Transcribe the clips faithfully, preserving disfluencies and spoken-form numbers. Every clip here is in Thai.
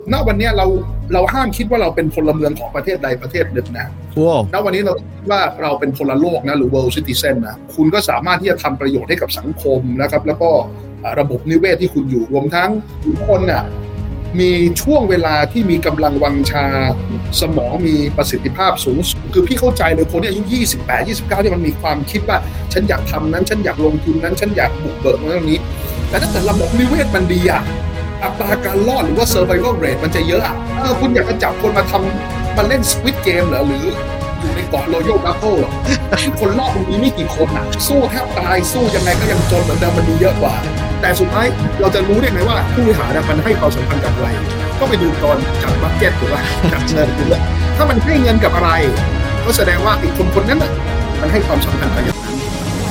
ณวันนี้เราเราห้ามคิดว่าเราเป็นพลเมืองของประเทศใดประเทศหนึ่งนะณวันนี้เราคิดว่าเราเป็นพลโลกนะหรือ world citizen นะคุณก็สามารถที่จะทำประโยชน์ให้กับสังคมนะครับแล้วก็ระบบนิเวศที่คุณอยู่รวมทั้งทุกคนน่ะมีช่วงเวลาที่มีกำลังวังชาสมองมีประสิทธิภาพสูงคือพี่เข้าใจเลยคนที่อายุยี่สิบแปด ยี่สิบเก้าที่มันมีความคิดว่าฉันอยากทำนั้นฉันอยากลงทุนนั้นฉันอยากบุกเบิกเรื่องนี้แต่ถ้าเกิดระบบนิเวศมันดีอะอัตราการรอดหรือว่า survival rate มันจะเยอะอ่ะเออคุณอยากจะจับคนมาทำมาเล่น Squid Game เหรอหรืออยู่ในเกาะ Royal Bubble หรอคนรอดตรงนี้ไม่กี่คนอ่ะสู้แทบตายสู้ยังไงก็ยังจนเหมือนเดิมมันมีเยอะกว่าแต่สุดท้ายเราจะรู้ได้ไงว่าผู้บริหารมันให้ความสำคัญกับอะไรก็ไปดูตอนจัดบัดเจ็ตหรือว่าจัดเงินหรือถ้ามันให้เงินกับอะไรก็แสดงว่าอีกคนคนนั้นน่ะมันให้ความสำคัญกับอย่างนั้น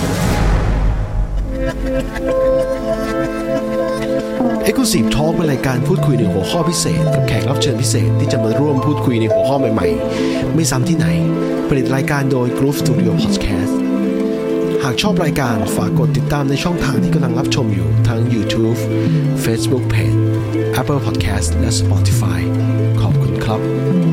Exclusive Talk เป็นรายการพูดคุยในหัวข้อพิเศษกับแขกรับเชิญพิเศษที่จะมาร่วมพูดคุยในหัวข้อใหม่ๆไม่ซ้ำที่ไหนผลิตรายการโดย Groove Studio Podcast หากชอบรายการฝากกดติดตามในช่องทางที่กำลังรับชมอยู่ทั้ง YouTube Facebook Page Apple Podcast และ Spotify ขอบคุณครับ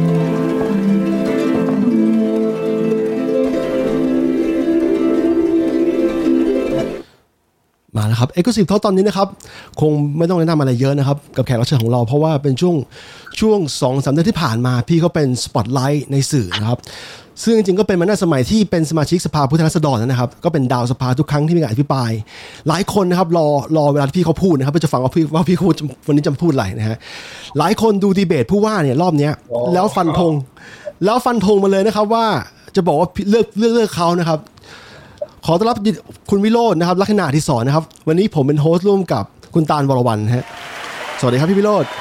มาแล้วครับ Exclusive Talk ตอนนี้นะครับคงไม่ต้องแนะนำอะไรเยอะนะครับกับแขกรับเชิญของเราเพราะว่าเป็นช่วงช่วง สองถึงสาม เดือนที่ผ่านมาพี่เขาเป็นสปอตไลท์ในสื่อนะครับซึ่งจริงๆก็เป็นมาตั้งสมัยที่เป็นสมาชิกสภาผู้แทนราษฎรนะครับก็เป็นดาวสภาทุกครั้งที่มีการอภิปรายหลายคนนะครับรอรอเวลาที่พี่เขาพูดนะครับเพื่อจะฟังว่าพี่ว่าพี่เขาวันนี้จะพูดอะไรนะฮะหลายคนดูดีเบตผู้ว่าเนี่ยรอบนี้แล้วฟันธงแล้วฟันธงมาเลยนะครับว่าจะบอกว่าเลือกเลือกเลือกเขานะครับขอต้อนรับคุณวิโรจน์นะครับลักษณะอดิศรนะครับวันนี้ผมเป็นโฮสต์ร่วมกับคุณตาลวรวรรณฮะสวัสดีครับพี่วิโรจน์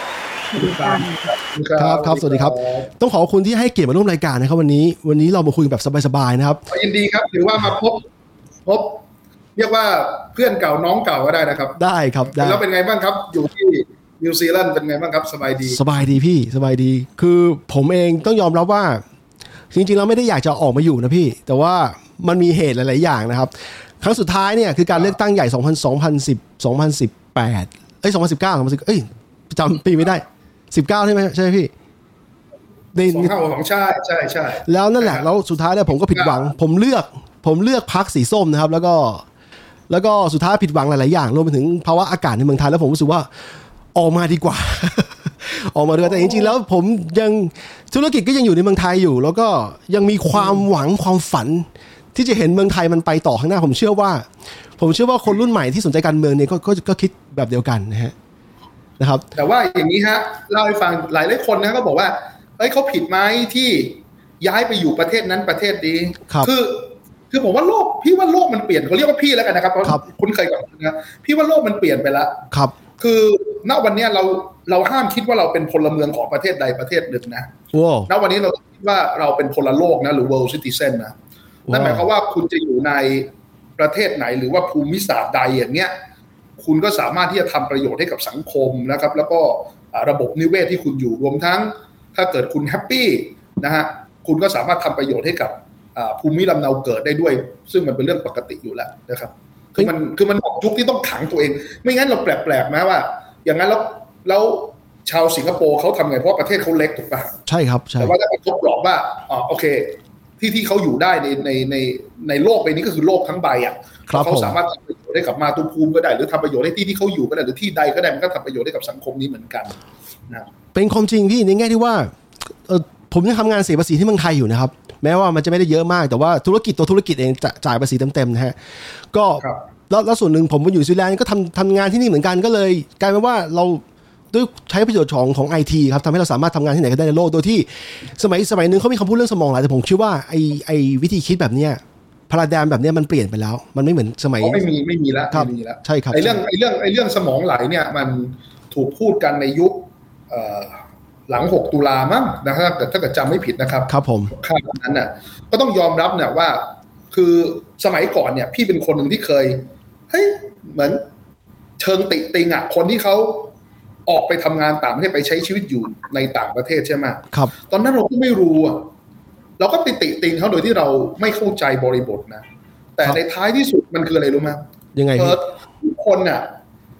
ครับครับสวัสดีครับต้องขอบคุณที่ให้เกียรติมาร่วมรายการนะครับวันนี้วันนี้เรามาคุยแบบสบายๆนะครับยินดีครับถือว่ามาพบพบเรียกว่าเพื่อนเก่าน้องเก่าก็ได้นะครับได้ครับได้แล้วเป็นไงบ้างครับอยู่ที่นิวซีแลนด์เป็นไงบ้างครับสบายดีสบายดีพี่สบายดีคือผมเองต้องยอมรับว่าจริงๆเราไม่ได้อยากจะออกมาอยู่นะพี่แต่ว่ามันมีเหตุหลายๆอย่างนะครับครั้งสุดท้ายเนี่ยคือการเลือกตั้งใหญ่สองพันสิบ สองพันสิบแปดเอ้ยสองพันสิบเก้า สองพันสิบเอ้ยจำปีไม่ได้สิบเก้าใช่ไหมใช่ไหมพี่ในสองพันสองใช่ใช่ใช่แล้วนั่นแหละแล้วสุดท้ายเนี่ยผมก็ผิดหวังผมเลือกผมเลือกพรรคสีส้มนะครับแล้วก็แล้วก็สุดท้ายผิดหวังหลายๆอย่างรวมไปถึงภาวะอากาศในเมืองไทยแล้วผมรู้สึกว่าออกมาดีกว่า ออกมาด้วยแต่จริงๆแล้วผมยังธุรกิจก็ยังอยู่ในเมืองไทยอยู่แล้วก็ยังมีความหวังความฝันที่จะเห็นเมืองไทยมันไปต่อข้างหน้าผมเชื่อว่าผมเชื่อว่าคนรุ่นใหม่ที่สนใจการเมืองเนี่ยก็ก็คิดแบบเดียวกันนะฮะนะครับแต่ว่าอย่างนี้ฮะเล่าให้ฟังหลายหลายคนนะก็บอกว่าเอ้ยเขาผิดไหมที่ย้ายไปอยู่ประเทศนั้นประเทศนี้คือคือผมว่าโลกพี่ว่าโลกมันเปลี่ยนเขาเรียกว่าพี่แล้วกันนะครับเพราะคุ้นเคยกับนะพี่ว่าโลกมันเปลี่ยนไปแล้วครับคือณวันนี้เราเราห้ามคิดว่าเราเป็นพลเมืองของประเทศใดประเทศหนึ่งนะณวันนี้เราคิดว่าเราเป็นพลโลกนะหรือ world citizen นะนั่นหมายความว่าคุณจะอยู่ในประเทศไหนหรือว่าภูมิศาสตร์ใดอย่างเงี้ยคุณก็สามารถที่จะทำประโยชน์ให้กับสังคมนะครับแล้วก็ระบบนิเวศที่คุณอยู่รวมทั้งถ้าเกิดคุณแฮปปี้นะฮะคุณก็สามารถทำประโยชน์ให้กับภูมิลำเนาเกิดได้ด้วยซึ่งมันเป็นเรื่องปกติอยู่แล้วนะครับคือมันคือมันยุคที่ต้องขังตัวเองไม่งั้นเราแปลกๆนะว่าอย่างนั้นแล้วแล้วชาวสิงคโปร์เขาทำไงเพราะประเทศเขาเล็กถูกป่ะใช่ครับใช่แต่ว่าถ้าเขากรอบว่าอ๋อโอเคที่ที่เขาอยู่ได้ในในในในโลกใบนี้ก็คือโลกทั้งใบอ่ะเขาสามารถทำประโยชน์ให้กับมาตุภูมิก็ได้หรือทำประโยชน์ให้ที่ที่เขาอยู่ก็ได้หรือที่ใดก็ได้มันก็ทำประโยชน์ให้กับสังคมนี้เหมือนกันนะเป็นความจริงพี่ในแง่ที่ว่าเออผมยังทำงานเสียภาษีที่เมืองไทยอยู่นะครับแม้ว่ามันจะไม่ได้เยอะมากแต่ว่าธุรกิจตัวธุรกิจเองจะจ่ายภาษีเต็มๆนะฮะก็แล้วแล้วส่วนหนึ่งผมมาอยู่นิวซีแลนด์ก็ทำทำงานที่นี่เหมือนกันก็เลยกลายเป็นว่าเราด้วยใช้ประโยชน์ของของ ไอ ที ครับทำให้เราสามารถทำงานที่ไหนก็ได้ในโลกโดยที่สมัยสมัยนึงเขามีคำพูดเรื่องสมองไหลแต่ผมคิดว่าไอไอวิธีคิดแบบเนี้ยพาราไดม์แบบเนี้ยมันเปลี่ยนไปแล้วมันไม่เหมือนสมัยไม่มีไม่มีแล้วไม่มีแล้วใช่ครับไอเรื่องไอเรื่องไอเรื่องสมองไหลเนี่ยมันถูกพูดกันในยุคหลังหกตุลามั้งนะครับแต่ถ้าเกิดจำไม่ผิดนะครับครับผมข้ามนั้นน่ะก็ต้องยอมรับเนี่ยว่าคือสมัยก่อนเนี่ยพี่เป็นคนหนึ่งที่เคยเฮ้ยเหมือนเชิงติติงอ่ะคนที่เขาออกไปทำงานต่างประเทศไปใช้ชีวิตอยู่ในต่างประเทศใช่ไหมครับตอนนั้นเราก็ไม่รู้อ่ะเราก็ไปติติงเขาโดยที่เราไม่เข้าใจบริบทนะแต่ในท้ายที่สุดมันคืออะไรรู้ไหมยังไงทุกคนน่ะ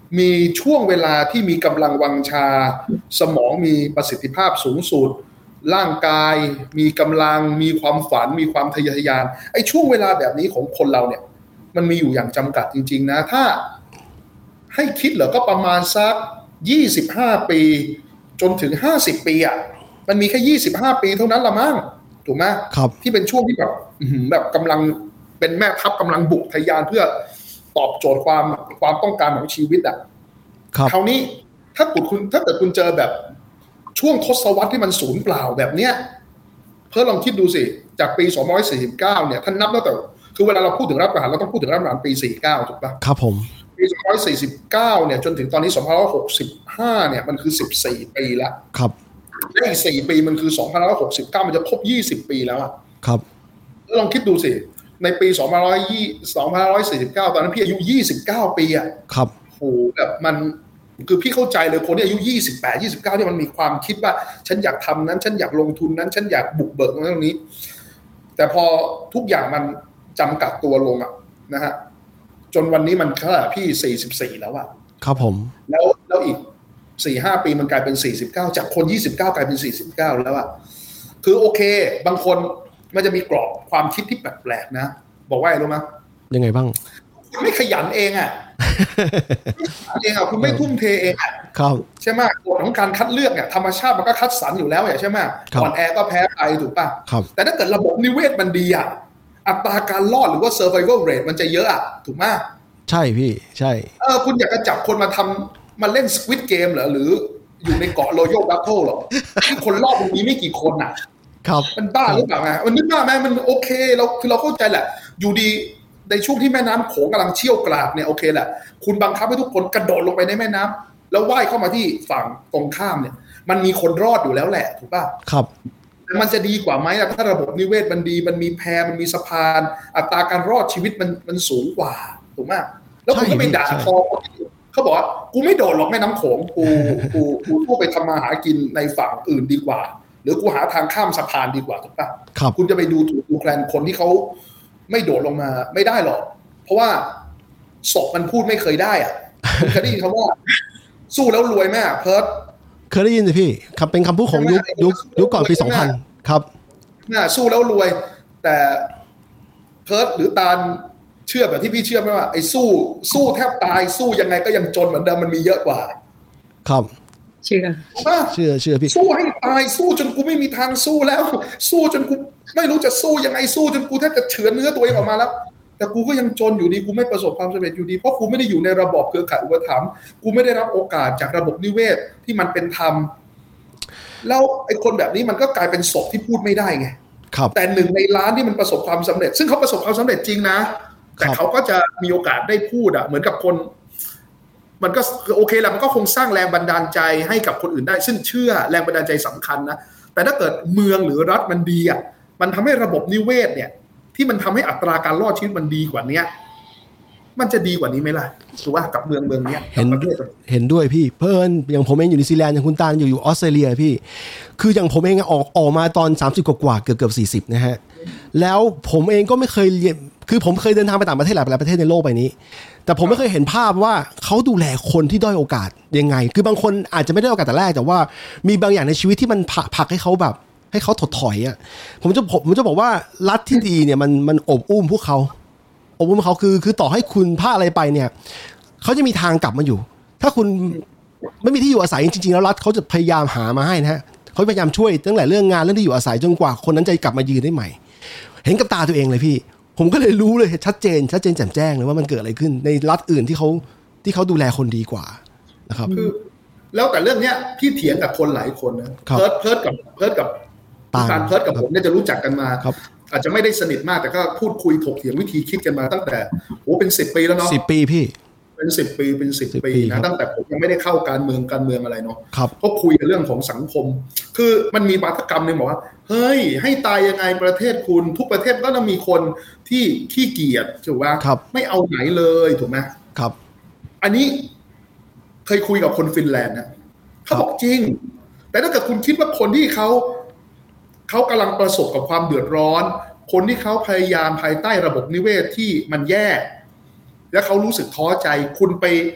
มีช่วงเวลาที่มีกำลังวังชาสมองมีประสิทธิภาพสูงสุดร่างกายมีกำลังมีความฝันมีความทะเยอทะยานไอ้ช่วงเวลาแบบนี้ของคนเราเนี่ยมันมีอยู่อย่างจำกัดจริงๆนะถ้าให้คิดเหรอก็ประมาณสักยี่สิบห้าปีจนถึงห้าสิบปีอ่ะมันมีแค่ยี่สิบห้าปีเท่านั้นละมั้งถูกไหมครับที่เป็นช่วงที่แบบแบบกำลังเป็นแม่ทัพกำลังบุกทะยานเพื่อตอบโจทย์ความความต้องการของชีวิตอ่ะคราวนี้ถ้าเกิดคุณถ้าเกิดคุณเจอแบบช่วงทศวรรษที่มันสูญเปล่าแบบเนี้ยเพื่อลองคิดดูสิจากปีสองพันสี่สิบเก้าเนี่ยท่านนับตั้งแต่คือเวลาเราพูดถึงรัฐประหารเราต้องพูดถึงรัฐประหารปีสี่สิบเก้าถูกป่ะครับผมปีสองพันสี่สิบเก้าเนี่ยจนถึงตอนนี้สองพันหกสิบห้าเนี่ยมันคือสิบสี่ปีแล้วครับและอีกสี่ปีมันคือสองพันหกสิบเก้ามันจะครบยี่สิบปีแล้วอ่ะครับแล้วลองคิดดูสิในปีสองพันสี่สิบเก้าตอนนั้นพี่อายุยี่สิบเก้าปีอ่ะครับโหแบบมันคือพี่เข้าใจเลยคนที่อายุยี่สิบแปด ยี่สิบเก้าเนี่ยมันมีความคิดว่าฉันอยากทำนั้นฉันอยากลงทุนนั้นฉันอยากบุกเบิกตรงนี้แต่พอทุกอย่างมันจำกัดตัวลงอ่ะนะฮะจนวันนี้มันแค่พี่สี่สิบสี่แล้วอ่ะครับผมแล้วแล้วอีก สี่ห้า ปีมันกลายเป็นสี่สิบเก้าจากคนยี่สิบเก้ากลายเป็นสี่สิบเก้าแล้วอ่ะคือโอเคบางคนมันจะมีกรอบความคิดที่แปลกๆนะบอกว่าอะไรรู้มั้ยยังไงบ้างคุณไม่ขยันเองอ่ะเองอ่ะคุณไม่ทุ่มเทเองอ่ะใช่ไหมกฎของการคัดเลือกเนี่ยธรรมชาติมันก็คัดสรรอยู่แล้วใช่ไหมก่อนแอร์ก็แพ้ไปถูกป่ะแต่ถ้าเกิดระบบนิเวศมันดีอ่ะอัตราการรอดหรือว่า survival rate มันจะเยอะอ่ะถูกไหมใช่พี่ใช่เออคุณอยากจะจับคนมาทำมาเล่น Squid Game เหรอหรืออยู่ในเกาะ Royal Battle หรอที่คนรอดตรงนี้ไม่กี่คนอ่ะครับมันบ้าหรือเปล่าไงมันนึกบ้าไหมมันโอเคเราคือเราเข้าใจแหละอยู่ดีในช่วงที่แม่น้ำโขงกำลังเชี่ยวกรากเนี่ยโอเคแหละคุณบังคับให้ทุกคนกระโดดลงไปในแม่น้ำแล้วว่ายเข้ามาที่ฝั่งตรงข้ามเนี่ยมันมีคนรอดอยู่แล้วแหละถูกป่ะครับมันจะดีกว่าไหมล่ะถ้าระบบนิเวศมันดีมันมีแพมันมีสะพานอัตราการรอดชีวิตมันมันสูงกว่าถูกไหมแล้วคุณก็ไปด่าทอเขาบอกว่ากูไม่โดดหรอกแม่น้ำโขงกูกูกูทั่วไปทำมาหากินในฝั่งอื่นดีกว่าหรือกูหาทางข้ามสะพานดีกว่าถูกป่ะคุณจะไปดูถูกดูแคลนคนที่เขาไม่โดดลงมาไม่ได้หรอกเพราะว่าศพมันพูดไม่เคยได้อ่ะคุณเคยได้ยินคำว่าสู้แล้วรวยไหมเพิร์ทเคยได้ยินสิพี่คำเป็นคำพูดของยุคยุคยุคก่อนปีสองพันครับน่ะสู้แล้วรวยแต่เพิร์ทหรือตาลเชื่อแบบที่พี่เชื่อไหมว่าไอ้สู้สู้แทบตายสู้ยังไงก็ยังจนเหมือนเดิมมันมีเยอะกว่าครับเชื่อเชื่อเชื่อพี่สู้ให้ตายสู้จนกูไม่มีทางสู้แล้วสู้จนกูไม่รู้จะสู้ยังไงสู้จนกูแทบจะเฉือนเนื้อตัวเองออกมาแล้วแต่กูก็ยังจนอยู่ดีกูไม่ประสบความสำเร็จอยู่ดีเพราะกูไม่ได้อยู่ในระบบเครือข่ายอุปถัมภ์กูไม่ได้รับโอกาสจากระบบนิเวศที่มันเป็นธรรมแล้วไอ้คนแบบนี้มันก็กลายเป็นศพที่พูดไม่ได้ไงแต่หนึ่งในล้านที่มันประสบความสำเร็จซึ่งเขาประสบความสำเร็จจริงนะแต่เขาก็จะมีโอกาสได้พูดอ่ะเหมือนกับคนมันก็โอเคแหละมันก็คงสร้างแรงบันดาลใจให้กับคนอื่นได้ซึ่งเชื่อแรงบันดาลใจสำคัญนะแต่ถ้าเกิดเมืองหรือรัฐมันดีอ่ะมันทำให้ระบบนิเวศเนี่ยที่มันทำให้อัตราการรอดชีวิตมันดีกว่านี้มันจะดีกว่านี้ไหมล่ะถูกป่ะกับเมืองเมืองนี้เห็นเห็นด้วยพี่เพิ่นอย่างผมเองอยู่นิวซีแลนด์อย่างคุณตาลอยู่อยู่ออสเตรเลียพี่คืออย่างผมเองออกออกมาตอนสามสิบกว่าๆเกือบเกือบสี่สิบนะฮะแล้วผมเองก็ไม่เคยเรียนคือผมเคยเดินทางไปต่างประเทศหลายประเทศในโลกใบนี้แต่ผมไม่เคยเห็นภาพว่าเขาดูแลคนที่ด้อยโอกาสยังไงคือบางคนอาจจะไม่ได้โอกาสแต่แรกแต่ว่ามีบางอย่างในชีวิตที่มันผลักให้เขาแบบให้เขาถดถอยอ่ะผมจะผมจะบอกว่ารัฐที่ดีเนี่ยมันมันอบอุ้มพวกเขาอบอุ้มเขาคือคือต่อให้คุณพลาดอะไรไปเนี่ยเขาจะมีทางกลับมาอยู่ถ้าคุณไม่มีที่อยู่อาศัยจริงๆแล้วรัฐเขาจะพยายามหามาให้นะฮะเขาพยายามช่วยตั้งแต่เรื่องงานเรื่องที่อยู่อาศัยจนกว่าคนนั้นจะกลับมายืนได้ใหม่เห็นกับตาตัวเองเลยพี่ผมก็เลยรู้เลยชัดเจนชัดเจนแจ่มแจ้งเลยว่ามันเกิดอะไรขึ้นในรัฐอื่นที่เขาที่เขาดูแลคนดีกว่านะครับคือแล้วแต่เรื่องเนี้ยพี่เถียงกับคนหลายคนนะเพิร์ทเพิร์ทกับเพิร์ทกับการเพิร์ทกับผมเนี่ยจะรู้จักกันมาอาจจะไม่ได้สนิทมากแต่ก็พูดคุยถกเถียงวิธีคิดกันมาตั้งแต่โอ้เป็นสิบปีแล้วเนาะสิบปีพี่เป็นสิบปีเป็นสิบปีนะตั้งแต่ผมยังไม่ได้เข้าการเมืองการเมืองอะไรเนาะก็คุยกันเรื่องของสังคมคือมันมีวาทกรรมนึงบอกว่าเฮ้ยให้ตายยังไงประเทศคุณทุกประเทศก็ต้องมีคนที่ขี้เกียจถูกไหมไม่เอาไหนเลยถูกไหมครับอันนี้เคยคุยกับคนฟินแลนด์นะเขาบอกจริงแต่ถ้าเกิดคุณคิดว่าคนที่เขาเขากำลังประสบกับความเดือดร้อนคนที่เขาพยายามภายใต้ระบบนิเวศที่มันแย่และเขารู้สึกท้อใจคุณไป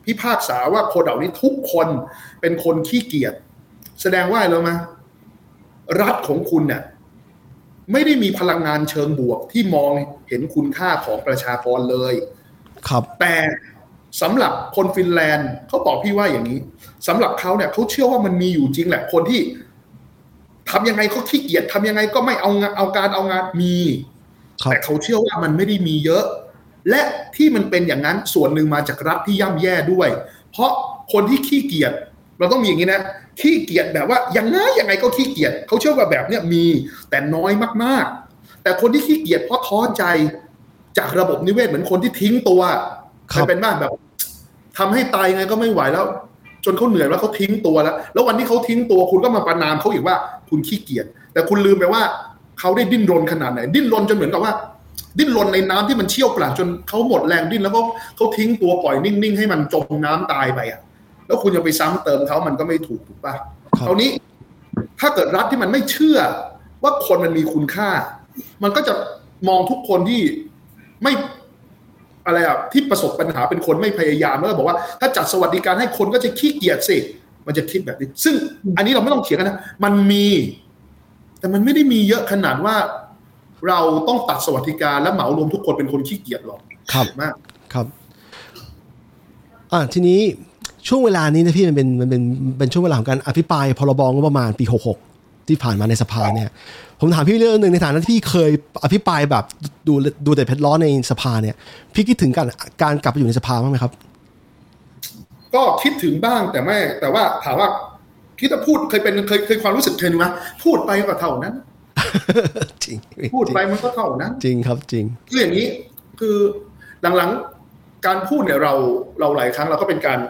พิพากษาว่าคนเหล่านี้ทุกคนเป็นคนขี้เกียจแสดงว่าอะไรรู้ไหมรัฐของคุณเนี่ยไม่ได้มีพลังงานเชิงบวกที่มองเห็นคุณค่าของประชากรเลยครับแต่สำหรับคนฟินแลนด์เขาบอกพี่ว่าอย่างนี้สำหรับเขาเนี่ยเขาเชื่อว่ามันมีอยู่จริงแหละคนที่ทำยังไงเขาขี้เกียจทำยังไงก็ไม่เอางานเอาการเอางานมีแต่เขาเชื่อว่ามันไม่ได้มีเยอะและที่มันเป็นอย่างนั้นส่วนหนึ่งมาจากรัฐที่ย่ำแย่ด้วยเพราะคนที่ขี้เกียจเราต้องมีอย่างนี้นะขี้เกียจแบบว่ายังไงยังไงก็ขี้เกียจเขาเชื่อว่าแบบเนี้ยมีแต่น้อยมากๆแต่คนที่ขี้เกียจเพราะท้อใจจากระบบนิเวศเหมือนคนที่ทิ้งตัวเคยเป็นบ้างแบบทำให้ตายไงก็ไม่ไหวแล้วจนเขาเหนื่อยแล้วเขาทิ้งตัวแล้วแล้ววันที่เขาทิ้งตัวคุณก็มาประณามเขาอีกว่าคุณขี้เกียจแต่คุณลืมไปว่าเขาได้ดิ้นรนขนาดไหนดิ้นรนจนเหมือนกับว่าดิ้นรนในน้ำที่มันเชี่ยวกรากจนเขาหมดแรงดิ้นแล้วก็เขาทิ้งตัวปล่อยนิ่งๆให้มันจมน้ำตายไปอ่ะแล้วคุณจะไปซ้ำเติมเขามันก็ไม่ถูกถูกป่ะคราวนี้ถ้าเกิดรัฐที่มันไม่เชื่อว่าคนมันมีคุณค่ามันก็จะมองทุกคนที่ไม่อะไรอ่ะที่ประสบปัญหาเป็นคนไม่พยายามแล้วบอกว่าถ้าจัดสวัสดิการให้คนก็จะขี้เกียจสิมันจะคิดแบบนี้ซึ่งอันนี้เราไม่ต้องเถียงกันนะมันมีแต่มันไม่ได้มีเยอะขนาดว่าเราต้องตัดสวัสดิการและเหมารวมทุกคนเป็นคนขี้เกียจหรอกครับมากครับอ่าทีนี้ช่วงเวลานี้นะพี่มันเป็นมันเป็นเป็นช่วงเวลาของการอภิปรายพรบงบประมาณปีหกสิบหกที่ผ่านมาในสภาเนี่ยผมถามพี่เรื่องนึงในฐานะที่พี่เคยอภิปรายแบบดูดูแต่เผ็ดร้อนในสภาเนี่ยพี่คิดถึงการการกลับไปอยู่ในสภาบ้างไหมครับก็คิดถึงบ้างแต่ไม่แต่ว่าถามว่าคิดจะพูดเคยเป็นเคยเคยความรู้สึกเคยไหมพูดไปก็เท่านั้นจริงพูดไปมันก็เท่านั้นจริงครับจริงคืออย่างนี้คือหลังๆการพูดเนี่ยเราเราหลายครั้งเราก็เป็นการ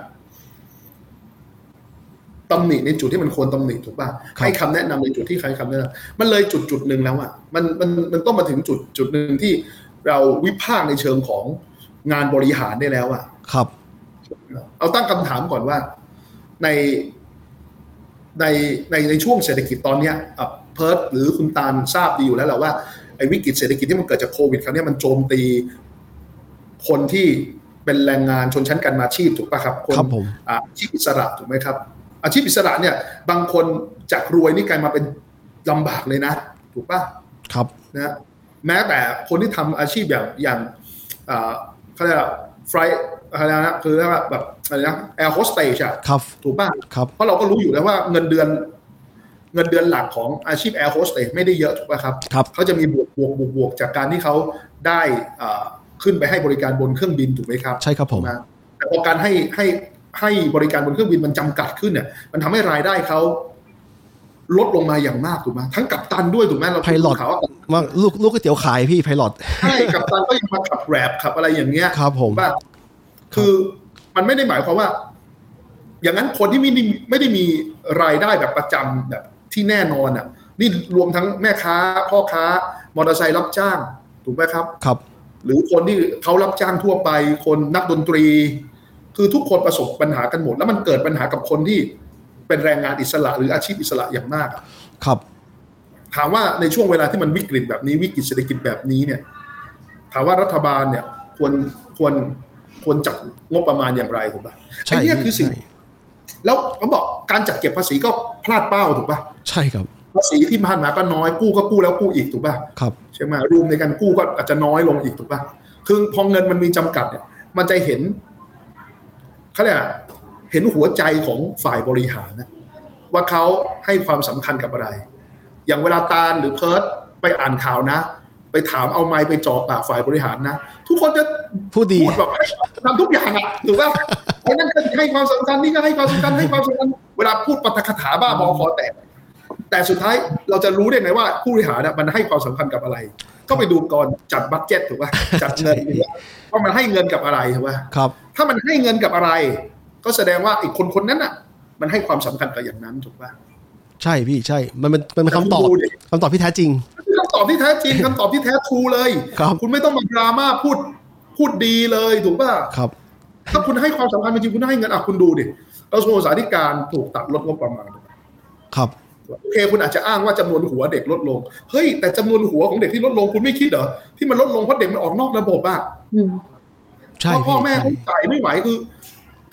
ตำหนิในจุดที่มันควรตำหนิถูกป่ะให้คำแนะนำในจุดที่ใครคำแนะนำมันเลยจุดจุดหนึ่งแล้วอ่ะมันมันมันต้องมาถึงจุดจุดหนึ่งที่เราวิพากษ์ในเชิงของงานบริหารได้แล้วอ่ะครับเอาตั้งคำถามก่อนว่าในในในในช่วงเศรษฐกิจตอนเนี้ยเพิร์ทหรือคุณตาลทราบดีอยู่แล้วแหละว่าไอ้วิกฤตเศรษฐกิจที่มันเกิดจากโควิดครั้งนี้มันโจมตีคนที่เป็นแรงงานชนชั้นกรรมาชีพถูกป่ะครับคนอาชีพอิสระถูกไหมครับอาชีพอิสระเนี่ยบางคนจากรวยนี่กลายมาเป็นลำบากเลยนะถูกป่ะครับนะแม้แต่คนที่ทำอาชีพอย่างอย่างเขาเรียกว่าไฟล์อะไรนะคือเรียกว่าแบบอะไรนะแอร์โฮสเตสอะถูกป่ะเพราะเราก็รู้อยู่แล้วว่าเงินเดือนเงินเดือนหลักของอาชีพแอร์โฮสเตสไม่ได้เยอะถูกป่ะครับเขาจะมีบวกบวกบวกบวกจากการที่เขาได้ขึ้นไปให้บริการบนเครื่องบินถูกไหมครับใช่ครับผมแต่พอการให้ให้ให้บริการบนเครื่องบินมันจำกัดขึ้นเนี่ยมันทำให้รายได้เขาลดลงมาอย่างมากถูกไหมทั้งกัปตันด้วยถูกไหมเราไพลอตว่าลูกลูกก๋วยเตี๋ยวขายพี่ไพลอตใช่กัปตันก็ยังมาขับแรปขับอะไรอย่างเงี้ยครับผมว่าคือมันไม่ได้หมายความว่าอย่างนั้นคนที่ไม่ได้ไม่ได้มีรายได้แบบประจำแบบที่แน่นอนอ่ะนี่รวมทั้งแม่ค้าพ่อค้ามอเตอร์ไซค์รับจ้างถูกไหมครับครับหรือคนที่เขารับจ้างทั่วไปคนนักดนตรีคือทุกคนประสบปัญหากันหมดแล้วมันเกิดปัญหากับคนที่เป็นแรงงานอิสระหรืออาชีพอิสระอย่างมากครับถามว่าในช่วงเวลาที่มันวิกฤตแบบนี้วิกฤตเศรษฐกิจแบบนี้เนี่ยถามว่ารัฐบาลเนี่ยควรควรควรจัดงบประมาณอย่างไรถูกป่ะไอ้นี่คือสิ่งแล้วเขาบอกการจัดเก็บภาษีก็พลาดเป้าถูกป่ะใช่ครับภาษีที่ผ่านมาก็น้อยกู้ก็กู้แล้วกู้อีกถูกป่ะครับใช่ไหมรวมในการกู้ก็อาจจะน้อยลงอีกถูกป่ะคือพอเงินมันมีจำกัดเนี่ยมันจะเห็นเขาเรียกเห็นหัวใจของฝ่ายบริหารนะว่าเขาให้ความสำคัญกับอะไรอย่างเวลาตาลหรือเพิร์ทไปอ่านข่าวนะไปถามเอาไมค์ไปจ่อปากฝ่ายบริหารนะทุกคนจะพูดดีพูดแบบทำทุกอย่างอ่ะถูกป่ะไอ้นั่นก็ให้ความสำคัญนี่ก็ให้ความสำคัญให้ความสำคัญเวลาพูดปาฐกถาบ้าบอคอแตกแต่สุดท้ายเราจะรู้ได้ไงว่าผู้บริหารมันให้ความสำคัญกับอะไรก็ไปดูก่อนจัดบัดเจ็ตถูกป่ะจัดเงินว่ามันให้เงินกับอะไรถูกป่ะครับถ้ามันให้เงินกับอะไรก็แสดงว่าอีกคนคนนั้นอ่ะมันให้ความสำคัญกับอย่างนั้นถูกป่ะใช่พี่ใช่มันเป็นเป็นคำตอบคำตอบที่แท้จริงคำตอบที่แท้จริงคำตอบที่แท้ทรูเลยคุณไม่ต้องมาดราม่าพูดพูดดีเลยถูกป่ะครับถ้าคุณให้ความสำคัญจริงคุณให้เงินอ่ะคุณดูดิกระทรวงศึกษาธิการถูกตัดลดงบประมาณครับโอเคคุณอาจจะอ้างว่าจำนวนหัวเด็กลดลงเฮ้ยแต่จำนวนหัวของเด็กที่ลดลงคุณไม่คิดเหรอที่มันลดลงเพราะเด็กมันออกนอกระบบอ่ะใช่พ่อแม่เขาจ่ายไม่ไหวคือ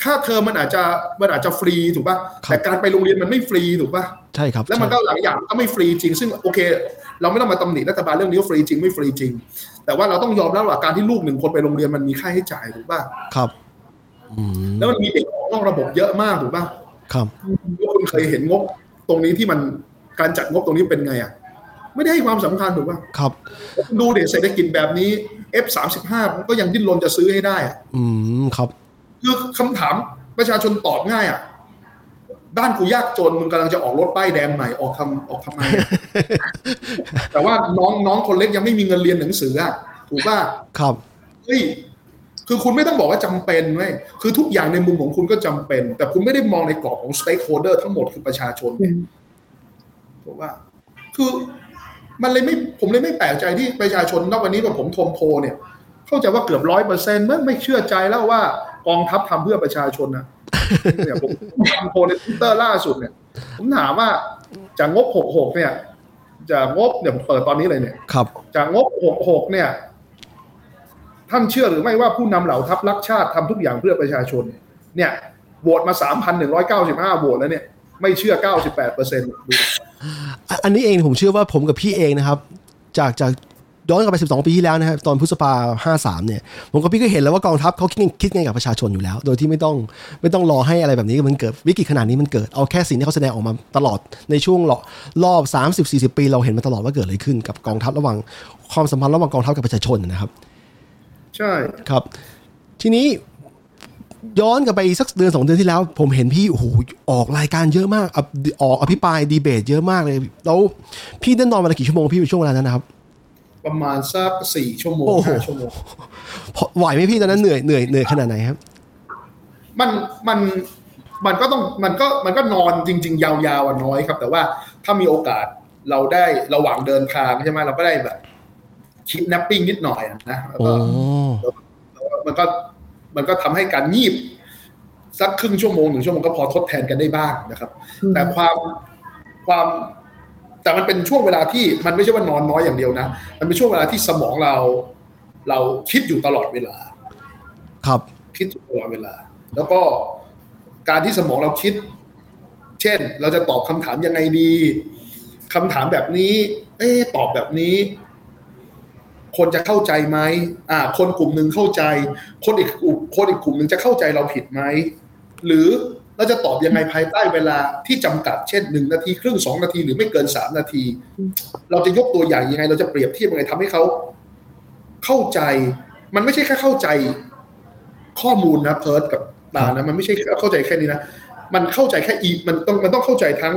ค่าเทอมมันอาจจะมันอาจจะฟรีถูกป่ะแต่การไปโรงเรียนมันไม่ฟรีถูกป่ะใช่ครับแล้วมันก็หลายอย่างก็ไม่ฟรีจริงซึ่งโอเคเราไม่ต้องมาตำหนิรัฐบาลเรื่องนี้ว่าฟรีจริงไม่ฟรีจริงแต่ว่าเราต้องยอมรับว่าการที่ลูกหนึ่งคนไปโรงเรียนมันมีค่าใช้จ่ายถูกป่ะครับแล้วมันมีเด็กออกนอกระบบเยอะมากถูกป่ะครับคุณเคยเห็นงบตรงนี้ที่มันการจัดงบตรงนี้เป็นไงอ่ะไม่ได้ให้ความสำคัญถูกป่ะครับดูเด็กเศรษฐกิจแบบนี้ เอฟ สามสิบห้า ก็ยังดิ้นรนจะซื้อให้ได้อืมครับคือคำถามประชาชนตอบง่ายอ่ะบ้านกูยากจนมึงกำลังจะออกรถป้ายแดงใหม่ออกทำออกทำไม แต่ว่าน้องน้องคนเล็กยังไม่มีเงินเรียนหนังสืออ่ะถูกป่ะครับเฮ้ยคือคุณไม่ต้องบอกว่าจำเป็นเว้ยคือทุกอย่างในมุมของคุณก็จำเป็นแต่คุณไม่ได้มองในกรอบของ stakeholder ทั้งหมดคือประชาชนถูกป่ะคือมันเลยไม่ผมเลยไม่แปลกใจที่ประชาชนณวันนี้กับผมทมโพเนี่ยเข้าใจว่าเกือบร้อยเปอร์เซ็นต์ไม่เชื่อใจแล้วว่ากองทัพทำเพื่อประชาชนนะเนี่ยผมทำโพใน Twitter ล่าสุดเนี่ยผมถามว่าจากงบหกสิบหกเนี่ยจากงบเดี๋ยวเปิดตอนนี้เลยเนี่ยจากงบหกสิบหกเนี่ยท่านเชื่อหรือไม่ว่าผู้นำเหล่าทัพรักชาติทำทุกอย่างเพื่อประชาชนเนี่ยโหวตมา สามพันหนึ่งร้อยเก้าสิบห้า โหวตแล้วเนี่ยไม่เชื่อ เก้าสิบแปดเปอร์เซ็นต์ ดูอันนี้เองผมเชื่อว่าผมกับพี่เองนะครับจากจากย้อนกลับไปสิบสองปีที่แล้วนะครับตอนพฤษภาห้าสิบสามเนี่ยผมกับพี่ก็เห็นแล้วว่ากองทัพเขาคิดคิดไงกับประชาชนอยู่แล้วโดยที่ไม่ต้องไม่ต้องรอให้อะไรแบบนี้มันเกิดวิกฤตขนาดนี้มันเกิดเอาแค่สิ่งที่เขาแสดงออกมาตลอดในช่วงรอบ สามสิบสี่สิบ ปีเราเห็นมาตลอดว่าเกิดอะไรขึ้นกับกองทัพระหว่างความสัมพันธ์ระหว่างกองทัพกับประชาชนนะครับใช่ครับทีนี้ย้อนกลับไปสักเดือนสองเดือนที่แล้วผมเห็นพี่โอ้โหออกรายการเยอะมากออกอภิปรายดีเบตเยอะมากเลยแล้วพี่ได้นอนวันละกี่ชั่วโมงพี่ในช่วงเวลานั้นนะครับประมาณสักสี่ชั่วโมงห้าชั่วโมงไหวไหมพี่ตอนนั้นเหนื่อยเหนื่อยเหนื่อยขนาดไหนครับมันมันมันก็ต้องมันก็มันก็นอนจริงๆยาวๆน้อยครับแต่ว่าถ้ามีโอกาสเราได้ระหว่างเดินทางใช่ไหมเราก็ได้แบบคิดแนปปิ้งนิดหน่อยนะแล้วก็มันก็มันก็ทำให้การงีบสักครึ่งชั่วโมงหนึ่งชั่วโมงก็พอทดแทนกันได้บ้างนะครับแต่ความความแต่มันเป็นช่วงเวลาที่มันไม่ใช่ว่านอนน้อยอย่างเดียวนะมันเป็นช่วงเวลาที่สมองเราเราคิดอยู่ตลอดเวลาครับคิดอยู่ตลอดเวลาแล้วก็การที่สมองเราคิดเช่นเราจะตอบคำถามยังไงดีคำถามแบบนี้เอ๊ะตอบแบบนี้คนจะเข้าใจไหมอ่าคนกลุ่มหนึ่งเข้าใจคนอีกกลุ่มคนอีกกลุ่มหนึ่งจะเข้าใจเราผิดไหมหรือเราจะตอบยังไงภายใต้เวลาที่จำกัดเช่นหนึ่งนาทีครึ่งสองนาทีหรือไม่เกินสามนาทีเราจะยกตัวอย่างยังไงเราจะเปรียบเทียบยังไงทำให้เขาเข้าใจมันไม่ใช่แค่เข้าใจข้อมูลนะเพิร์ทกับตานะมันไม่ใช่เข้าใจแค่นี้นะมันเข้าใจแค่อีมันต้องมันต้องเข้าใจทั้ง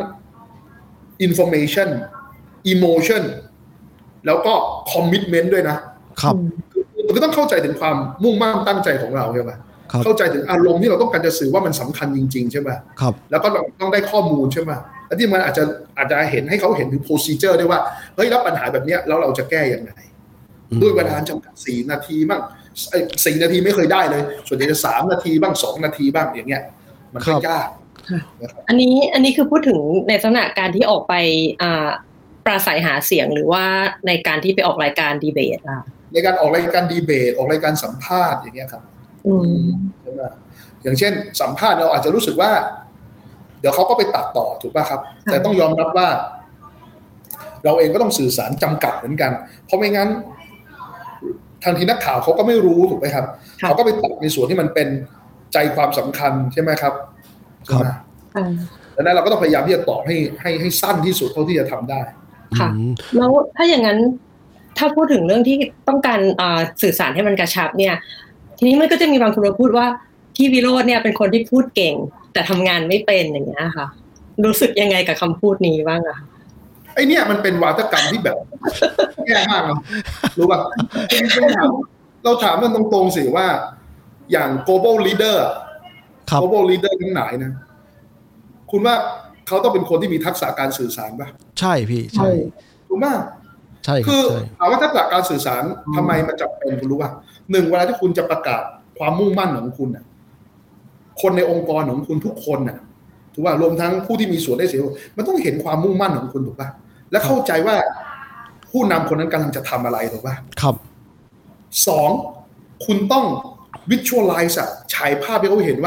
information emotion แล้วก็ commitment ด้วยนะครับมันก็ต้องเข้าใจถึงความมุ่งมั่นตั้งใจของเราใช่ไหมเข้าใจถึงอารมณ์ที่เราต้องการจะสื่อว่ามันสำคัญจริงๆใช่ไหมครับแล้วก็ต้องได้ข้อมูลใช่ไหมแล้วที่มันอาจจะอาจจะเห็นให้เขาเห็นถึง procedure ได้ว่าเฮ้ยแล้วปัญหาแบบนี้แล้วเราจะแก้ยังไงด้วยเวลาจำกัดสี่นาทีบ้างสี่นาทีไม่เคยได้เลยส่วนใหญ่จะสามนาทีบ้างสองนาทีบ้างอย่างเงี้ยมันก็ยากอันนี้อันนี้คือพูดถึงในลักษณะการที่ออกไปอ่าปราศัยหาเสียงหรือว่าในการที่ไปออกรายการดีเบตอ่ะในการออกรายการดีเบตออกรายการสัมภาษณ์อย่างเงี้ยครับอืมอย่างเช่นสัมภาษณ์เราอาจจะรู้สึกว่าเดี๋ยวเขาก็ไปตัดต่อถูกป่ะครับแต่ต้องยอมรับว่าเราเองก็ต้องสื่อสารจำกัดเหมือนกันเพราะไม่งั้นทางทีนักข่าวเขาก็ไม่รู้ถูกไหมครับเขาก็ไปตัดในส่วนที่มันเป็นใจความสำคัญใช่ไหมครับครับดังนั้นเราก็ต้องพยายามที่จะตอบให้ให้ให้สั้นที่สุดเท่าที่จะทำได้ค่ะแล้วถ้าอย่างนั้นถ้าพูดถึงเรื่องที่ต้องการสื่อสารให้มันกระชับเนี่ยทีนี้มันก็จะมีบางคนมาพูดว่าพี่วิโรจน์เนี่ยเป็นคนที่พูดเก่งแต่ทำงานไม่เป็นอย่างเงี้ยค่ะรู้สึกยังไงกับคำพูดนี้บ้างอะไอเนี่ยมันเป็นวาทกรรมที่แบบแย่มากนะรู้ป่ะเราถามมันตรงๆสิว่าอย่าง global leader global leader ทั้งหลายนะคุณว่าเขาต้องเป็นคนที่มีทักษะการสื่อสารป่ะใช่พี่ใช่ถูกมากใช่คือถามว่าทักษะการสื่อสารทำไมมันจำเป็นคุณรู้ป่ะหนึ่งเวลาที่คุณจะประกาศความมุ่งมั่นของคุณน่ะคนในองค์กรของคุณทุกคนน่ะถูกป่ะรวมทั้งผู้ที่มีส่วนได้เสียมันต้องเห็นความมุ่งมั่นของคุณถูกป่ะและเข้าใจว่าผู้นำคนนั้นกำลังจะทำอะไรถูกป่ะครับสองคุณต้อง visualize ฉายภาพให้เขาเห็นว่า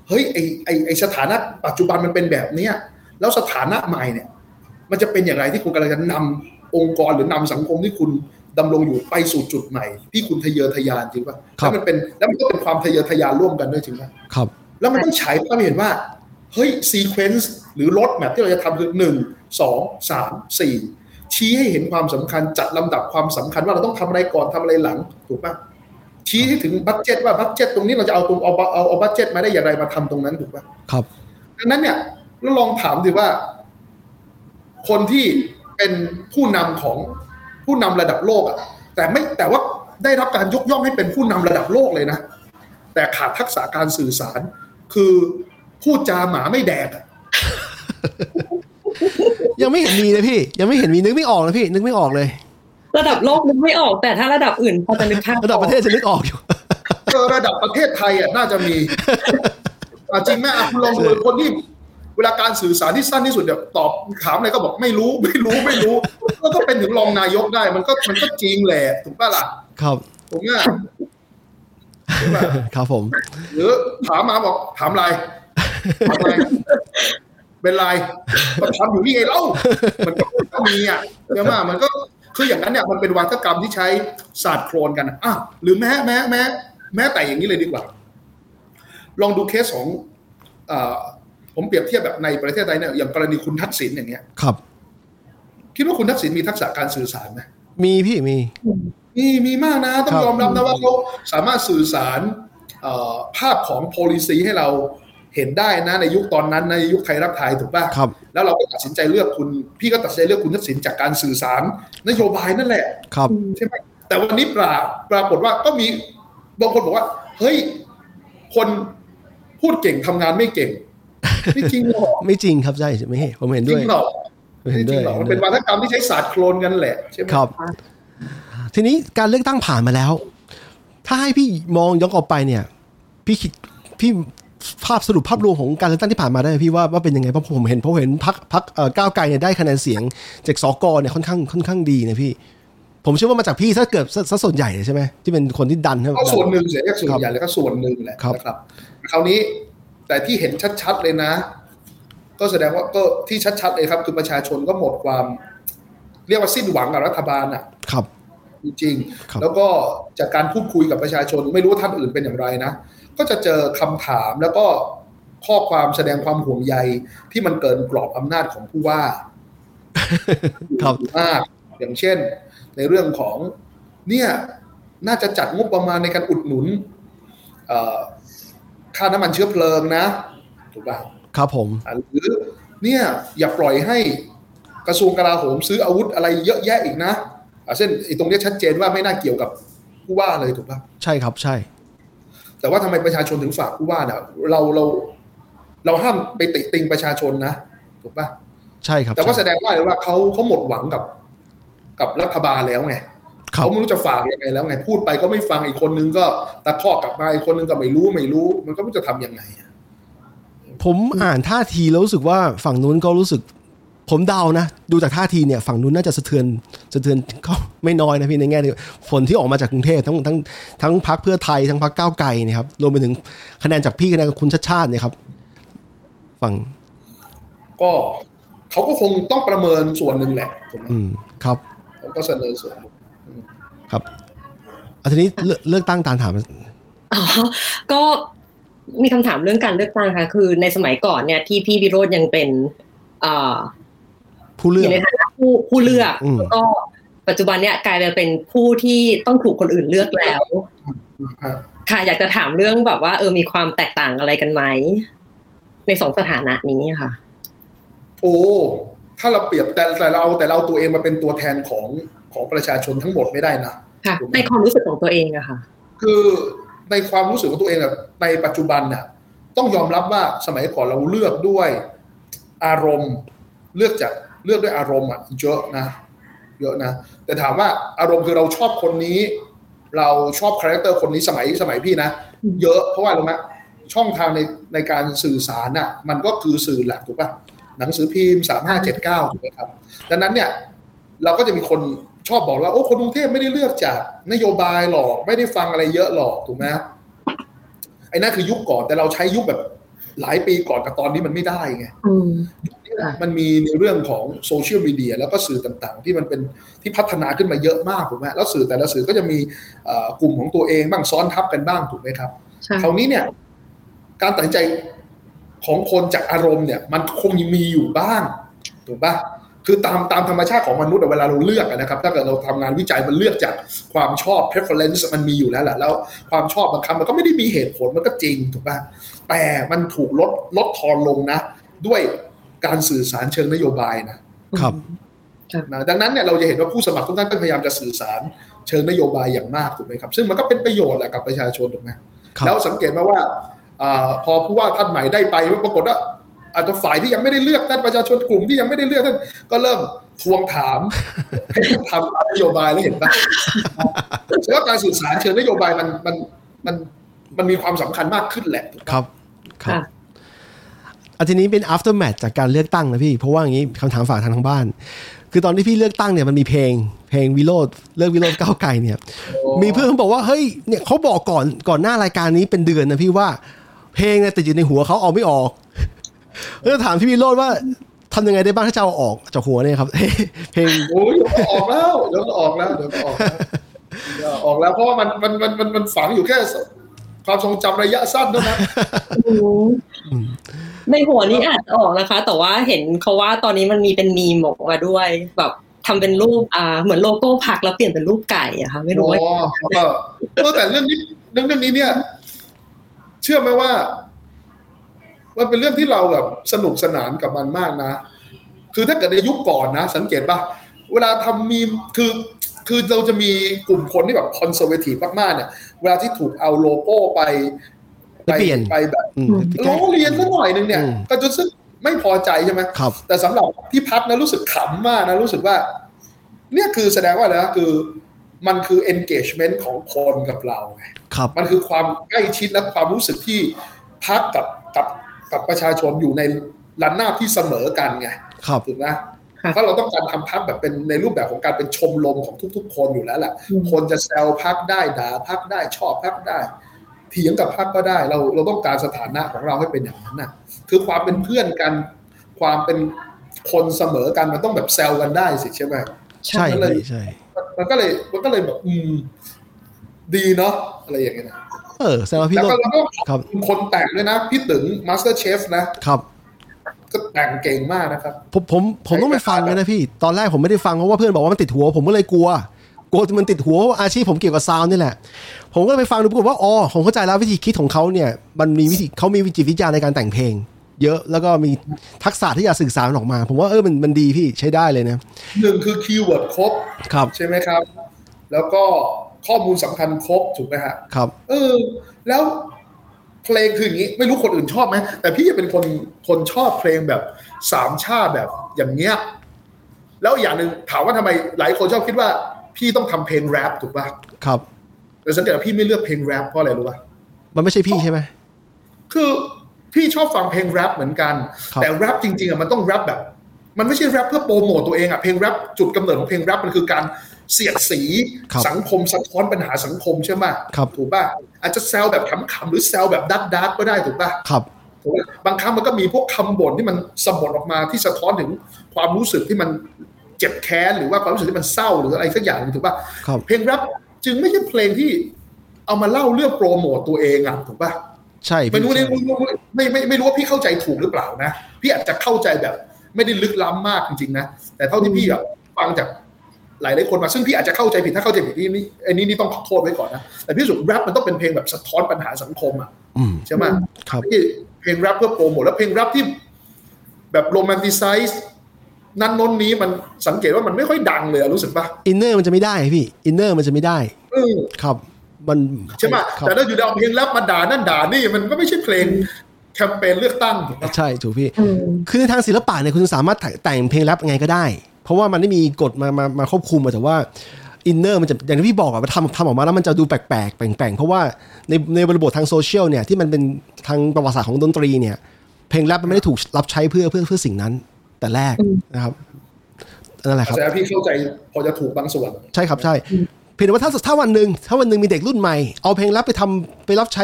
เฮ้ยไอไอไอสถานะปัจจุบันมันเป็นแบบนี้แล้วสถานะใหม่เนี่ยมันจะเป็นอย่างไรที่คุณกำลังจะนำองค์กรหรือนำสังคมที่คุณดำรงอยู่ไปสู่จุดใหม่ที่คุณทะเยอทะยานจริงป่ะแล้วมันเป็นแล้วมันก็เป็นความทะเยอทะยานร่วมกันด้วยจริงป่ะครับแล้วมันต้องฉายความเห็นว่าเฮ้ยซีเควนซ์หรือรถแมพที่เราจะทำคือหนึ่งสองสามสี่ชี้ให้เห็นความสำคัญจัดลำดับความสำคัญว่าเราต้องทำอะไรก่อนทำอะไรหลังถูกป่ะชี้ให้ถึงบัดเจ็ตว่าบัดเจ็ตตรงนี้เราจะเอาตรงเอาเอาเอาบัดเจ็ตมาได้อย่างไรมาทำตรงนั้นถูกป่ะครับดังนั้นเนี่ยเราลองถามดูว่าคนที่เป็นผู้นำของผู้นำระดับโลกอ่ะแต่ไม่แต่ว่าได้รับการยกย่องให้เป็นผู้นำระดับโลกเลยนะแต่ขาดทักษะการสื่อสารคือพูดจาหมาไม่แดกยังไม่เห็นมีเลยพี่ยังไม่เห็นมีนึกไม่ออกนะพี่นึกไม่ออกเลยระดับโลกนึกไม่ออกแต่ถ้าระดับอื่นพอจะนึกภาพระดับประเทศจะนึกออกอยู่เออระดับประเทศไทยอ่ะน่าจะมีจริงไหมอ่ะคุณลองดูคนที่เวลาการสื่อสารที่สั้นที่สุดเดี๋ยวตอบถามอะไรก็บอกไม่รู้ไม่รู้ไม่รู้แล้วก็เป็นถึงรองนายกได้มันก็มันก็จริงแหละถูกป่ะล่ะครับถูกไหมครับผมหรือถามมาบอกถามอะไรถามอะไรเป็นไรก็ทำอยู่นี่ไงเล่ามันก็มีอ่ะใช่ไหมมันก็คืออย่างนั้นเนี่ยมันเป็นวาทกรรมที่ใช้ศาสตร์โคลนกันอ่ะหรือแม้แม้แม้แม้แต่อย่างนี้เลยดีกว่าลองดูเคสของอ่าผมเปรียบเทียบแบบในประเทศไทยเนี่ยอย่างกรณีคุณทักษิณอย่างเงี้ยครับคิดว่าคุณทักษิณมีทักษะการสื่อสารไหมมีพี่มีมีมีมากนะต้องยอมรับนะว่าเขาสามารถสื่อสารภาพของ policy ให้เราเห็นได้นะในยุคตอนนั้นในยุคไทยรักไทยถูกป่ะครับแล้วเราก็ตัดสินใจเลือกคุณพี่ก็ตัดสินใจเลือกคุณทักษิณจากการสื่อสารนโยบายนั่นแหละครับใช่ไหมแต่วันนี้ปราปรากฏว่าก็มีบางคนบอกว่าเฮ้ยคนพูดเก่งทำงานไม่เก่งไม่จริงหรอกไม่จริงครับใช่ไม่ผมเห็นด้วยจริงหรอไม่จริงหรอกมันเป็นวาทกรรมที่ใช้ศาสตร์โคลนกันแหละใช่ไหมครับทีนี้การเลือกตั้งผ่านมาแล้วถ้าให้พี่มองย้อนออกไปเนี่ยพี่คิดพี่ภาพสรุปภาพรวมของการเลือกตั้งที่ผ่านมาได้ไหมพี่ว่าว่าเป็นยังไงเพราะผมเห็นเพราะเห็นพรรคพรรคก้าวไกลเนี่ยได้คะแนนเสียงจากสกเนี่ยค่อนข้างค่อนข้างดีนะพี่ผมเชื่อว่ามาจากพี่ซะเกือบซะส่วนใหญ่ใช่ไหมที่เป็นคนที่ดันให้ก็ส่วนหนึ่งเสียงส่วนใหญ่แล้วก็ส่วนหนึ่งแหละนะครับคราวนี้แต่ที่เห็นชัดๆเลยนะก็แสดงว่าก็ที่ชัดๆเลยครับคือประชาชนก็หมดความเรียกว่าสิ้นหวังกับรัฐบาลอ่ะครับจริงๆแล้วก็จากการพูดคุยกับประชาชนไม่รู้ท่านอื่นเป็นอย่างไรนะก็จะเจอคำถามแล้วก็ข้อความแสดงความห่วงใยที่มันเกินกรอบอำนาจของผู้ว่าครับมากอย่างเช่นในเรื่องของเนี่ยน่าจะจัดงบประมาณในการอุดหนุนค่าน้ำมันเชื้อเพลิงนะถูกป่ะครับผมหรือเนี่ยอย่าปล่อยให้กระทรวงกลาโหมซื้ออาวุธอะไรเยอะแยะอีกนะเช่นตรงนี้ชัดเจนว่าไม่น่าเกี่ยวกับผู้ว่าเลยถูกป่ะใช่ครับใช่แต่ว่าทำไมประชาชนถึงฝากผู้ว่าเนี่ยเราเราเราห้ามไปติติงประชาชนนะถูกป่ะใช่ครับแต่ว่าแสดงว่าว่าเขาเขาหมดหวังกับกับรัฐบาลแล้วไงเขาไม่รู้จะฝากยังไงแล้วไงพูดไปก็ไม่ฟังอีกคนนึงก็ตะคอกกลับมาอีกคนนึงก็ไม่รู้ไม่รู้มันก็ไม่รู้จะทำยังไงผมอ่านท่าทีแล้วรู้สึกว่าฝั่งนู้นก็รู้สึกผมเดานะดูจากท่าทีเนี่ยฝั่งนู้นน่าจะสะเทือนสะเทือนก็ไม่น้อยนะพี่ในแง่ที่ผลที่ออกมาจากกรุงเทพทั้งทั้งทั้งพรรคเพื่อไทยทั้งพรรคก้าวไกลเนี่ยครับรวมไปถึงคะแนนจากพี่คะแนนคุณชาติชาติเนี่ยครับฝั่งก็เขาก็คงต้องประเมินส่วนหนึ่งแหละอืมครับก็เสนอส่วนครับอันทีนี้เลือกตั้งตามถามอ๋อก็มีคำถามเรื่องการเลือกตั้งค่ะคือในสมัยก่อนเนี่ยที่พี่วิโรจน์ยังเป็นผู้เลือกในฐานะผู้ผู้เลือกแล้วก็ปัจจุบันเนี่ยกลายมาเป็นผู้ที่ต้องถูกคนอื่นเลือกแล้วค่ะอยากจะถามเรื่องแบบว่าเออมีความแตกต่างอะไรกันไหมในสองสถานะนี้ค่ะโอ้ถ้าเราเปรียบแต่แต่เราแต่เราตัวเองมาเป็นตัวแทนของของประชาชนทั้งหมดไม่ได้นะค่ะในความรู้สึกของตัวเองอะค่ะคือในความรู้สึกของตัวเองแบบในปัจจุบันน่ะต้องยอมรับว่าสมัยก่อนเราเลือกด้วยอารมณ์เลือกจากเลือกด้วยอารมณ์อ่ะเยอะนะเยอะนะแต่ถามว่าอารมณ์คือเราชอบคนนี้เราชอบคาแรคเตอร์คนนี้สมัยสมัยพี่นะเยอะเพราะว่ารู้ไหมช่องทางในในการสื่อสารน่ะมันก็คือสื่อหลักถูกป่ะหนังสือพิมพ์สามห้าเจ็ดเก้าถูกไหมครับดังนั้นเนี่ยเราก็จะมีคนชอบบอกว่าโอ้คนกรุงเทพไม่ได้เลือกจากนโยบายหรอกไม่ได้ฟังอะไรเยอะหรอกถูกไหมไอ้นั่นคือยุคก่อนแต่เราใช้ยุคแบบหลายปีก่อนกับตอนนี้มันไม่ได้ไงมันมีในเรื่องของโซเชียลมีเดียแล้วก็สื่อต่างๆที่มันเป็นที่พัฒนาขึ้นมาเยอะมากถูกไหมแล้วสื่อแต่ละสื่อก็จะมีกลุ่มของตัวเองบ้างซ้อนทับกันบ้างถูกไหมครับคราวนี้เนี่ยการตัดสินใจของคนจากอารมณ์เนี่ยมันคงยังมีอยู่บ้างถูกป่ะคือตามตามธรรมชาติของมนุษย์เวลาเราเลือกนะครับถ้าเกิดเราทำงานวิจัยมันเลือกจากความชอบ preference มันมีอยู่แล้วแหละแล้วความชอบบางครั้งมันก็ไม่ได้มีเหตุผลมันก็จริงถูกป่ะแต่มันถูกลดลดทอนลงนะด้วยการสื่อสารเชิงนโยบายนะครับนะดังนั้นเนี่ยเราจะเห็นว่าผู้สมัครทุกท่านก็พยายามจะสื่อสารเชิงนโยบายอย่างมากถูกไหมครับซึ่งมันก็เป็นประโยชน์แหละกับประชาชนถูกไหมแล้วสังเกตมาว่าพอผู้ว่าท่านใหม่ได้ไปปรากฏว่าอาจจะฝ่ายที่ยังไม่ได้เลือกท่านประชาชนกลุ่มที่ยังไม่ได้เลือกท่านก็เริ่มทวงถามให้ทำนโยบายแล้วเห็นป่ะเพราะว่าการสื่อสารเชิงนโยบายมันมันมันมันมีความสำคัญมากขึ้นแหละครับครับอันทีนี้เป็น after match จากการเลือกตั้งนะพี่เพราะว่าอย่างนี้คำถามฝากทางทางบ้านคือตอนที่พี่เลือกตั้งเนี่ยมันมีเพลงเพลงวิโรจน์เลือกวิโรจน์ก้าวไกลเนี่ยมีเพื่อนเขาบอกว่าเฮ้ยเนี่ยเขาบอกก่อนก่อนหน้ารายการนี้เป็นเดือนนะพี่ว่าเพลงเนี่ยติดอยู่ในหัวเขาออกไม่ออกก็จะถามพี่วิโรจน์ว่าทำยังไงได้บ้างถ้าจะเอาออกจากหัวเนี่ยครับเพลงโอ้ยออกแล้วเดี๋ยวก็ออกแล้วเดี๋ยวก็ออกแล้วออกแล้วเพราะว่ามันมันมันมันมันฝังอยู่แค่ความทรงจำระยะสั้นเท่านั้นในหัวนี้อาจจะออกนะคะแต่ว่าเห็นเขาว่าตอนนี้มันมีเป็นมีมออกมาด้วยแบบทำเป็นรูปอ่าเหมือนโลโก้พรรคแล้วเปลี่ยนเป็นรูปไก่อะค่ะไม่รู้ว่าอ๋อแต่เรื่องนี้เรื่องเรื่องนี้เนี่ยเชื่อไหมว่ามันเป็นเรื่องที่เราแบบสนุกสนานกับมันมากนะคือถ้าเกิดในยุคก่อนนะสังเกตป่ะเวลาทำมีมคือคือเราจะมีกลุ่มคนที่แบบคอนเซอร์เวทีฟมากๆเนี่ยเวลาที่ถูกเอาโลโก้ไปไปไปแบบล้อเลียนสักหน่อยนึงเนี่ยก็จะซึ่งไม่พอใจใช่ไหมแต่สำหรับที่พักนะรู้สึกขำมากนะรู้สึกว่าเนี่ยคือแสดงว่าอะไรนะคือมันคือ engagement ของคนกับเราไงมันคือความใกล้ชิดและความรู้สึกที่พักกับกับกับประชาชนอยู่ในระนาบที่เสมอกันไงถูกไหมเพราะเราต้องการทำพรรคแบบเป็นในรูปแบบของการเป็นชมรมของทุกๆคนอยู่แล้วแหละคนจะแซวพรรคได้ด่าพรรคได้ชอบพรรคได้เถียงกับพรรคก็ได้เราเราต้องการสถานะของเราให้เป็นอย่างนั้นน่ะคือความเป็นเพื่อนกันความเป็นคนเสมอกันมันต้องแบบแซวกันได้สิใช่ไหมใช่ใช่มันก็เลยมันก็เลยแบบอืมดีเนาะอะไรอย่างเงี้ยนะเออแซวพี่โลกครับคนแต่งด้วยนะพี่ตึง Master Chef นะครับก็แต่งเก่งมากนะครับผมผมผมต้องไปฟังกันนะพี่ตอนแรกผมไม่ได้ฟังเพราะว่าเพื่อนบอกว่ามันติดหัวผมก็เลยกลัวกลัวมันติดหัวเพราะอาชีพผมเกี่ยวกับซาวน์นี่แหละผมก็ไปฟังดูปรากฏว่าอ๋อผมเข้าใจแล้ววิธีคิดของเขาเนี่ยมันมีวิธีเขามีวิจิตรวิจารณ์ในการแต่งเพลงเยอะแล้วก็มีทักษะที่จะสื่อสารออกมาผมว่าเออมันมันดีพี่ใช้ได้เลยนะหนึ่งคือคีย์เวิร์ดครบครับใช่ไหมครับแล้วก็ข้อมูลสำคัญครบถูกไหมฮะครับเออแล้วเพลงคืออย่างนี้ไม่รู้คนอื่นชอบไหมแต่พี่จะเป็นคนคนชอบเพลงแบบสามชาติแบบอย่างเงี้ยแล้วอย่างหนึ่งถามว่าทำไมหลายคนชอบคิดว่าพี่ต้องทำเพลงแรปถูกป่ะครับแต่สังเกตว่าพี่ไม่เลือกเพลงแรปเพราะอะไรรู้ป่ะมันไม่ใช่พี่ใช่ไหมคือพี่ชอบฟังเพลงแรปเหมือนกันแต่แรปจริงๆอ่ะมันต้องแรปแบบมันไม่ใช่แรปเพื่อโปรโมตตัวเองอ่ะเพลงแรปจุดกำเนิดของเพลงแรปมันคือการเสียดสีสังคมสะท้อนปัญหาสังคมใช่ไหมถูกป่ะอาจจะแซวแบบขำๆหรือแซวแบบดักดักก็ได้ถูกป่ะครับบางครั้งมันก็มีพวกคำบ่นที่มันสะบัดออกมาที่สะท้อนถึงความรู้สึกที่มันเจ็บแค้นหรือว่าความรู้สึกที่มันเศร้าหรืออะไรสักอย่างถูกป่ะเพลงแรปจึงไม่ใช่เพลงที่เอามาเล่าเรื่องโปรโมตตัวเองอ่ะถูกป่ะใช่ไม่รู้ไม่ไม่ไม่ไม่รู้ว่าพี่เข้าใจถูกหรือเปล่านะพี่อาจจะเข้าใจแบบไม่ได้ลึกล้ำมากจริงๆนะแต่เท่าที่พี่แบบฟังจากหลายหลายคนมาซึ่งพี่อาจจะเข้าใจผิดถ้าเข้าใจผิดนี่ไอ้นี่นี่ต้องขอโทษไว้ก่อนนะแต่พี่รู้สึกแรปมันต้องเป็นเพลงแบบสะท้อนปัญหาสังคมอ่ะใช่ไหมที่เพลงแรปเพื่อโปรโมทแล้วเพลงแรปที่แบบโรแมนติไซส์นั่นน้นนี้มันสังเกตว่ามันไม่ค่อยดังเลยรู้สึกป่ะอินเนอร์มันจะไม่ได้พี่อินเนอร์มันจะไม่ได้ครับมันใช่ไหมแต่ถ้าอยู่ในเอาเพลงแรปมาด่านั่นด่านี่มันก็ไม่ใช่เพลงแคมเปญเลือกตั้งใช่ถูกพี่คือในทางศิลปะเนี่ยคุณสามารถแต่งเพลงแรปยังไงก็ได้เพราะว่ามันไม่มีกฎมามามาควบคุมแต่ว่าอินเนอร์มันจะอย่างที่พี่บอกอะมันทำทำออกมาแล้วมันจะดูแปลกแปลกแปลงๆเพราะว่าในในบริบททางโซเชียลเนี่ยที่มันเป็นทางประวัติศาสตร์ของดนตรีเนี่ยเพลงแรปมันไม่ได้ถูกรับใช้เพื่อเพื่อเพื่อสิ่งนั้นแต่แรกนะครับนั่นแหละครับแต่พี่เข้าใจพอจะถูกบางส่วนใช่ครับใช่เพียงแต่ว่าถ้าถ้าวันหนึ่งถ้าวันหนึ่งมีเด็กรุ่นใหม่เอาเพลงแรปไปทำไปรับใช้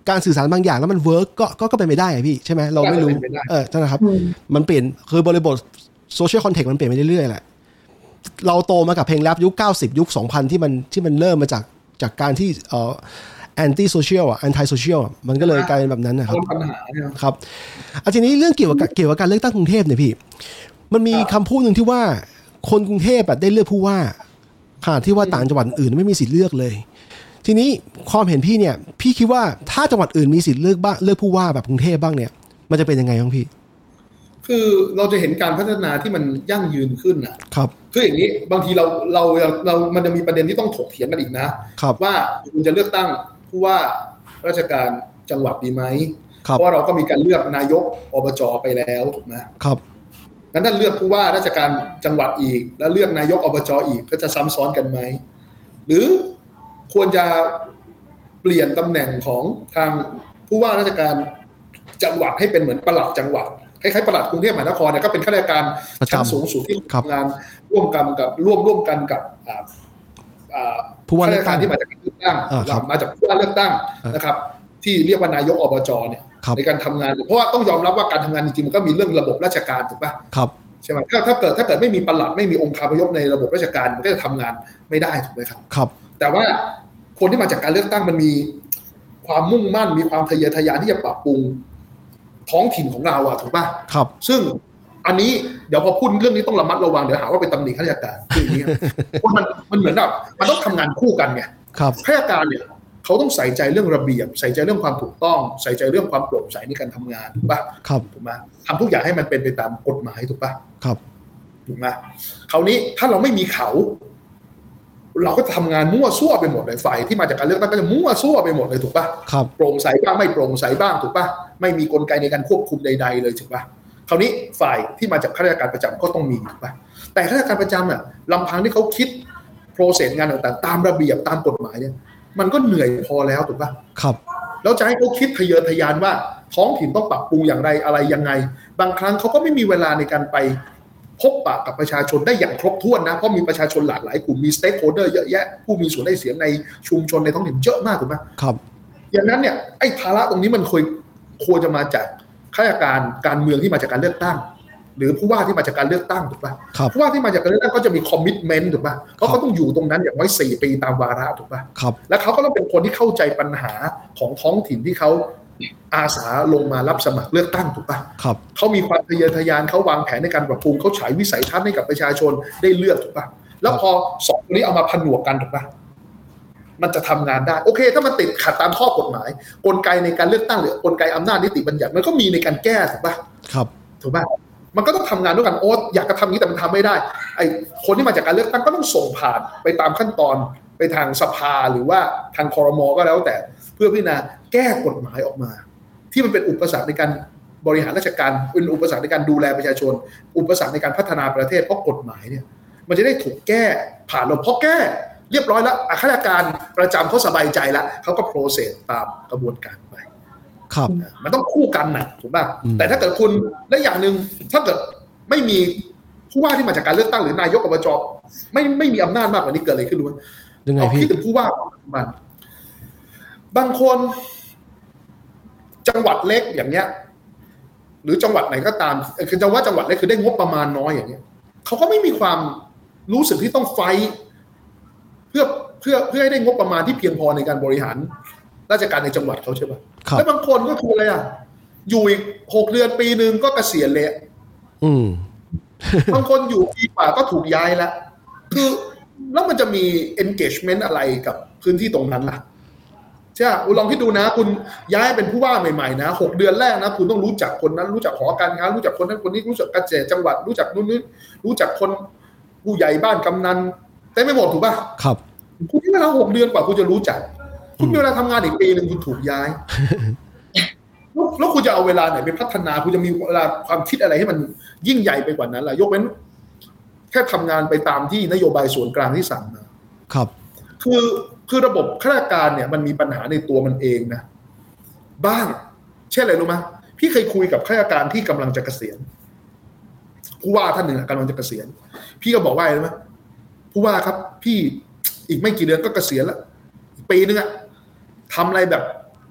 การสื่อสารบางอย่างแล้วมันเวิร์กก็ก็เป็นไปได้พี่ใช่ไหมเราไม่รู้เออใช่ไหมครับมันเปลี่ยนคือบริบทโซเชียลคอนเทกต์มันเปลี่ยนไปเรื่อยๆแหละเราโตมากับเพลงแรปยุคเก้าสิบยุคสองพันที่มันที่มันเริ่มมาจากจากการที่เอ่อแอนตี้โซเชียลอ่ะแอนตี้โซเชียลมันก็เลยกลายเป็นแบบนั้นนะครับปัญหาเนี่ยครับอ่ะทีนี้เรื่องเกี่ยวกับเกี่ยวกับการเลือกตั้งกรุงเทพเนี่ยพี่มันมีคำพูดหนึ่งที่ว่าคนกรุงเทพแบบได้เลือกผู้ว่าขณะที่ว่าต่างจังหวัดอื่นไม่มีสิทธิ์เลือกเลยทีนี้ความเห็นพี่เนี่ยพี่คิดว่าถ้าจังหวัดอื่นมีสิทธิ์เลือกบ้างเลือกผู้ว่าแบบกรุงเทพบ้างเนี่ยมันจะเป็นยังไงบ้างพี่คือเราจะเห็นการพัฒนาที่มันยั่งยืนขึ้นนะครับคืออย่างนี้บางทีเราเราเรามันจะมีประเด็นที่ต้องถกเถียงกันอีกนะว่าคุณจะเลือกตั้งผู้ว่าราชการจังหวัดดีไหมเพราะเราก็มีการเลือกนายกอบจไปแล้วถูกไหมครับงั้นถ้าเลือกผู้ว่าราชการจังหวัดอีกแล้วเลือกนายกอบจอีกก็จะซ้ำซ้อนกันไหมหรือควรจะเปลี่ยนตำแหน่งของทางผู้ว่าราชการจังหวัดให้เป็นเหมือนปลัดจังหวัดคล้ายๆปลัดกรุงเทพมหานครเนี่ยก็เป็นข้าราชการชั้นสูงสุดที่ทำงานร่วมกันกับร่วมร่วมกันกับผู้ว่าราชการที่มาจากการเลือกตั้งมาจากผู้ว่าเลือกตั้งนะครับที่เรียกว่านายกอบจเนี่ยในการทำงานเพราะว่าต้องยอมรับว่าการทำงานจริงๆมันก็มีเรื่องระบบราชการถูกป่ะครับใช่ไหมถ้าถ้าเกิดถ้าเกิดไม่มีปลัดไม่มีองค์คาพยพในระบบราชการมันก็จะทำงานไม่ได้ถูกไหมครับครับแต่ว่าคนที่มาจากการเลือกตั้งมันมีความมุ่งมั่นมีความทะเยอทะยานที่จะปรับปรุงท้องถิ่นของเราอะถูกป่ะครับซึ่งอันนี้เดี๋ยวพอพูดเรื่องนี้ต้องระมัดระวังเดี๋ยวหาว่าไปตำหนิข้าราชการคืออย่างนี้เพราะมันมันเหมือนแบบมันต้องทำงานคู่กันไงครับข้าราชการเนี่ยเขาต้องใส่ใจเรื่องระเบียบใส่ใจเรื่องความถูกต้องใส่ใจเรื่องความโปร่งใสในการทำงานถูกป่ะครับถูกไหมทำทุกอย่างให้มันเป็นไปตามกฎหมายถูกป่ะครับถูกไหมคราวนี้ถ้าเราไม่มีเขาเราก็ทำงานมั่วซั่วไปหมดเลยฝ่ายที่มาจากการเลือกตั้งก็จะมั่วซั่วไปหมดเลยถูกป่ะโปร่งใสบ้างไม่โปร่งใสบ้างถูกป่ะไม่มีกลไกในการควบคุมใดๆเลยถูกป่ะคราวนี้ฝ่ายที่มาจากข้าราชการประจำก็ต้องมีถูกป่ะแต่ข้าราชการประจำอ่ะลำพังที่เขาคิดโปรเซสงานต่างๆตามระเบียบตามกฎหมายเนี่ยมันก็เหนื่อยพอแล้วถูกป่ะครับแล้วจะให้เขาคิดทะเยอทะยานว่าท้องถิ่นต้องปรับปรุงอย่างไรอะไรยังไงบางครั้งเขาก็ไม่มีเวลาในการไปพบปะกับประชาชนได้อย่างครบถ้วนนะเพราะมีประชาชนหลากหลายกลุ่มมีสเต็กโฮลเดอร์เยอะแยะผู้มีส่วนได้เสียงในชุมชนในท้องถิ่นเยอะมากถูกไหมครับอย่างนั้นเนี่ยไอ้ภาระตรงนี้มันควรควรจะมาจากข้าราชการการเมืองที่มาจากการเลือกตั้งหรือผู้ว่าที่มาจากการเลือกตั้งถูกป่ะผู้ว่าที่มาจากการเลือกตั้งก็จะมีคอมมิตเมนต์ถูกป่ะเพราะเขาต้องอยู่ตรงนั้นอย่างน้อยสี่ปีตามวาระถูกป่ะแล้วเขาก็ต้องเป็นคนที่เข้าใจปัญหาของท้องถิ่นที่เขาอาสาลงมารับสมัครเลือกตั้งถูกป่ะเขามีความทะเยอทะยานเขาวางแผนในการปรับปรุงเขาฉายวิสัยทัศน์ให้กับประชาชนได้เลือกถูกป่ะแล้วพอสองคนนี้เอามาผนวกกันถูกป่ะมันจะทำงานได้โอเคถ้ามันติดขัดตามข้อกฎหมายกลไกในการเลือกตั้งหรือกลไกอำนาจนิติบัญญัติมันก็มีในการแก้ถูกป่ะครับถูกป่ะมันก็ต้องทำงานด้วยกันโอ๊ตอยากจะทำนี้แต่มันทำไม่ได้ไอ้คนที่มาจากการเลือกตั้งก็ต้องส่งผ่านไปตามขั้นตอนไปทางสภาหรือว่าทางครม.ก็แล้วแต่เพื่อพิจารณาแก้กฎหมายออกมาที่มันเป็นอุปสรรคในการบริหารราชการเป็นอุปสรรคในการดูแลประชาชนอุปสรรคในการพัฒนาประเทศเพราะกฎหมายเนี่ยมันจะได้ถูกแก้ผ่านเราเพราะแก้เรียบร้อยแล้วข้าราชการประจำเขาสบายใจแล้วเขาก็โปรเซสตามกระบวนการไปครับมันต้องคู่กันนะถูกป่ะแต่ถ้าเกิดคุณและอย่างนึงถ้าเกิดไม่มีผู้ว่าที่มาจากการเลือกตั้งหรือนายกอบจไม่ไม่มีอำนาจมากกว่านี้เกิดอะไรขึ้นรู้ไหมเอาคิดถึงผู้ว่ามันบางคนจังหวัดเล็กอย่างเงี้ยหรือจังหวัดไหนก็ตามคือจะว่าจังหวัดเล็กคือได้งบประมาณน้อยอย่างเงี้ยเขาก็ไม่มีความรู้สึกที่ต้องไฟเพื่อเพื่อเพื่อให้ได้งบประมาณที่เพียงพอในการบริหารราชการในจังหวัดเขาใช่ป่ะแล้วบางคนก็คืออะไรอ่ะอยู่อีกหกเดือนปีนึงก็เกษียณเลยอืมบางคนอยู่ปีกว่าก็ถูกย้ายแล้วคือแล้วมันจะมี engagement อะไรกับพื้นที่ตรงนั้นล่ะใช่ลองคิดดูนะคุณย้ายเป็นผู้ว่าใหม่ๆนะหกเดือนแรกนะคุณต้องรู้จักคนนั้นรู้จักหอการค้ารู้จักคนนั้นคนนี้รู้จักเกษตรจังหวัดรู้จักนู่นนี่รู้จักคนผู้ใหญ่บ้านกำนันแต่ไม่หมดถูกป่ะครับคุณมีเวลาหกเดือนกว่าคุณจะรู้จักคุณมีเวลาทำงานอีกปีนึงคุณถูกย้ายแล้วคุณจะเอาเวลาไหนไปพัฒนาคุณจะมีเวลาความคิดอะไรให้มันยิ่งใหญ่ไปกว่านั้นล่ะยกเว้นแค่ทำงานไปตามที่นโยบายส่วนกลางที่สั่งมาครับคือคือระบบข้าราชการเนี่ยมันมีปัญหาในตัวมันเองนะบ้างเช่นอะไรรู้ไหมพี่เคยคุยกับข้าราชการที่กำลังจะเกษียณผู้ว่าท่านหนึ่งกำลังจะเกษียณพี่ก็บอกว่าอะไรรู้ไหมผู้ว่าครับพี่อีกไม่กี่เดือนก็เกษียณแล้วปีนึงอะทำอะไรแบบ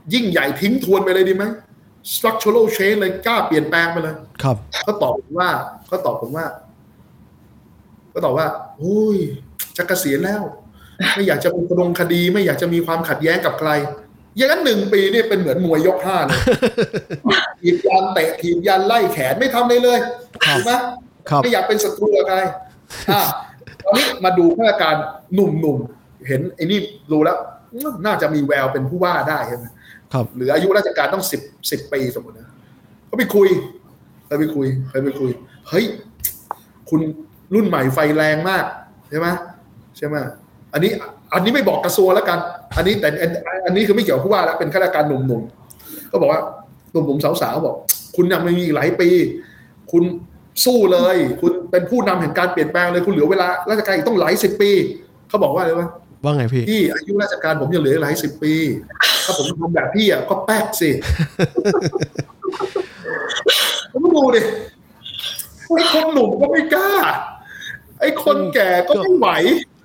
ยิ่งใหญ่ทิ้งทวนไปเลยดีไหม structural change เลยกล้าเปลี่ยนแปลงไปเลยครับเขาตอบผมว่าเขาตอบผมว่าก็ตอบว่าโอ้ยจะเกษียณแล้วไม่อยากจะเป็นกระดงคดีไม่อยากจะมีความขัดแย้งกับใครอย่างนั้นหนึ่งปีนี่เป็นเหมือนมวยยกห้าเลยถีบยันเตะถีบยันไล่แขนไม่ทำเลยเลยถูกไหมไม่อยากเป็นศัตรูกับใครอ่ะตอนนี้มาดูข้าราชการหนุ่มๆเห็นไอ้นี่รู้แล้วน่าจะมีแววเป็นผู้ว่าได้ใช่ไหมครับหรืออายุราชการต้องสิบสิบปีสมมตินะเขาไปคุยไปไปคุยไปไปคุยเฮ้ยคุณรุ่นใหม่ไฟแรงมากใช่ไหมใช่ไหมอันนี้อันนี้ไม่บอกกระทรวงแล้วกันอันนี้แต่อันนี้คือไม่เกี่ยวกับผู้ว่าแล้วเป็นข้าราชการหนุ่มๆก็บอกว่าหนุ่มๆสาวๆบอกคุณยังไม่มีหลายปีคุณสู้เลยคุณเป็นผู้นำแห่งการเปลี่ยนแปลงเลยคุณเหลือเวลาราชการอีกต้องหลายสิบปีเขาบอกว่าอะไรวะว่าไงพี่พี่อายุราชการผมยังเหลือหลายสิบปีถ้าผมทำแบบพี่อ่ะก็แป๊กสิผมดูดิไอ้คนหนุ่มก็ไม่กล้าไอ้คนแก่ก็ไม่ไหว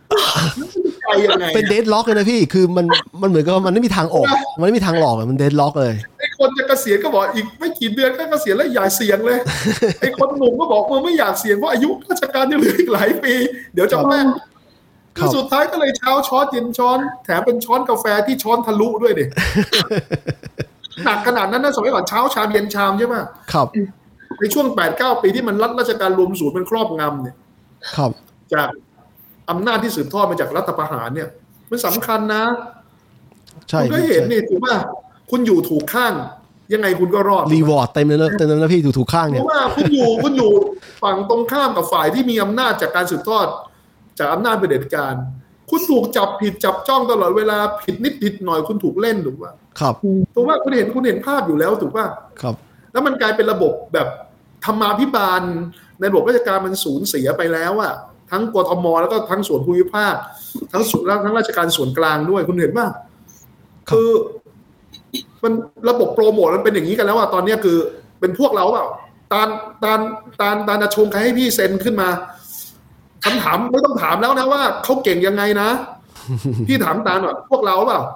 เป็นเดดล็อกเลยนะพี่คือมันมันเหมือนกับมันไม่มีทางออกมันไม่มีทางหลอกมันเดดล็อกเลยไอ้คนจะเกษียณก็บอกอีกไม่กี่เดือนก็เกษียณแล้วอย่าเสี่ยงเลยไอ้คนหนุ่มก็บอกว่าไม่อยากเสี่ยงเพราะอายุราชการยังเหลืออีกหลายปีเดี๋ยวจะแม่งคือสุดท้ายก็เลยเช้าช้อนเย็นช้อนแถมเป็นช้อนกาแฟที่ช้อนทะลุด้วยดิหนักขนาดนั้นนะสมัยก่อนเช้าชามเย็นชามใช่ไหมครับในช่วง แปดเก้า ปีที่มันรัฐราชการรวมศูนย์เป็นครอบงำเนี่ยครับจากอำนาจที่สืบทอดมาจากรัฐประหารเนี่ยมันสำคัญนะใช่คุณก็เห็นนี่ถูกป่ะคุณอยู่ถูกข้างยังไงคุณก็รอดรีวอร์ดเต็มเลยนะเต็มเลยนะพี่ถูกถูกข้างเนี่ยเพราะว่าคุณอยู่คุณอยู่ฝั่งตรงข้ามกับฝ่ายที่มีอำนาจจากการสืบทอดจากอำนาจเผด็จการคุณถูกจับผิดจับจ้องตลอดเวลาผิดนิดผิดหน่อยคุณถูกเล่นถูกป่ะครับถูกป่ะคุณเห็นคุณเห็นภาพอยู่แล้วถูกป่ะครับแล้วมันกลายเป็นระบบแบบธรรมาภิบาลในระบบราชการมันสูญเสียไปแล้วอะทั้งกทมแล้วก็ทั้งส่วนภูมิภาคทั้งส่วนทั้งราชการส่วนกลางด้วยคุณเห็นป่ะคือมันระบบโปรโมทมันเป็นอย่างนี้กันแล้วอะตอนนี้คือเป็นพวกเราเปล่าตานตานตานตานชงใครให้พี่เซ็นขึ้นมาคำถามไม่ต้องถามแล้วนะว่าเขาเก่งยังไงนะพี่ถามตาหน่อยพวกเราเปล่า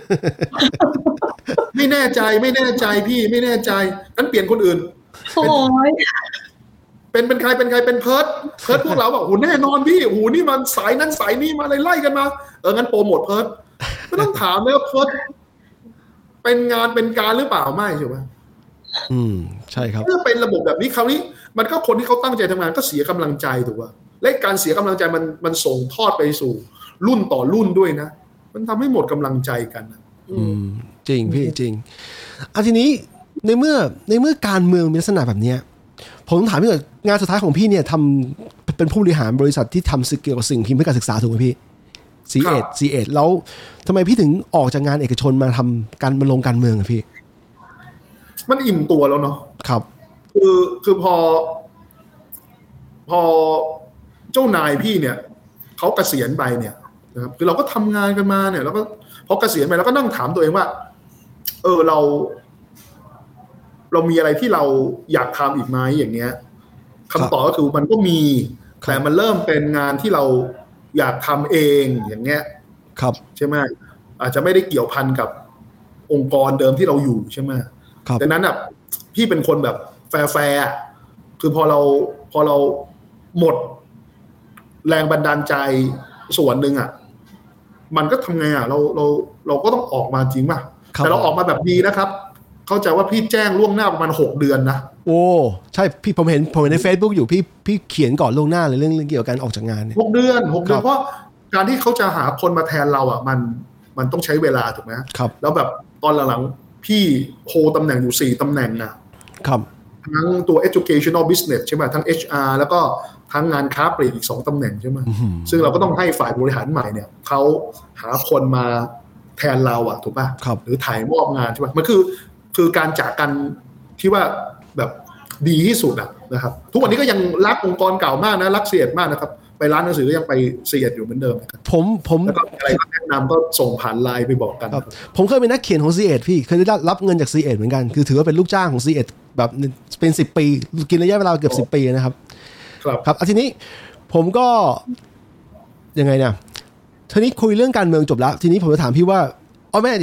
ไม่แน่ใจไม่แน่ใจพี่ไม่แน่ใจงั้นเปลี่ยนคนอื่นโอ้ยเป็นเป็นใครเป็นใครเป็นเพิร์ดเพิร์ดพวกเราบอกโหแน่นอนพี่โหนี่มันสายนั้นสายนี้มาเลยไล่กันมาเอองั้นโปรโมทเพิร์ดไม่ต้องถามเลยว่าเพิร์ดเป็นงานเป็นการหรือเปล่าไม่ใช่ไหมอืมใช่ครับเมื่อเป็นระบบแบบนี้คราวนี้มันก็คนที่เขาตั้งใจทำงานก็เสียกำลังใจถูกป่ะและการเสียกำลังใจมันมันส่งทอดไปสู่รุ่นต่อรุ่นด้วยนะมันทำให้หมดกำลังใจกันอืมจริงพี่จริงอ่ะทีนี้ในเมื่อในเมื่อการเมืองมีลักษณะแบบนี้ผมถามพี่ก่อนงานสุดท้ายของพี่เนี่ยทำเป็นผู้บริหารบริษัทที่ทำเกี่ยวกับสิ่งพิมพ์เพื่อการศึกษาถูกไหมพี่ ซี เอ็ด ซี เอ็ด แล้วทำไมพี่ถึงออกจากงานเอกชนมาทำการมาลงการเมืองอะพี่มันอิ่มตัวแล้วเนาะครับคือคือพอพอเจ้านายพี่เนี่ยเขาเกษียณไปเนี่ยนะครับคือเราก็ทำงานกันมาเนี่ยแล้วก็พอเกษียณไปเราก็นั่งถามตัวเองว่าเออเราเรามีอะไรที่เราอยากทำอีกไหมอย่างเงี้ยคำตอบก็คือมันก็มีแต่มันเริ่มเป็นงานที่เราอยากทำเองอย่างเงี้ยครับใช่ไหมอาจจะไม่ได้เกี่ยวพันกับองค์กรเดิมที่เราอยู่ใช่ไหมดังนั้นอ่ะพี่เป็นคนแบบแฟร์ๆคือพอเราพอเราหมดแรงบันดาลใจส่วนหนึ่งอ่ะมันก็ทำไงอ่ะเราเราเราก็ต้องออกมาจริงป่ะแต่เราออกมาแบบดีนะครับเข้าใจว่าพี่แจ้งล่วงหน้าประมาณหกเดือนนะโอ้ใช่พี่ผมเห็นผมเห็นใน Facebook อยู่พี่พี่เขียนก่อนล่วงหน้าเลยเรื่องเกี่ยวกับการออกจากงานเนี่ยหกเดือนหกเดือนเพราะการที่เขาจะหาคนมาแทนเราอ่ะมันมันต้องใช้เวลาถูกไหมครับแล้วแบบตอนหลังๆพี่โฮตำแหน่งอยู่สี่ตำแหน่งนะครับทั้งตัว educational business ใช่ไหมทั้ง เอช อาร์ แล้วก็ทั้งงานค้าปลีกอีกสองตำแหน่งใช่ไหมซึ่งเราก็ต้องให้ฝ่ายบริหารใหม่เนี่ยเขาหาคนมาแทนเราอ่ะถูกป่ะหรือถ่ายมอบงานใช่ป่ะมันคือคือการจากกันที่ว่าแบบดีที่สุดอะนะครับทุกวันนี้ก็ยังรักองค์กรเก่ามากนะรักเสียดมากนะครับไปร้านหนังสือก็ยังไปเสียดอยู่เหมือนเดิมผมผมแล้วก็อะไรแนะนำก็ส่งผ่านไลน์ไปบอกกันผมเคยเป็นนักเขียนของ ซี เอ็ด พี่เคยได้รับเงินจาก ซี เอ็ด เหมือนกันคือถือว่าเป็นลูกจ้างของ ซี เอ็ด แบบเป็นสิบปีกินระยะเวลาเกือบสิบปีนะครับครับครับทีนี้ผมก็ยังไงเนี่ยทีนี้คุยเรื่องการเมืองจบแล้วทีนี้ผมจะถามพี่ว่าอ๋อแม่ดิ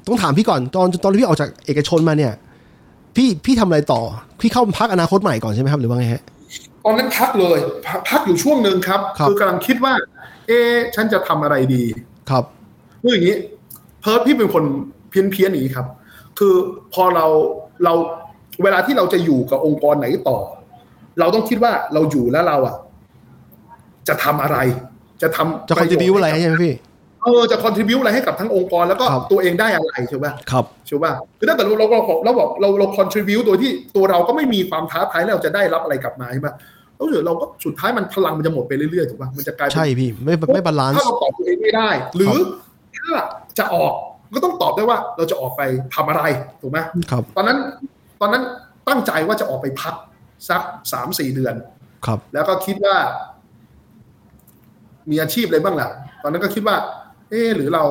ต้องถามพี่ก่อนตอนตอนที่พี่ออกจากเอกชนมาเนี่ยพี่พี่ทำอะไรต่อพี่เข้าพักอนาคตใหม่ก่อนใช่ไหมครับหรือว่าไงฮะตอนนั้นพักเลยพักอยู่ช่วงนึงครับคือกำลังคิดว่าเอ๊ะฉันจะทำอะไรดีครับคืออย่างนี้เพิร์ทพี่เป็นคนเพี้ยนเพี้ยนอย่างนี้ครับคือพอเราเราเวลาที่เราจะอยู่กับองค์กรไหนต่อเราต้องคิดว่าเราอยู่แล้วเราอ่ะจะทำอะไรจะทำจะ contribute อะไรใช่ไหมพี่เออจะ contribute อะไรให้กับทั้งองค์กรแล้วก็ตัวเองได้อะไรใช่ไหมครับใช่ป่ะคือถ้าเกิดเราเราเราบอกเราเรา contribute โดยที่ตัวเราก็ไม่มีความท้าทายแล้วเราจะได้รับอะไรกลับมาใช่ป่ะแล้วเดี๋ยวเราก็สุดท้ายมันพลังมันจะหมดไปเรื่อยๆถูกป่ะมันจะกลายเป็นใช่พี่ไม่ไม่บาลานซ์ถ้าเราตอบตัวเองไม่ได้หรือถ้าจะออกก็ต้องตอบได้ว่าเราจะออกไปทำอะไรถูกไหมครับตอนนั้นตอนนั้นตั้งใจว่าจะออกไปพักสักสามสี่เดือนครับแล้วก็คิดว่ามีอาชีพอะไรบ้างล่ะตอนนั้นก็คิดว่าเออหรือเรา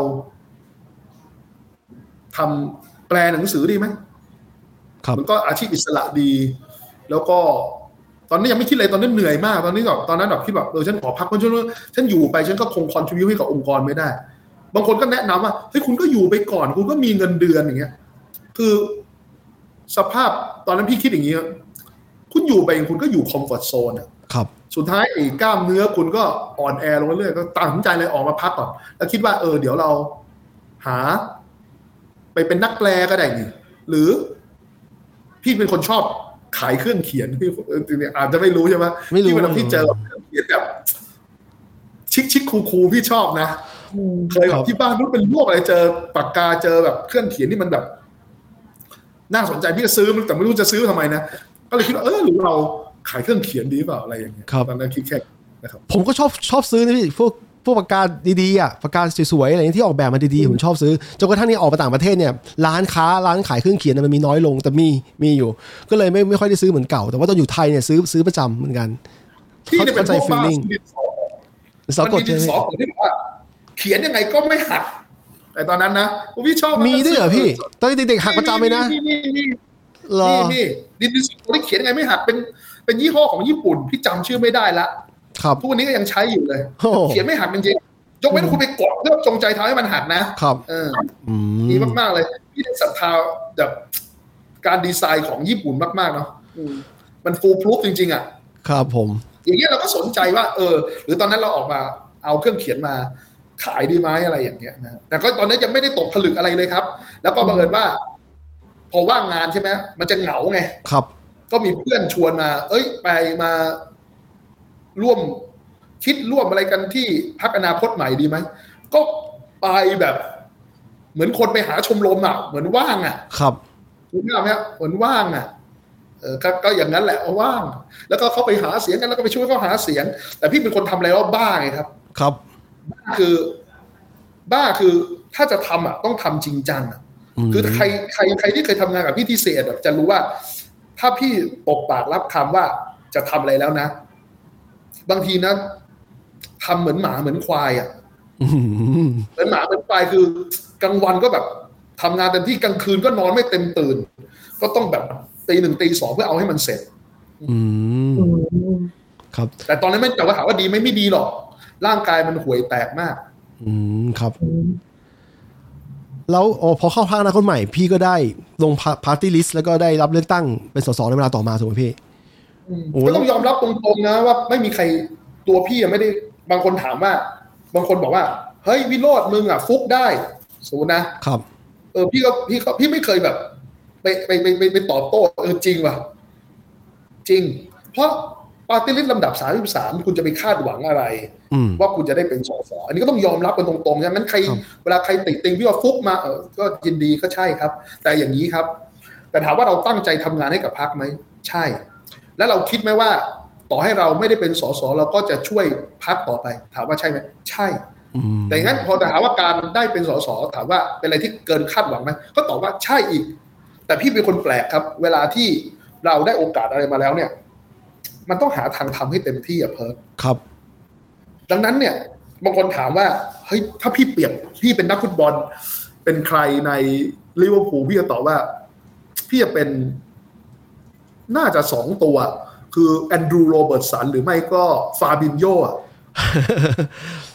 ทำแปลหนังสือดีไหมมันก็อาชีพอิสระดีแล้วก็ตอนนี้ยังไม่คิดเลยตอนนั้นเหนื่อยมากตอนนี้แบบตอนนั้นแบบคิดแบบเออฉันขอพักเพราะฉันฉันอยู่ไปฉันก็คงคอนทริบิวให้กับองค์กรไม่ได้บางคนก็แนะนำว่าเฮ้ยคุณก็อยู่ไปก่อนคุณก็มีเงินเดือนอย่างเงี้ยคือสภาพตอนนั้นพี่คิดอย่างนี้คุณอยู่ไปคุณก็อยู่คอมฟอร์ทโซนอ่ะครับสุดท้ายไอ้กล้ามเนื้อคุณก็อ่อนแอลงเรื่อยๆก็ตัดสินใจเลยออกมาพักก่อนแล้วคิดว่าเออเดี๋ยวเราหาไปเป็นนักแปลก็ได้นี่หรือพี่เป็นคนชอบขายเครื่องเขียนพี่อาจจะไม่รู้ใช่ไหมที่เวลาพี่เจอเครื่องเขียนแบบชิคชิคคูคูพี่ชอบนะเคยแบบที่บ้านรู้เป็นพวกอะไรเจอปากกาเจอแบบเครื่องเขียนที่มันแบบน่าสนใจพี่ก็ซื้อแต่ไม่รู้จะซื้อทำไมนะก็เลยคิดว่าเออหรือเราขายเครื่องเขียนดีเปล่าอะไรอย่างเงี้ยตอนนั้นคิดแค่นะครับผมก็ชอบชอบซื้อนะพี่พวกพวกปากกาดีๆอ่ะปากกาสวยๆอะไรที่ออกแบบมาดีๆผมชอบซื้อจนกระทั่งนี้ออกไปต่างประเทศเนี่ยร้านค้าร้านขายเครื่องเขียนมันมีน้อยลงแต่มีมีอยู่ก็เลยไม่ไม่ค่อยได้ซื้อเหมือนเก่าแต่ว่าตอนอยู่ไทยเนี่ยซื้อซื้อประจำเหมือนกันที่เนี่ยเป็นพวกบ้ามันมีดินสอของที่บอกว่าเขียนยังไงก็ไม่หักแต่ตอนนั้นนะพี่ชอบมีด้วยเหรอพี่ตอนเด็กๆหักประจำเลยนะนี่นี่นี่ดินสอที่เขียนยังไงไม่หักเป็นเป็นยี่ห้อของญี่ปุ่นพี่จำชื่อไม่ได้ละทุกวันนี้ก็ยังใช้อยู่เลยเขียนไม่หักจริงๆยกเว้นคุณไปกดเพื่อจงใจทำให้มันหักนะครับเออดีมากๆเลยพี่ได้ศรัทธาแบบการดีไซน์ของญี่ปุ่นมากๆเนาะมันฟูลพรูฟจริงๆอ่ะครับผมอย่างเงี้ยเราก็สนใจว่าเออหรือตอนนั้นเราออกมาเอาเครื่องเขียนมาขายดีไหมอะไรอย่างเงี้ยนะแต่ก็ตอนนั้นยังไม่ได้ตกผลึกอะไรเลยครับแล้วก็บังเอิญว่าพอว่างงานใช่ไหมมันจะเหงาไงครับก็มีเพื่อนชวนมาเอ้ยไปมาร่วมคิดร่วมอะไรกันที่พรรคอนาคตใหม่ดีไหมก็ไปแบบเหมือนคนไปหาชมรมอ่ะเหมือนว่างอ่ะครับรู้ไหมครับเหมือนว่างอ่ะเออก็อย่างนั้นแหละว่างแล้วก็เขาไปหาเสียงกันแล้วก็ไปช่วยเขาหาเสียงแต่พี่เป็นคนทำอะไรแล้วบ้าไงครับครับบ้าคือบ้าคือถ้าจะทำอ่ะต้องทำจริงจังอ่ะคือใครใครใครที่เคยทำงานกับพี่ที่เศษจะรู้ว่าถ้าพี่ปกปากรับคำว่าจะทำอะไรแล้วนะบางทีนะทำเหมือนหมาเหมือนควายอ่ะเหมือนหมาเหมือนควายคือกลางวันก็แบบทำงานเต็มที่กลางคืนก็นอนไม่เต็มตื่นก็ต้องแบบตีหนึ่งตีสองเพื่อเอาให้มันเสร็จครับแต่ตอนนั้นไม่แต่ว่าถามว่าดีไม่ไม่ดีหรอกร่างกายมันห่วยแตกมากอืมครับแล้วอ๋อพอเข้าพรรคอนาคตใหม่พี่ก็ได้ลงพาร์ตี้ลิสต์แล้วก็ได้รับเลือกตั้งเป็นสสในเวลาต่อมาถูกไหมพี่ก็ต้องยอมรับตรงๆนะว่าไม่มีใครตัวพี่ไม่ได้บางคนถามว่าบางคนบอกว่าเฮ้ยวิโรจน์มึงอ่ะฟุกได้สูนะครับเออพี่ก็พี่ก็พี่ไม่เคยแบบไปไปไปไปไปตอบโต้เออจริงว่ะจริงเพราะปาร์ตี้ลิสต์ลำดับสามสิบสามคุณจะไปคาดหวังอะไรว่าคุณจะได้เป็นสสอันนี้ก็ต้องยอมรับกันตรงๆงั้นใครเวลาใครติดติงพี่ว่าฟุกมาเออก็ยินดีก็ใช่ครับแต่อย่างนี้ครับแต่ถามว่าเราตั้งใจทำงานให้กับพรรคไหมใช่แล้วเราคิดไหมว่าต่อให้เราไม่ได้เป็นสสเราก็จะช่วยพรรคต่อไปถามว่าใช่ไหมใช่แต่งั้นพอถามว่าการได้เป็นสสถามว่าเป็นอะไรที่เกินคาดหวังไหมก็ตอบว่าใช่อีกแต่พี่เป็นคนแปลกครับเวลาที่เราได้โอกาสอะไรมาแล้วเนี่ยมันต้องหาทางทำให้เต็มที่อะเพิร์ทครับดังนั้นเนี่ยบางคนถามว่าเฮ้ยถ้าพี่เปรียบพี่เป็นนักฟุตบอลเป็นใครในลิเวอร์พูลพี่จะตอบว่าพี่จะเป็นน่าจะสองตัวคือแอนดรูว์โรเบิร์ตสันหรือไม่ก็ฟาบินโญ่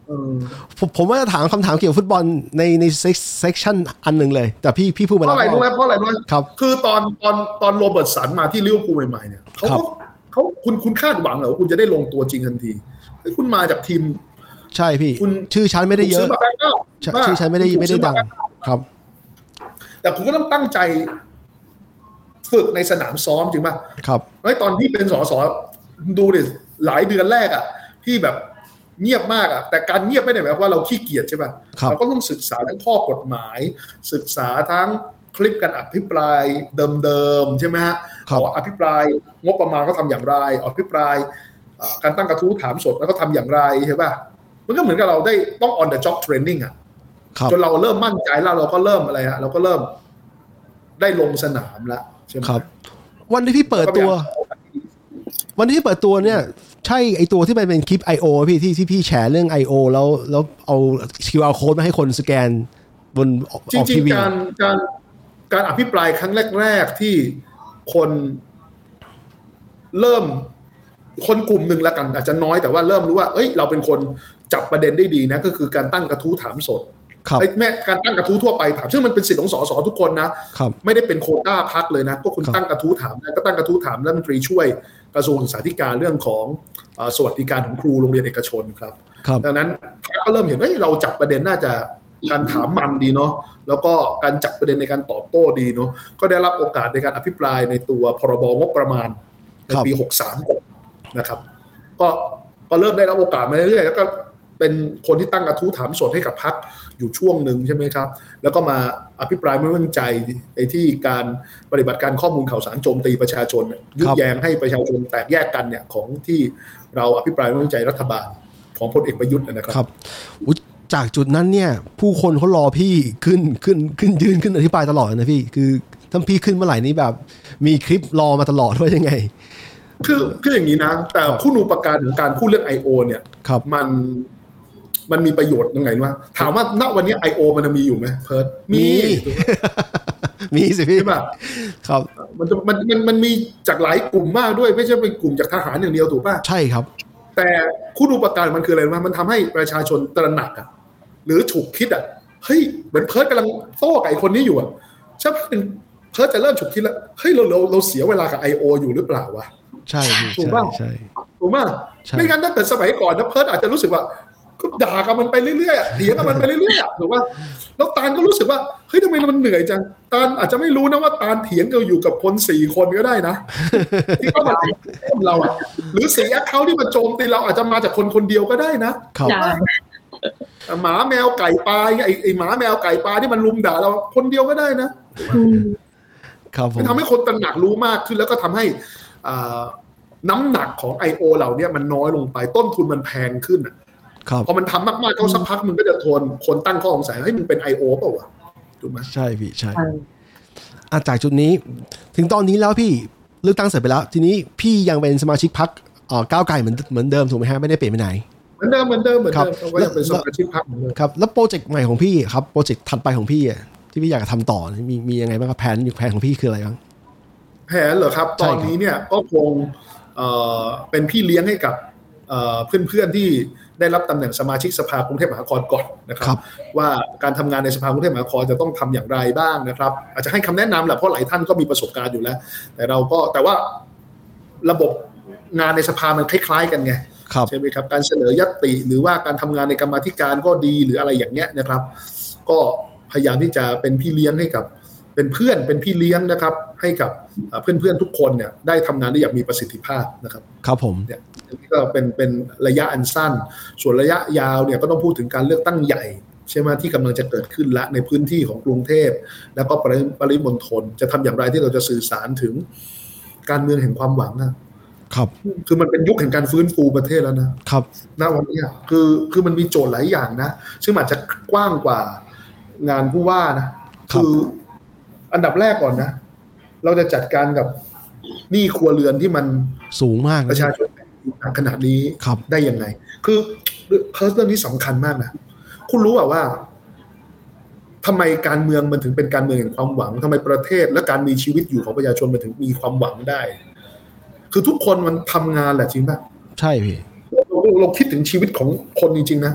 ผมผมว่าจะถามคำถามเกี่ยวกับฟุตบอลในในเซกชันอันหนึ่งเลยแต่พี่พี่พูดมาแล้วเพราะอะไรรู้ไหมเพราะอะไรรู้ไหมครับคือตอนตอนตอนโรเบิร์ตสันมาที่ลิเวอร์พูลใหม่ๆเนี่ยเขาเขาคุณคุณคาดหวังเหรอคุณจะได้ลงตัวจริงทันทีคุณมาจากทีมใช่พี่ชื่อชั้นไม่ได้เยอะชื่อชั้นไม่ได้ไม่ได้ดังครับแต่คุณก็ต้องตั้งใจฝึกในสนามซ้อมจริงป่ะครับไอ้ตอนที่เป็นสสดูดิหลายเดือนแรกอ่ะที่แบบเงียบมากอ่ะแต่การเงียบไม่ได้หมายความว่าเราขี้เกียจใช่ป่ะเราก็ต้องศึกษาทั้งข้อกฎหมายศึกษาทั้งคลิปการอภิปรายเดิมๆใช่ไหมฮะขออภิปรายงบประมาณก็ทำอย่างไรอภิปรายการตั้งกระทู้ถามสดแล้วก็ทำอย่างไรใช่ป่ะมันก็เหมือนกับเราได้ต้อง on the job training อ่ะจนเราเริ่มมั่นใจแล้วเราก็เริ่มอะไรฮะเราก็เริ่มได้ลงสนามแล้วใช่ไหมครับวันที่พี่เปิดตัววันที่พี่เปิดตัวเนี่ยใช่ไอตัวที่มันเป็นคลิป ไอ โอ พี่ที่ที่พี่แชร์เรื่อง ไอ โอ แล้วแล้วเอา คิว อาร์ code มาให้คนสแกนบนออกทีวีจริงๆการการการอภิปรายครั้งแรกๆที่คนเริ่มคนกลุ่มหนึ่งละกันอาจจะน้อยแต่ว่าเริ่มรู้ว่าเอ้ยเราเป็นคนจับประเด็นได้ดีนะก็คือการตั้งกระทู้ถามสดแม้การตั้งกระทู้ทั่วไปถามซึ่งมันเป็นสิทธิของสสทุกคนนะไม่ได้เป็นโควต้าพรรคเลยนะก็คุณตั้งกระทู้ถามก็ตั้งกระทู้ถามรัฐมนตรีช่วยกระทรวงศึกษาธิการเรื่องของสวัสดิการของครูโรงเรียนเอกชนครับดังนั้นก็เริ่มเห็นว่าเราจับประเด็นน่าจะการถามมันดีเนาะแล้วก็การจับประเด็นในการตอบโต้ดีเนาะก็ได้รับโอกาสในการอภิปรายในตัวพรบงบประมาณในปีหกสิบสามนะครับก็ก็เริ่มได้รับโอกาสมาเรื่อยๆแล้วก็เป็นคนที่ตั้งกระทู้ถามสดให้กับพรรคอยู่ช่วงหนึ่งใช่ไหมครับแล้วก็มาอภิปรายไม่ไว้วางใจไอ้ที่การปฏิบัติการข้อมูลข่าวสารโจมตีประชาชนยุแยงให้ประชาชนแตกแยกกันเนี่ยของที่เราอภิปรายไม่ไว้วางใจรัฐบาลของพลเอกประยุทธ์นะครับครับจากจุดนั้นเนี่ยผู้คนเขารอพี่ขึ้นขึ้นขึ้นยืนขึ้นอธิบายตลอดนะพี่คือถ้าพี่ขึ้นเมื่อไหร่นี้แบบมีคลิปรอมาตลอดว่ายังไงคือคืออย่างนี้นะแต่คุณูปการของการพูดเรื่อง ไอ โอ เนี่ยมันมันมีประโยชน์ยังไงวะถามว่าณวันนี้ ไอ โอ มันมีอยู่ไหมเพิร์ทมีมีสิพี่ใช่ป่ะครับมันมันมันมันมีจากหลายกลุ่มมากด้วยไม่ใช่เป็นกลุ่มจากทหารอย่างเดียวถูกป่ะใช่ครับแต่คุณูปการมันคืออะไรวะมันทำให้ประชาชนตระหนักอ่ะหรือถูกคิดอ่ะเฮ้ยเหมือนเพิร์ทกำลังโต้กับไอ้คนนี้อยู่อ่ะใช่ป่ะเพิร์ทจะเริ่มฉุกคิดแล้วเฮ้ยเราเราเราเสียเวลากับ ไอ โอ อยู่หรือเปล่าวะใช่ถูกป่ะใช่ถูกป่ะไม่งั้นถ้าเกิดสมัยก่อนนะเพิร์ทอาจจะรู้สึกว่าก็ด่ากับมันไปเรื่อยๆเถียงกับมันไปเรื่อยๆถูกป่ะแล้วตาลก็รู้สึกว่าเฮ้ยทำไมมันเหนื่อยจังตาลอาจจะไม่รู้นะว่าตาลเถียงกันอยู่กับคนสี่คนก็ได้นะที่เขามาโจมเราอ่ะหรือสี่แอคเคาท์ที่มาโจมตีเราอาจจะมาจากคนคนเดียวก็ได้นะหมาแมวไก่ปลาไอ้ไอ้หมาแมวไก่ปลาที่มันลุมด่าเราคนเดียวก็ได้นะครับผมทำให้คนตระหนักรู้มากขึ้นแล้วก็ทำให้น้ำหนักของ ไอ โอ เหล่านี้มันน้อยลงไปต้นทุนมันแพงขึ้นอ่ะพอมันทำมากๆเขาสักพักมันก็จะทนคนตั้งข้อสงสัยให้มันเป็น ไอ โอ เปล่าวะถูกไหมใช่พี่ใช่อาจากจุดนี้ถึงตอนนี้แล้วพี่เลือกตั้งเสร็จไปแล้วทีนี้พี่ยังเป็นสมาชิกพรรคก้าวไกลเหมือนเหมือนเดิมถูกไหมฮะไม่ได้เปลี่ยนไปไหนเหมือนเดิมเหมือนเดิมเหมือนเดิมก็ยังเป็นสมาชิกพรรคเหมือนเดิมครับแล้วโปรเจกต์ใหม่ของพี่ครับโปรเจกต์ถัดไปของพี่ที่พี่อยากจะททำต่อมีมียังไงบ้างครับแผนแผนของพี่คืออะไรบ้างแผนเหรอครับตอนนี้เนี่ยก็คงเป็นพี่เลี้ยงให้กับเพื่อนๆที่ได้รับตำแหน่งสมาชิกสภากรุงเทพมหานครก่อนนะครับว่าการทำงานในสภากรุงเทพมหานครจะต้องทำอย่างไรบ้างนะครับอาจจะให้คำแนะนำแหละเพราะหลายท่านก็มีประสบการณ์อยู่แล้วแต่เราก็แต่ว่าระบบงานในสภามันคล้ายๆกันไงใช่ไหมครับการเสนอญัตติหรือว่าการทำงานในกรรมาธิการก็ดีหรืออะไรอย่างเงี้ยนะครับก็พยายามที่จะเป็นพี่เลี้ยงให้กับเป็นเพื่อนเป็นพี่เลี้ยงนะครับให้กับเพื่อนๆทุกคนเนี่ยได้ทำงานได้อย่างมีประสิทธิภาพนะครับครับผมเนี่ยนี่ก็เป็นเป็นระยะอันสั้นส่วนระยะยาวเนี่ยก็ต้องพูดถึงการเลือกตั้งใหญ่ใช่ไหมที่กำลังจะเกิดขึ้นละในพื้นที่ของกรุงเทพแล้วก็ปริมณฑลจะทำอย่างไรที่เราจะสื่อสารถึงการเมืองแห่งความหวังนะครับคือมันเป็นยุคแห่งการฟื้นฟูประเทศแล้วนะครับณวันนี้คือคือมันมีโจทย์หลายอย่างนะซึ่งอาจจะกว้างกว่างานผู้ว่านะคืออันดับแรกก่อนนะเราจะจัดการกับหนี้ครัวเรือนที่มันสูงมากประชาชนขนาดนี้ได้ยังไงคือเรื่องนี้สำคัญมากนะคุณรู้ป่ะว่าทำไมการเมืองมันถึงเป็นการเมืองแห่งความหวังทำไมประเทศและการมีชีวิตอยู่ของประชาชนมันถึงมีความหวังได้คือทุกคนมันทำงานแหละจริงป่ะใช่พี่เราเราคิดถึงชีวิตของคนจริงๆนะ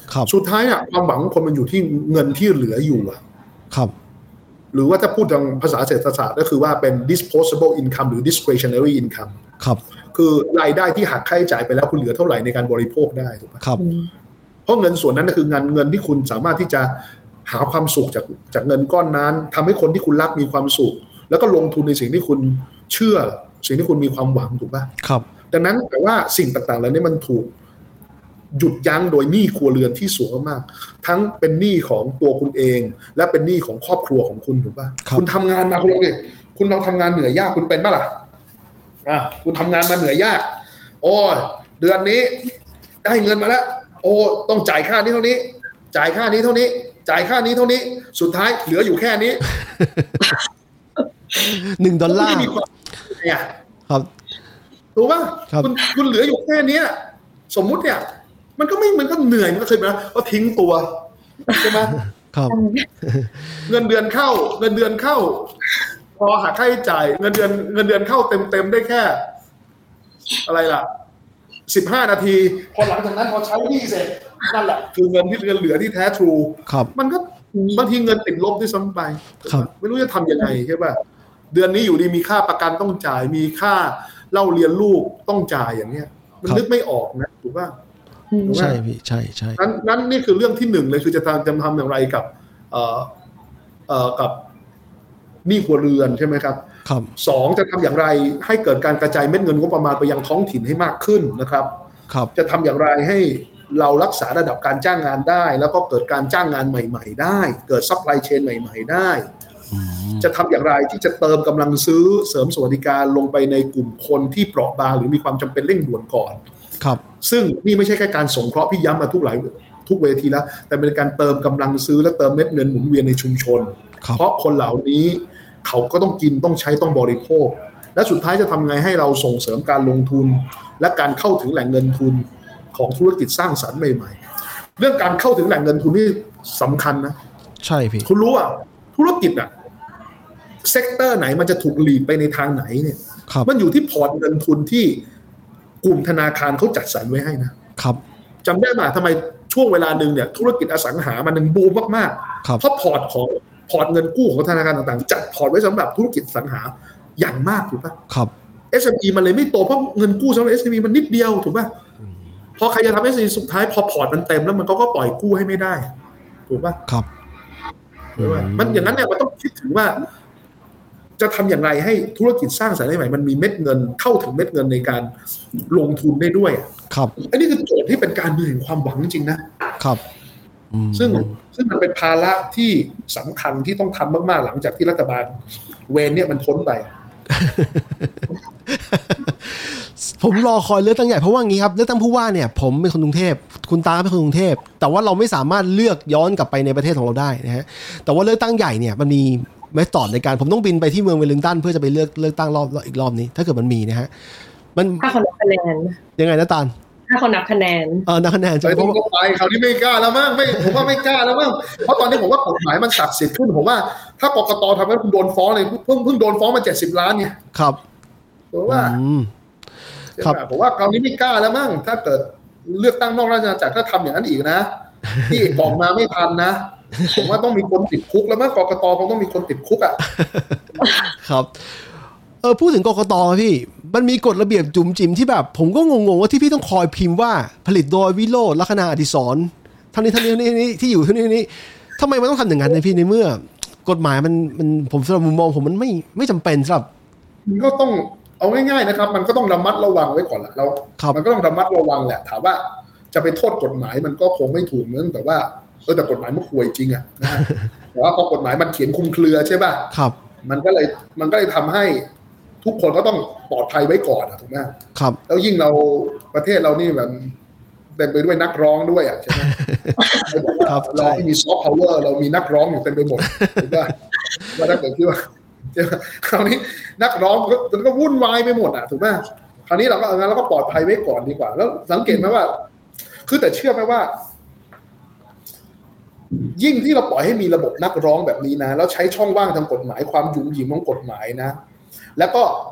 สุดท้ายอ่ะความหวังของคนมันอยู่ที่เงินที่เหลืออยู่อ่ะครับหรือว่าถ้าพูดทางภาษาเศรษฐศาสตร์ก็คือว่าเป็น disposable income หรือ discretionary income ครับคือรายได้ที่หักค่าใช้จ่ายไปแล้วคุณเหลือเท่าไหร่ในการบริโภคได้ถูกไหมครับเพราะเงินส่วนนั้นก็คือเงินเงินที่คุณสามารถที่จะหาความสุขจากจากเงินก้อนนั้นทำให้คนที่คุณรักมีความสุขแล้วก็ลงทุนในสิ่งที่คุณเชื่อสิ่งที่คุณมีความหวังถูกป่ะครับดังนั้นแต่ว่าสิ่งต่างๆเหล่านี้มันถูกหยุดยั้งโดยหนี้ครัวเรือนที่สูงมากๆทั้งเป็นหนี้ของตัวคุณเองและเป็นหนี้ของครอบครัวของคุณถูกป่ะคุณทำงานมาคุณลองดิคุณลองทำงานเหนื่อยยากคุณเป็นป่ะล่ะอ่ะคุณทำงานมาเหนื่อยยากโอ้เดือนนี้ได้เงินมาแล้วโอ้ต้องจ่ายค่านี้เท่านี้จ่ายค่านี้เท่านี้จ่ายค่านี้เท่านี้สุดท้ายเหลืออยู่แค่นี้หนึ่งดอลลาร์เนี่ยครับถูกป่ะคุณคุณเหลืออยู่แค่นี้สมมุติเนี่ยมันก็ไม่มันก็เหนื่อยมันก็เคยนะก็ทิ้งตัวใช่ไหมครับเงินเดือนเข้าเงินเดือนเข้าพอหักค่าใช้จ่ายเงินเดือนเงินเดือนเข้าเต็มเต็มได้แค่อะไรล่ะสิบห้านาทีพอหลังจากนั้นพอใช้หนี้เสร็จนั่นแหละคือเงินที่เงินเหลือที่แท้ทรูมันก็บางทีเงินติดลบด้วยซ้ำไปไม่รู้จะทำยังไงใช่ป่ะเดือนนี้อยู่ดีมีค่าประกันต้องจ่ายมีค่าเล่าเรียนลูกต้องจ่ายอย่างเงี้ยมันนึกไม่ออกนะถูกป่ะใช่พี่ใช่ใช่นั้นนั้นนี่คือเรื่องที่หนึ่งเลยคือจะทำจะทำอย่างไรกับเอ่อเอ่อกับหนี้ครัวเรือนใช่ไหมครับครับสองจะทำอย่างไรให้เกิดการกระจายเม็ดเงินงบประมาณไปยังท้องถิ่นให้มากขึ้นนะครับครับจะทำอย่างไรให้เรารักษาระดับการจ้างงานได้แล้วก็เกิดการจ้างงานใหม่ๆได้เกิดซัพพลายเชนใหม่ๆได้จะทำอย่างไรที่จะเติมกำลังซื้อเสริมสวัสดิการลงไปในกลุ่มคนที่เปราะบางหรือมีความจำเป็นเร่งด่วนก่อนครับซึ่งนี่ไม่ใช่แค่การสงเคราะห์พี่ย้ำมาทุกหลายทุกเวทีแล้วแต่เป็นการเติมกำลังซื้อและเติมเม็ดเงินหมุนเวียนในชุมชนเพราะคนเหล่านี้เขาก็ต้องกินต้องใช้ต้องบริโภคและสุดท้ายจะทำไงให้เราส่งเสริมการลงทุนและการเข้าถึงแหล่งเงินทุนของธุรกิจสร้างสรรค์ใหม่ๆเรื่องการเข้าถึงแหล่งเงินทุนนี่สำคัญนะใช่พี่คุณรู้อ่ะธุรกิจอ่ะเซกเตอร์ไหนมันจะถูกลีดไปในทางไหนเนี่ยมันอยู่ที่พอร์ตเงินทุนที่กลุ่มธนาคารเขาจัดสรรไว้ให้นะครับจำได้ไหมทำไมช่วงเวลาหนึ่งเนี่ยธุรกิจอสังหามันบูมมากๆเพราะพอร์ตของพอร์ตเงินกู้ของธนาคารต่างๆจัดพอร์ตไว้สำหรับธุรกิจสังหาอย่างมากถูกป่ะครับเอส เอ็ม อี มันเลยไม่โตเพราะเงินกู้สำหรับ เอส เอ็ม อี มันนิดเดียวถูกป่ะพอใครจะทำ เอส เอ็ม อี สุดท้ายพอพอร์ตมันเต็มแล้วมันก็ปล่อยกู้ให้ไม่ได้ถูกป่ะครับถูกป่ะมันอย่างนั้นเนี่ยมันต้องคิดถึงว่าจะทำอย่างไรให้ธุรกิจสร้างสรรค์ใหม่มันมีเม็ดเงินเข้าถึงเม็ดเงินในการลงทุนได้ด้วยครับอันนี้คือโจทย์ที่เป็นการเมืองแห่งความหวังจริงนะครับซึ่งซึ่งมันเป็นภาระที่สำคัญที่ต้องทำมากๆหลังจากที่รัฐบาลเวรเนี่ยมันพ้นไปผมรอคอยเลือกตั้งใหญ่เพราะว่างี้ครับเลือกตั้งผู้ว่าเนี่ยผมเป็นคนกรุงเทพคุณตาเป็นคนกรุงเทพแต่ว่าเราไม่สามารถเลือกย้อนกลับไปในประเทศของเราได้นะฮะแต่ว่าเลือกตั้งใหญ่เนี่ยมันมีเมธอดในการผมต้องบินไปที่เมืองเวลลิงตันเพื่อจะไปเลือกเลือกตั้งรอบอีกรอบนี้ถ้าเกิดมันมีนะฮะมันถ้าคนนับคะแนนยังไงนะตาลถ้าคนนับคะแนนเออนับคะแนนจะต้องไปคราวนี้ไม่กล้าแล้วมั้งไม่ผมว่าไม่กล้าแล้วมั้งเพราะตอนนี้ผมว่ากฎหมายมันศักดิ์สิทธิ์ขึ้นผมว่าถ้ากกต.ทำให้คุณโดนฟ้องเลยเพิ่งเพิ่งโดนฟ้องมาเจ็ดสิบล้านเนี่ยครับผมว่าครับผมว่าคราวนี้ไม่กล้าแล้วมั้งถ้าเกิดเลือกตั้งนอกราชอาณาจักรถ้าทำอย่างนั้นอีกนะที่กองมาไม่ทันนะผมว่าต้องมีคนติดคุกแล้วมั้งกกต.คงต้องมีคนติดคุกอ่ะครับเออพูดถึงกกต.พี่มันมีกฎระเบียบจุ๋มจิ๋มที่แบบผมก็งงๆว่าที่พี่ต้องคอยพิมพ์ว่าผลิตโดยวิโรจน์ลัคนาอดิศรท่านนี้ท่านนี้ท่านนี้ที่อยู่ท่านนี้นี้ทำไมมันต้องทำอย่างนั้นในพี่ในเมื่อกฎหมายมันมันผมสำหรับมุมมองผมมันไม่ไม่จำเป็นครับก็ต้องเอาง่ายๆนะครับมันก็ต้องระมัดระวังไว้ก่อนแหละเรามันก็ต้องระมัดระวังแหละถามว่าจะไปโทษกฎหมายมันก็คงไม่ถูกเหมือนแต่ว่าเออแต่กฎหมายมันห่วยจริงอ่ะนะแต่ว่าพอกฎหมายมันเขียนคลุมเครือใช่ป่ะครับมันก็เลยมันก็เลยทำให้ทุกคนก็ต้องปลอดภัยไว้ก่อนถูกไหมครับแล้วยิ่งเราประเทศเรานี่แบบเต็มไปด้วยนักร้องด้วยอ่ะใช่ไหมเราไม่มีซอฟต์พาวเวอร์เรามีนักร้องอยู่เต็มไปหมดถูกป่ะว่าถ้าเกิดที่ว่าคราวนี้นักร้องมันก็วุ่นวายไปหมดอ่ะถูกไหมคราวนี้เราก็งั้นเราก็ปลอดภัยไว้ก่อนดีกว่าแล้วสังเกตไหมว่าคือแต่เชื่อไหมว่ายิ่งที่เราปล่อยให้มีระบบนักร้องแบบนี้นะแล้วใช้ช่องว่างทางกฎหมายความหยุ่มหยิมของกฎหมายนะแล้วก็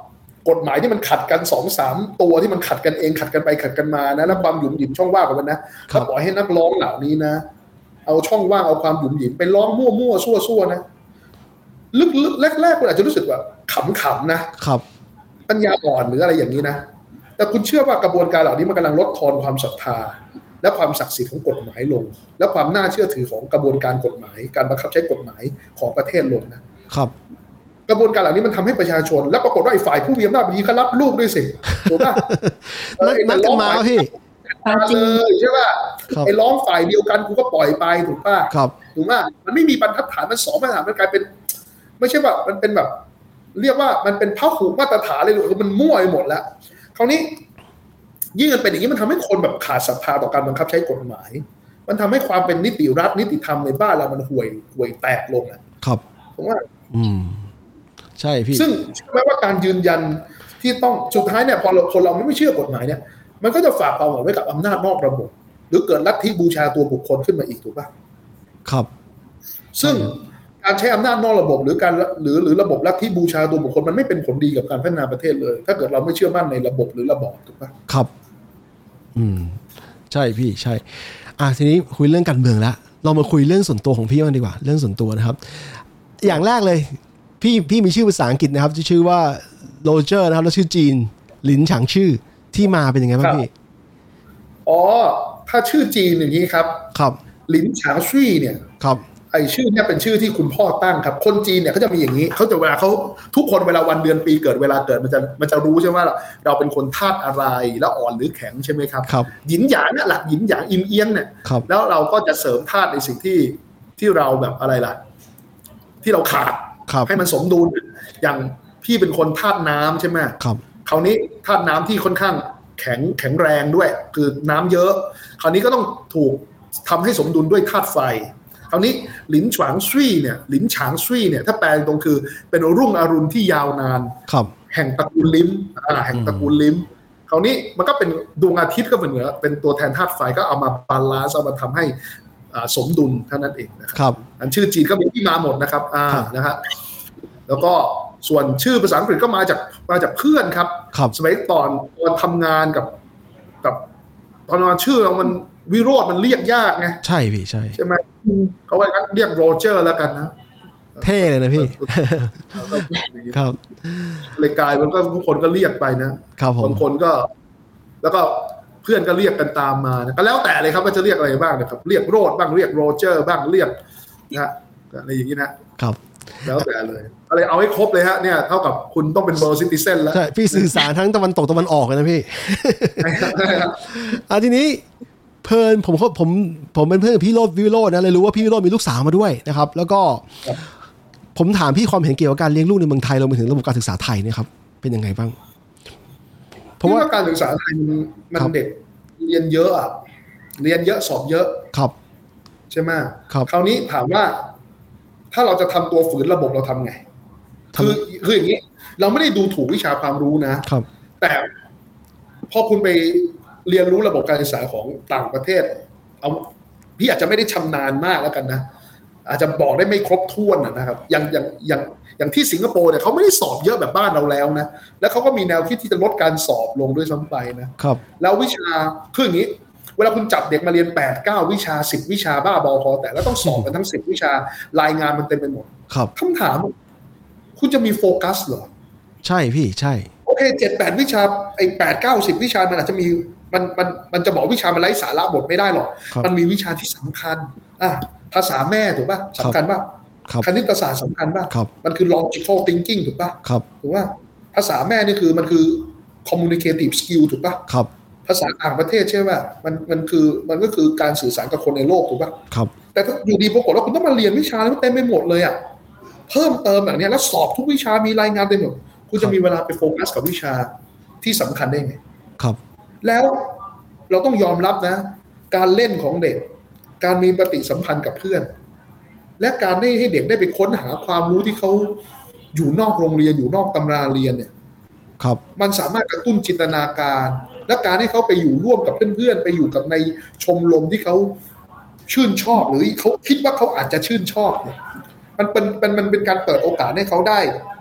กฎหมายที่มันขัดกันสองสามตัวที่มันขัดกันเองขัดกันไปขัดกันมานะแล้วความหยุมหยิมช่องว่างของมันนะถ้าปล่อยให้นักร้องเหล่านี้นะเอาช่องว่างเอาความหยุมหยิมไปร้องมั่วๆซั่วๆนะลึกๆแรกๆคุณอาจจะรู้สึกว่าขำๆนะครับปัญญาอ่อนหรืออะไรอย่างนี้นะแต่คุณเชื่อว่ากระบวนการเหล่านี้มันกำลังลดทอนความศรัทธาและความศักดิ์สิทธิ์ของกฎหมายลงและความน่าเชื่อถือของกระบวนการกฎหมายการบังคับใช้กฎหมายของประเทศลงนะครับกระบวนการเหล่านี้มันทำให้ประชาชนและปรากฏว่าไอ้ฝ่ายผู้มีอำนาจบางทีก็รับลูกด้วยสิถูกป่ะนักกันมาพี่เลยใช่ป่ะไอ้ร้องฝ่ายเดียวกันกูก็ปล่อยไปถูกป่ะถูกป่ะมันไม่มีบรรทัดฐานมันสองบรรทัดฐานมันกลายเป็นไม่ใช่ว่ามันเป็นแบบเรียกว่ามันเป็นพหุมาตรฐานเลยหรือมันมั่วไปหมดแล้วคราวนี้ยิ่งมันเป็นอย่างนี้มันทำให้คนแบบขาดศรัทธาต่อการบังคับใช้กฎหมายมันทำให้ความเป็นนิติรัฐนิติธรรมในบ้านเรามันห่วยห่วยแตกลงอ่ะครับผมว่าอืมใช่พี่ซึ่งเชื่อไหมว่าการยืนยันที่ต้องสุดท้ายเนี่ยพอเราคนเราไม่เชื่อกฎหมายเนี่ยมันก็จะฝากความหวังไว้กับอำนาจนอกระบบหรือเกิดลัทธิบูชาตัวบุคคลขึ้นมาอีกถูกป่ะครับซึ่งการใช้อำนาจนอกระบบหรือการหรือหรือระบบลัทธิบูชาตัวบุคคลมันไม่เป็นผลดีกับการพัฒนาประเทศเลยถ้าเกิดเราไม่เชื่อมั่นในระบบหรือระบอบถูกป่ะครับอืมใช่พี่ใช่อ่ะทีนี้คุยเรื่องการเมืองแล้วเรามาคุยเรื่องส่วนตัวของพี่บ้างดีกว่าเรื่องส่วนตัวนะครับอย่างแรกเลยพี่พี่มีชื่อภาษาอังกฤษนะครับที่ชื่อว่าโรเจอร์นะครับแล้วชื่อจีนหลินฉางชื่อที่มาเป็นยังไงบ้างพี่อ๋อถ้าชื่อจีนอย่างนี้ครับครับหลินฉางชี่เนี่ยครับไอชื่อเนี่ยเป็นชื่อที่คุณพ่อตั้งครับคนจีนเนี่ยเขาจะมีอย่างนี้เขาจะเวลาเขาทุกคนเวลาวันเดือนปีเกิดเวลาเกิดมันจะมันจะรู้ใช่ไหมว่าเราเป็นคนธาตุอะไรแล้วอ่อนหรือแข็งใช่ไหมครับครับหยินหยางเนี่ยหลักหยินหยางอิมเอียงเนี่ยแล้วเราก็จะเสริมธาตุในสิ่งที่ที่เราแบบอะไรล่ะที่เราขาดให้มันสมดุลอย่างพี่เป็นคนธาตุน้ำใช่ไหมครับคราวนี้ธาตุน้ำที่ค่อนข้างแข็งแข็งแรงด้วยคือน้ำเยอะคราวนี้ก็ต้องถูกทำให้สมดุลด้วยธาตุไฟคราวนี้หลินฉางซี่เนี่ยหลินฉางซี่เนี่ยถ้าแปลตรงคือเป็นรุ่งอรุณที่ยาวนานแห่งตระกูลลิ้มอ่าแห่งตระกูลลิ้มคราวนี้มันก็เป็นดวงอาทิตย์ก็เป็นเหมือนเป็นตัวแทนธาตุไฟก็เอามาบาลานซ์เอามาทำให้สมดุลเท่านั้นเองนะครับอันชื่อจีนก็มีที่มาหมดนะครับอ่านะฮะแล้วก็ส่วนชื่อภาษาอังกฤษก็มาจากมาจากเพื่อนครับสมัยตอนตอนทำงานกับกับตอนนั้นชื่อมันวิโรจน์มันเรียกยากไงใช่พี่ใช่ใช่ไหมเขาว่างั้นเรียกโรเจอร์แล้วกันนะเท่เลยนะพี่ครับเลยกลายมันก็ทุกคนก็เรียกไปนะครับบางคนก็แล้วก็เพื่อนก็เรียกกันตามมานะก็แล้วแต่เลยครับว่าจะเรียกอะไรบ้างนะครับเรียกโรดบ้างเรียกโรเจอร์บ้างเรียกนะอะไรอย่างนี้นะครับแล้วแต่เลยอะไรเอาให้ครบเลยฮะเนี่ยเท่ากับคุณต้องเป็น world citizen แล้วใช่พี่สื่อสารทั้งตะวันตกตะวันออกเลยนะพี่อ่ะทีนี้เพื่อนผมผมผมเป็นเพื่อนกับพี่โรจน์วิโรจน์นะเลยรู้ว่าพี่วิโรจน์มีลูกสาวมาด้วยนะครับแล้วก็ผมถามพี่ความเห็นเกี่ยวกับการเลี้ยงลูกในเมืองไทยเราไปถึงระบบการศึกษาไทยเนี่ยครับเป็นยังไงบ้างเพราะว่าการศึกษาไทยมันเด็กเรียนเยอะอ่ะเรียนเยอะสอบเยอะครับใช่ไหมครับคราวนี้ถามว่าถ้าเราจะทำตัวฝืนระบบเราทำไงคือคืออย่างนี้เราไม่ได้ดูถูกวิชาความรู้นะครับแต่พอคุณไปเรียนรู้ระบบการศึกษาของต่างประเทศเอาพี่อาจจะไม่ได้ชำนาญมากแล้วกันนะอาจจะบอกได้ไม่ครบถ้วนนะครับอย่างอย่างอย่างอย่างที่สิงคโปร์เนี่ยเขาไม่ได้สอบเยอะแบบบ้านเราแล้วนะแล้วเขาก็มีแนวคิดที่จะลดการสอบลงด้วยซ้ำไปนะครับแล้ววิชาคืออย่างนี้เวลาคุณจับเด็กมาเรียนแปด เก้าวิชาสิบวิชาบ้าบอพอแต่แล้วต้องสอบกันทั้งสิบวิชารายงานมันเต็มไปหมดครับคำถามคุณจะมีโฟกัสเหรอใช่พี่ใช่โอเค เจ็ด แปด วิชาไอ้แปด เก้า สิบวิชามันอาจจะมีมันมันมันจะบอกวิชามันไร้สาระหมดไม่ได้หรอกมันมีวิชาที่สำคัญอ่ะภาษาแม่ถูกป่ะสำคัญป่ะคณิตศาสตร์สำคัญป่ะมันคือ logical thinking ถูกป่ะถูกป่ะภาษาแม่นี่คือมันคือ communicative skill ถูกป่ะภาษาต่างประเทศใช่ป่ะมันมันคือมันก็คือการสื่อสารกับคนในโลกถูกป่ะแต่ถ้าอยู่ดีปรากฏว่าคุณต้องมาเรียนวิชาแล้วเต็มไปหมดเลยอ่ะเพิ่มเติมแบบนี้แล้วสอบทุกวิชามีรายงานเต็มหมดคุณจะมีเวลาไปโฟกัสกับวิชาที่สำคัญได้ไงครับแล้วเราต้องยอมรับนะการเล่นของเด็กการมีปฏิสัมพันธ์กับเพื่อนและการได้ให้เด็กได้ไปค้นหาความรู้ที่เขาอยู่นอกโรงเรียนอยู่นอกตำราเรียนเนี่ยครับมันสามารถกระตุ้นจินตนาการและการให้เขาไปอยู่ร่วมกับเพื่อนๆไปอยู่กับในชมรมที่เขาชื่นชอบหรือเขาคิดว่าเขาอาจจะชื่นชอบเนี่ยมันเป็นมันมันเป็นการเปิดโอกาสให้เขาได้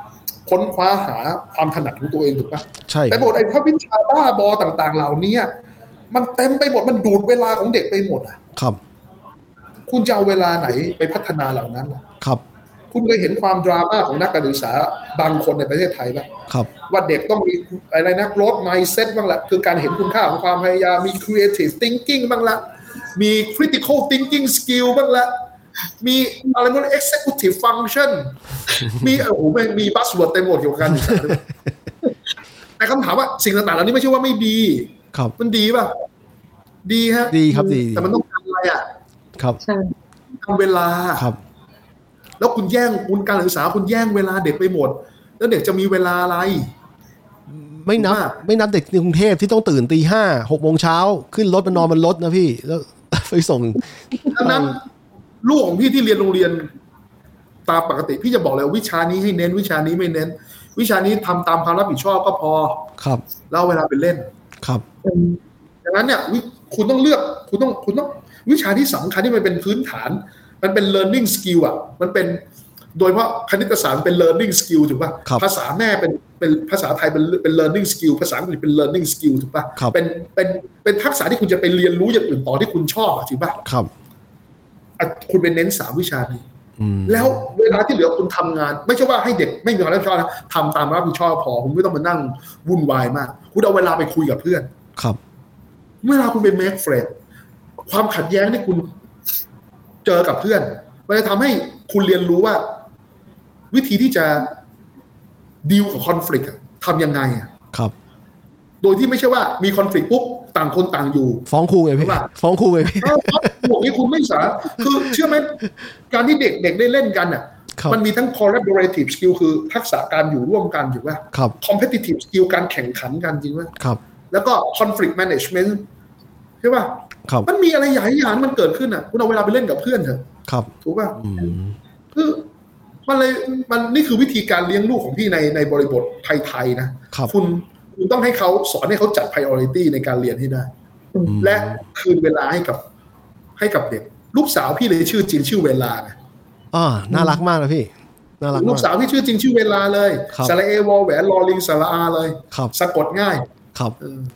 ค้นคว้าหาความถนัดของตัวเองถูกปะใช่แต่บทไอ้พวกวิชาบ้าบอต่างๆเหล่านี้มันเต็มไปหมดมันดูดเวลาของเด็กไปหมดอ่ะครับคุณจะเอาเวลาไหนไปพัฒนาเหล่านั้นล่ะครับคุณเคยเห็นความดราม่าของนักการศึกษาบางคนในประเทศไทยป่ะครับว่าเด็กต้องมีอะไรนะ growth mindset บ้างละคือการเห็นคุณค่าของความพยายามมี creative thinking บ้างละมี critical thinking skill บ้างละมีอะไรพวก executive function มีโอ้โหแม่งมี buzzword เต็มหมดเกี่ยวกับการศึกษาแต่คำถามว่าสิ่งต่างๆเหล่านี้ไม่ใช่ว่าไม่ดีครับมันดีป่ะดีฮะดีครับดีแต่มันต้องทำอะไรอ่ะครับทำเวลาครับแล้วคุณแย่งคุณการศึกษาคุณแย่งเวลาเด็กไปหมดแล้วเด็กจะมีเวลาอะไรไม่นับไม่นับเด็กในกรุงเทพที่ต้องตื่นตีห้าหกโมงเช้าขึ้นรถมานอนบนรถนะพี่แล้วไปส่งดังนั้นลูกของพี่ที่เรียนโรงเรียนตามปกติพี่จะบอกเลยวิชานี้ให้เน้นวิชานี้ไม่เน้นวิชานี้ทำตามความรับผิดชอบก็พอครับแล้วเวลาไปเล่นครับดังนั้นเนี่ยคุณต้องเลือกคุณต้องคุณต้องวิชาที่สำคัญที่มันเป็นพื้นฐานมันเป็น learning skill อ่ะมันเป็นโดยเฉพาะคณิตศาสตร์เป็น learning skill ถูกป่ะภาษาแม่เป็นเป็นภาษาไทยเป็นเป็น learning skill ภาษาอังกฤษเป็น learning skill ถูกป่ะเป็นเป็นเป็นทักษะที่คุณจะไปเรียนรู้อย่างอื่นต่อที่คุณชอบอ่ะถูกป่ะครับคุณไปเน้นสามวิชานี้แล้วเวลาที่เหลือคุณทำงานไม่ใช่ว่าให้เด็กไม่มีความรับผิดชอบนะทำตามรับผิดชอบพอคุณไม่ต้องมานั่งวุ่นวายมากคุณเอาเวลาไปคุยกับเพื่อนครับเวลาคุณเป็น make friend ความขัดแย้งที่คุณเจอกับเพื่อนมันจะทำให้คุณเรียนรู้ว่าวิธีที่จะดีลกับคอนฟลิกต์ทำยังไงครับโดยที่ไม่ใช่ว่ามีคอนฟลิกต์ปุ๊บต่างคนต่างอยู่ฟ้องครูไงพี่ฟ้องครูไงพี่พวกนี้คุณไม่สาคือเชื่อไหมการที่เด็กเด็กได้เล่นกันอ่ะมันมีทั้ง collaborative skill คือทักษะการอยู่ร่วมกันถูกป่ะ competitive skill การแข่งขันกันจริงป่ะครับแล้วก็ conflict management ใช่ป่ะครับมันมีอะไรหลายอย่างมันเกิดขึ้นอ่ะคุณเอาเวลาไปเล่นกับเพื่อนเถอะครับถูกป่ะคือมันเลยมันนี่คือวิธีการเลี้ยงลูกของพี่ในในบริบทไทยๆนะคุณคุณต้องให้เขาสอนให้เขาจัด priority ในการเรียนให้ได้และคืนเวลาให้กับให้กับเด็กลูกสาวพี่เลยชื่อจริงชื่อเวลาไงอ๋อน่ารักมากนะพี่น่ารักลูกสาวพี่ชื่อจริงชื่อเวลาเลยสระเอวอแหวนลอลิงสระอาเลยสะกดง่ายครับ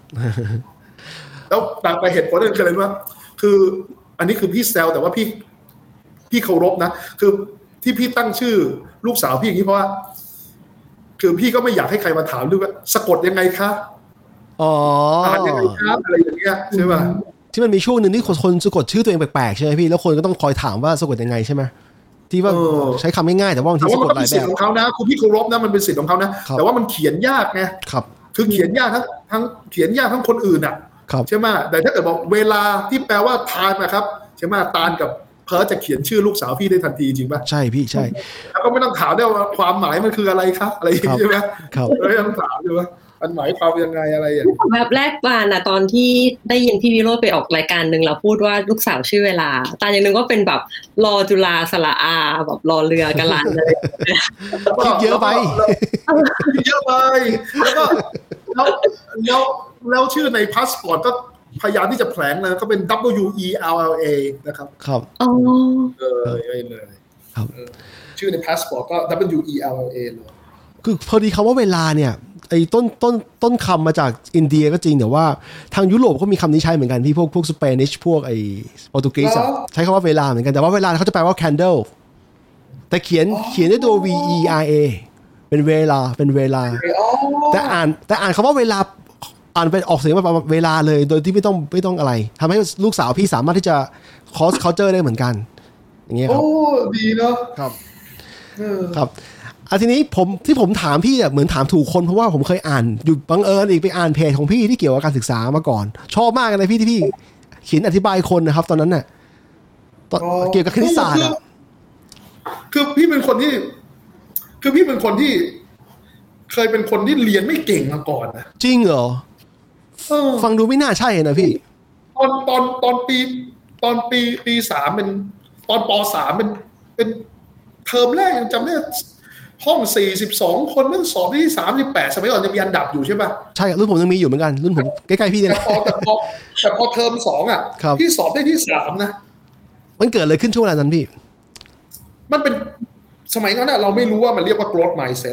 แล้วต่างไปเหตุผลนึงคืออะไรรู้ป่ะคืออันนี้คือพี่แซวแต่ว่าพี่พี่เคารพนะคือที่พี่ตั้งชื่อลูกสาวพี่อย่างนี้เพราะว่าคือพี่ก็ไม่อยากให้ใครมาถามด้วยว่าสะกดยังไงคะอ๋ออ่านยังไงครับอะไรอย่างเงี้ยใช่ป่ะที่มันมีช่วงหนึ่งที่คนสะกดชื่อตัวเองแปลกๆใช่ไหมพี่แล้วคนก็ต้องคอยถามว่าสะกดยังไงใช่ไหมที่ว่าใช้คำง่ายๆแต่ว่าบางทีสะกดหลายแบบของเขานะคือพี่เคารพนะมันเป็นสิทธิ์ของเขานะแต่ว่ามันเขียนยากไงครับคือเขียนยากทั้งทั้งเขียนยากทั้งคนอื่นอ่ะใช่ไหมแต่ถ้าเกิดบอกเวลาที่แปลว่าทานนะครับใช่ไหมตาลกับเพิร์ทจะเขียนชื่อลูกสาวพี่ได้ทันทีจริงป่ะใช่พี่ใช่แล้วก็ไม่ต้องถามได้ว่าความหมายมันคืออะไรครับอะไรใช่ไหมครับไม่ต้องถามใช่ไหมมันหมายความยังไงอะไรอย่างแบบแรกปานอ่ะตอนที่ได้ยินพี่วิโรจน์ไปออกรายการหนึ่งเราพูดว่าลูกสาวชื่อเวลาตาอย่างนึงก็เป็นแบบรอจุฬาสระอาแบบรอเรือกะลันเลยคิดเยอะไปเยอะไปแล้วก็แล้วแล้วแล้วชื่อในพาสปอร์ตก็พยายามที่จะแผลงนะก็เป็น W E L L A นะครับครับอ๋อเออเลยครับชื่อในพาสปอร์ตก็ W E L L A เลยคือพอดีคำว่าเวลาเนี่ยไอ้ต้นต้นต้นคำมาจากอินเดียก็จริงแต่ว่าทางยุโรปก็มีคำนี้ใช้เหมือนกันพี่พวกพวกสเปนิชพวกไอ้โปรตุเกสใช้คำว่าเวลาเหมือนกันแต่ว่าเวลาเขาจะแปลว่า candle แต่เขียนเขียนด้วยตัว V E R A เป็นเวลาเป็นเวลาแต่อ่านแต่อ่านคำว่าเวลาอ่านเป็นออกเสียงว่าเวลาเลยโดยที่ไม่ต้องไม่ต้องอะไรทำให้ลูกสาวพี่สามารถที่จะ cross culture ได้เหมือนกันอย่างเงี้ยครับโอ้ดีเนาะครับครับอ่ะทีนี้ผมที่ผมถามพี่เนี่ยเหมือนถามถูกคนเพราะว่าผมเคยอ่านอยู่บังเอิญอีกไปอ่านเพจของพี่ที่เกี่ยวกับการศึกษามาก่อนชอบมากเลยพี่ที่พี่เขียนอธิบายคนนะครับตอนนั้นน่ะเกี่ยวกับคณิตศาสตร์อ่ะคือพี่เป็นคนที่คือพี่เป็นคนที่เคยเป็นคนที่เรียนไม่เก่งมาก่อนนะจริงเหรอฟังดูไม่น่าใช่นะพี่ตอนตอนตอนปีตอนปีปีสามเป็นตอนป.สามเป็นเป็นเทอมแรกยังจำได้ห้องสี่สิบสองคนนั่งสอบที่สามสิบแปดสมัยก่อนจะมีอันดับอยู่ใช่ป่ะใช่รุ่นผมยังมีอยู่เหมือนกันรุ่นผมใกล้ๆพี่เนี่ยแต่พอแต่พอแต่พอเทอมสองอ่ะพี่สอบได้ที่สามนะมันเกิดอะไรขึ้นช่วงเวลานั้นพี่มันเป็นสมัยนั้นเราไม่รู้ว่ามันเรียกว่า growth mindset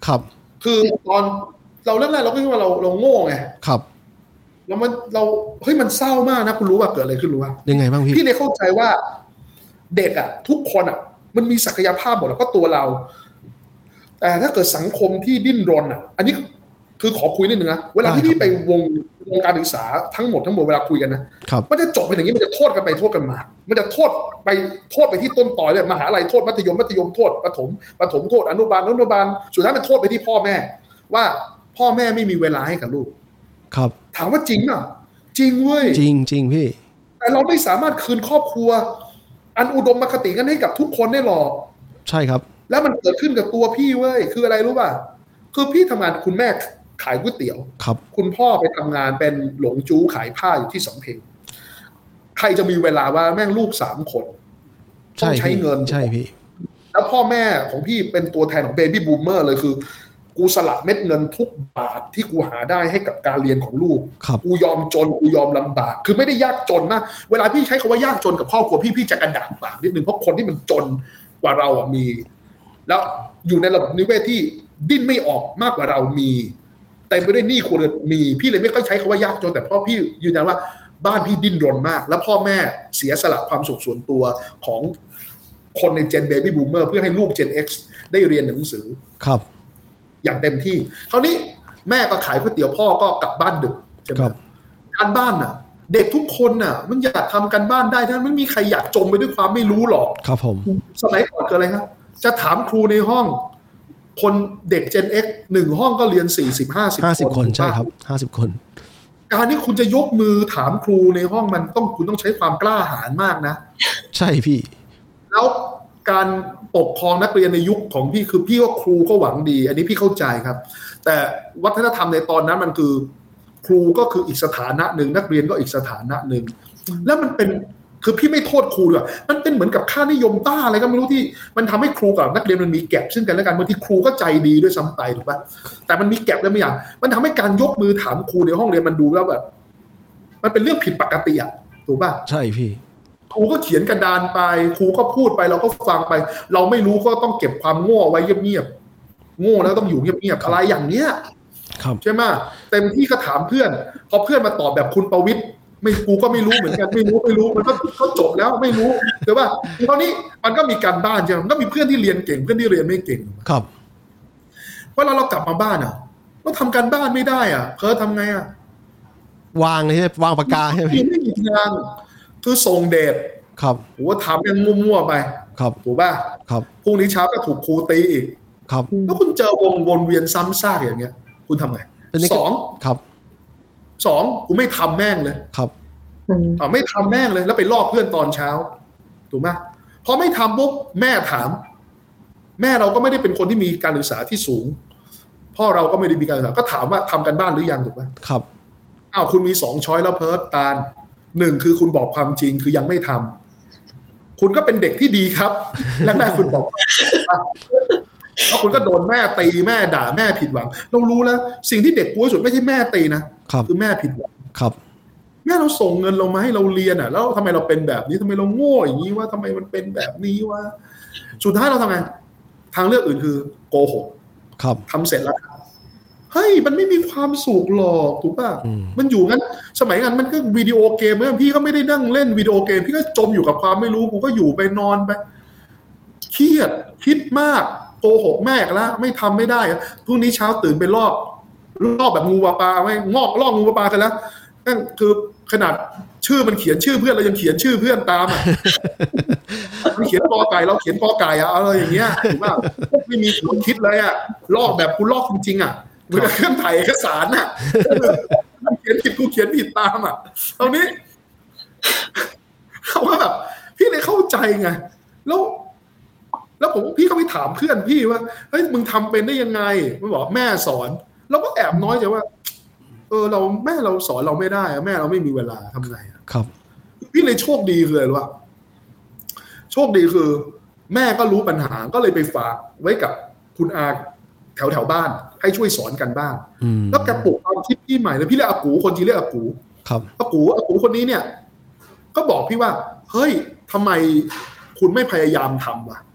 ครับคือตอนเราเรื่องแรกเราก็คิดว่าเราเราโง่ไงครับแล้วมันเราเฮ้ยมันเศร้ามากนะคุณรู้ว่าเกิดอะไรขึ้นรู้ป่ะยังไงบ้างพี่พี่เลยเข้าใจว่าเด็กอ่ะทุกคนอ่ะมันมีศักยภาพหมดแล้วก็ตัวเราแต่ถ้าเกิดสังคมที่ดิ้นรนอ่ะอันนี้คือขอคุยนิดนึงนะเวลาที่พี่ไปวงวงการศึกษาทั้งหมดทั้งหมดเวลาคุยกันนะมันจะจบเป็นอย่างนี้มันจะโทษกันไปโทษกันมามันจะโทษไปโทษไปที่ต้นตอเลยมหาลัยโทษมัธยมมัธยมโทษประถมประถมโทษอนุบาลอนุบาลสุดท้ายมันโทษไปที่พ่อแม่ว่าพ่อแม่ไม่มีเวลาให้กับลูกครับถามว่าจริงอ่ะจริงเว้ยจริงจริงพี่แต่เราไม่สามารถคืนครอบครัวอันอุดมคติกันให้กับทุกคนได้หรอกใช่ครับแล้วมันเกิดขึ้นกับตัวพี่เว้ยคืออะไรรู้ป่ะคือพี่ทำงานคุณแม่ขายก๋วยเตี๋ยวครับคุณพ่อไปทำงานเป็นหลงจู้ขายผ้าอยู่ที่สำเพ็งใครจะมีเวลาว่าแม่งลูกสามคนต้องใช้เงินใช่พี่แล้วพ่อแม่ของพี่เป็นตัวแทนของเบบี้บูมเมอร์เลยคือกูสละเม็ดเงินทุกบาทที่กูหาได้ให้กับการเรียนของลูกกูยอมจนกูยอมลำบากคือไม่ได้ยากจนนะเวลาพี่ใช้คำว่ายากจนกับครอบครัวพี่พี่จะกระดากปากนิดนึงเพราะคนที่มันจนกว่าเราอ่ะมีแล้วอยู่ในระบบนิเวศที่ดิ้นไม่ออกมากกว่าเรามีแต่ไม่ได้หนี้ครัวเรือนมีพี่เลยไม่ค่อยใช้คำว่ายากจนแต่พ่อพี่ยืนยันว่าบ้านพี่ดิ้นรนมากแล้วพ่อแม่เสียสละความสุขส่วนตัวของคนในเจนเบบี้บูมเมอร์เพื่อให้ลูก Gen X ได้เรียนหนังสือครับอย่างเต็มที่คราวนี้แม่ก็ขายก๋วยเตี๋ยวพ่อก็กลับบ้านดึกใช่ไหมการบ้านน่ะเด็กทุกคนน่ะมันอยากทำการบ้านได้ท่านไม่มีใครอยากจมไปด้วยความไม่รู้หรอกครับผมสมัยก่อนเกิดอะไรครับจะถามครูในห้องคนเด็ก Gen X หนึ่งห้องก็เรียนสี่สิบ ห้าสิบห้าสิบคนใช่ครับห้าสิบคนการที่คุณจะยกมือถามครูในห้องมันต้องคุณต้องใช้ความกล้าหาญมากนะใช่พี่แล้วการปกครองนักเรียนในยุคของพี่คือพี่ว่าครูก็หวังดีอันนี้พี่เข้าใจครับแต่วัฒนธรรมในตอนนั้นมันคือครูก็คืออีกสถานะหนึ่งนักเรียนก็อีกสถานะหนึ่งแล้วมันเป็นคือพี่ไม่โทษครูด้วยมันเป็นเหมือนกับค่านิยมบ้าอะไรก็ไม่รู้ที่มันทำให้ครูกับนักเรียนมันมีแกลบซึ่งกันและกันบางทีครูก็ใจดีด้วยซ้ำไปถูกป่ะแต่มันมีแกลบแล้วไม่อย่างมันทำให้การยกมือถามครูในห้องเรียนมันดูแล้วแบบมันเป็นเรื่องผิดปกติอ่ะถูกป่ะใช่พี่ครูก็เขียนกระดานไปครูก็พูดไปเราก็ฟังไปเราไม่รู้ก็ต้องเก็บความโง่ไว้เงียบๆโง่แล้วต้องอยู่เงียบๆอะไรอย่างเนี้ยใช่ไหมเต็มที่ก็ถามเพื่อนพอเพื่อนมาตอบแบบคุณประวิตรไม่กูก็ไม่รู้เหมือนกันไม่รู้ไม่รู้มันก็ก็จบแล้วไม่รู้แต่ว่าคราวนี้มันก็มีการบ้านใช่ไหมมันก็มีเพื่อนที่เรียนเก่งเพื่อนที่เรียนไม่เก่งครับเวลาเรากลับมาบ้านอ่ะเราทำการบ้านไม่ได้อ่ะเพิร์ททำไงอ่ะวางเลยใช่วางปากกาใช่ไหมไม่มีงานคือส่งเดทครับโอ้ทำยังมั่วๆไปครับถูกป่ะครับพรุ่งนี้เช้าก็ถูกครูตีอีกครับแล้วคุณเจอวงวนเวียนซ้ำซากอย่างเงี้ยคุณทำไงสองครับสองกูไม่ทำแม่งเลยครับอ๋อไม่ทำแม่งเลยแล้วไปลอกเพื่อนตอนเช้าถูกไหมพอไม่ทำปุ๊บแม่ถามแม่เราก็ไม่ได้เป็นคนที่มีการศึกษาที่สูงพ่อเราก็ไม่ได้มีการศึกษาก็ถามว่าทำกันบ้านหรือยังถูกไหมครับอ้าวคุณมีสองช้อยแล้วเพิร์ทตาลหนึ่งคือคุณบอกความจริงคือยังไม่ทำคุณก็เป็นเด็กที่ดีครับและแม่คุณบอกแล้วคุณก็โดนแม่ตีแม่ด่าแม่ผิดหวังเรารู้แล้วสิ่งที่เด็กกลัวสุดไม่ใช่แม่ตีนะคือแม่ผิดหวังครับแม่เราส่งเงินเรามาให้เราเรียนอ่ะแล้วทำไมเราเป็นแบบนี้ทำไมเราโง่อย่างนี้วะทำไมมันเป็นแบบนี้วะสุดท้ายเราทำไงทางเลือกอื่นคือโกหกครับทำเสร็จแล้วเฮ้ยมันไม่มีความสุขหรอกถูกป่ะมันอยู่งั้นสมัยนั้นมันก็วิดีโอเกมเมื่อพี่ก็ไม่ได้นั่งเล่นวิดีโอเกมพี่ก็จมอยู่กับความไม่รู้กูก็อยู่ไปนอนไปเครียดคิดมากโกหกแม่แล้วไม่ทำไม่ได้พรุ่งนี้เช้าตื่นไปลอกลอกแบบงูปลาปลาไว้งอกลอกงูปลาปลากันแล้วนั่นคือขนาดชื่อมันเขียนชื่อเพื่อนเรายังเขียนชื่อเพื่อนตามอ่ะมันเขียนกอไก่เราเขียนกอไก่อะอะไรอย่างเงี้ยถูกป่ะไม่มีคนคิดเลยอะลอกแบบกูลอกจริงๆอะเหมือนเครื่องถ่ายเอกสารอะเขียนผิดกูเขียนผิดตามอะตอนนี้เขาว่าแบบพี่เลยเข้าใจไงแล้วแล้วผมพี่ก็ไปถามเพื่อนพี่ว่าเฮ้ยมึงทำเป็นได้ยังไงมันบอกแม่สอนเราก็แอบน้อยใจว่าเออเราแม่เราสอนเราไม่ได้แม่เราไม่มีเวลาทำไงครับพี่เลยโชคดีคืออะไรรู้ป่ะโชคดีคือแม่ก็รู้ปัญหาก็เลยไปฝากไว้กับคุณอาแถวแถวบ้านให้ช่วยสอนกันบ้างแล้วแกปลุกความคิดพี่ใหม่เลยพี่เรียกอากูคนจีนเรียกอากูครับอากูอากูคนนี้เนี่ยก็บอกพี่ว่าเฮ้ยทำไมคุณไม่พยายามทำวะ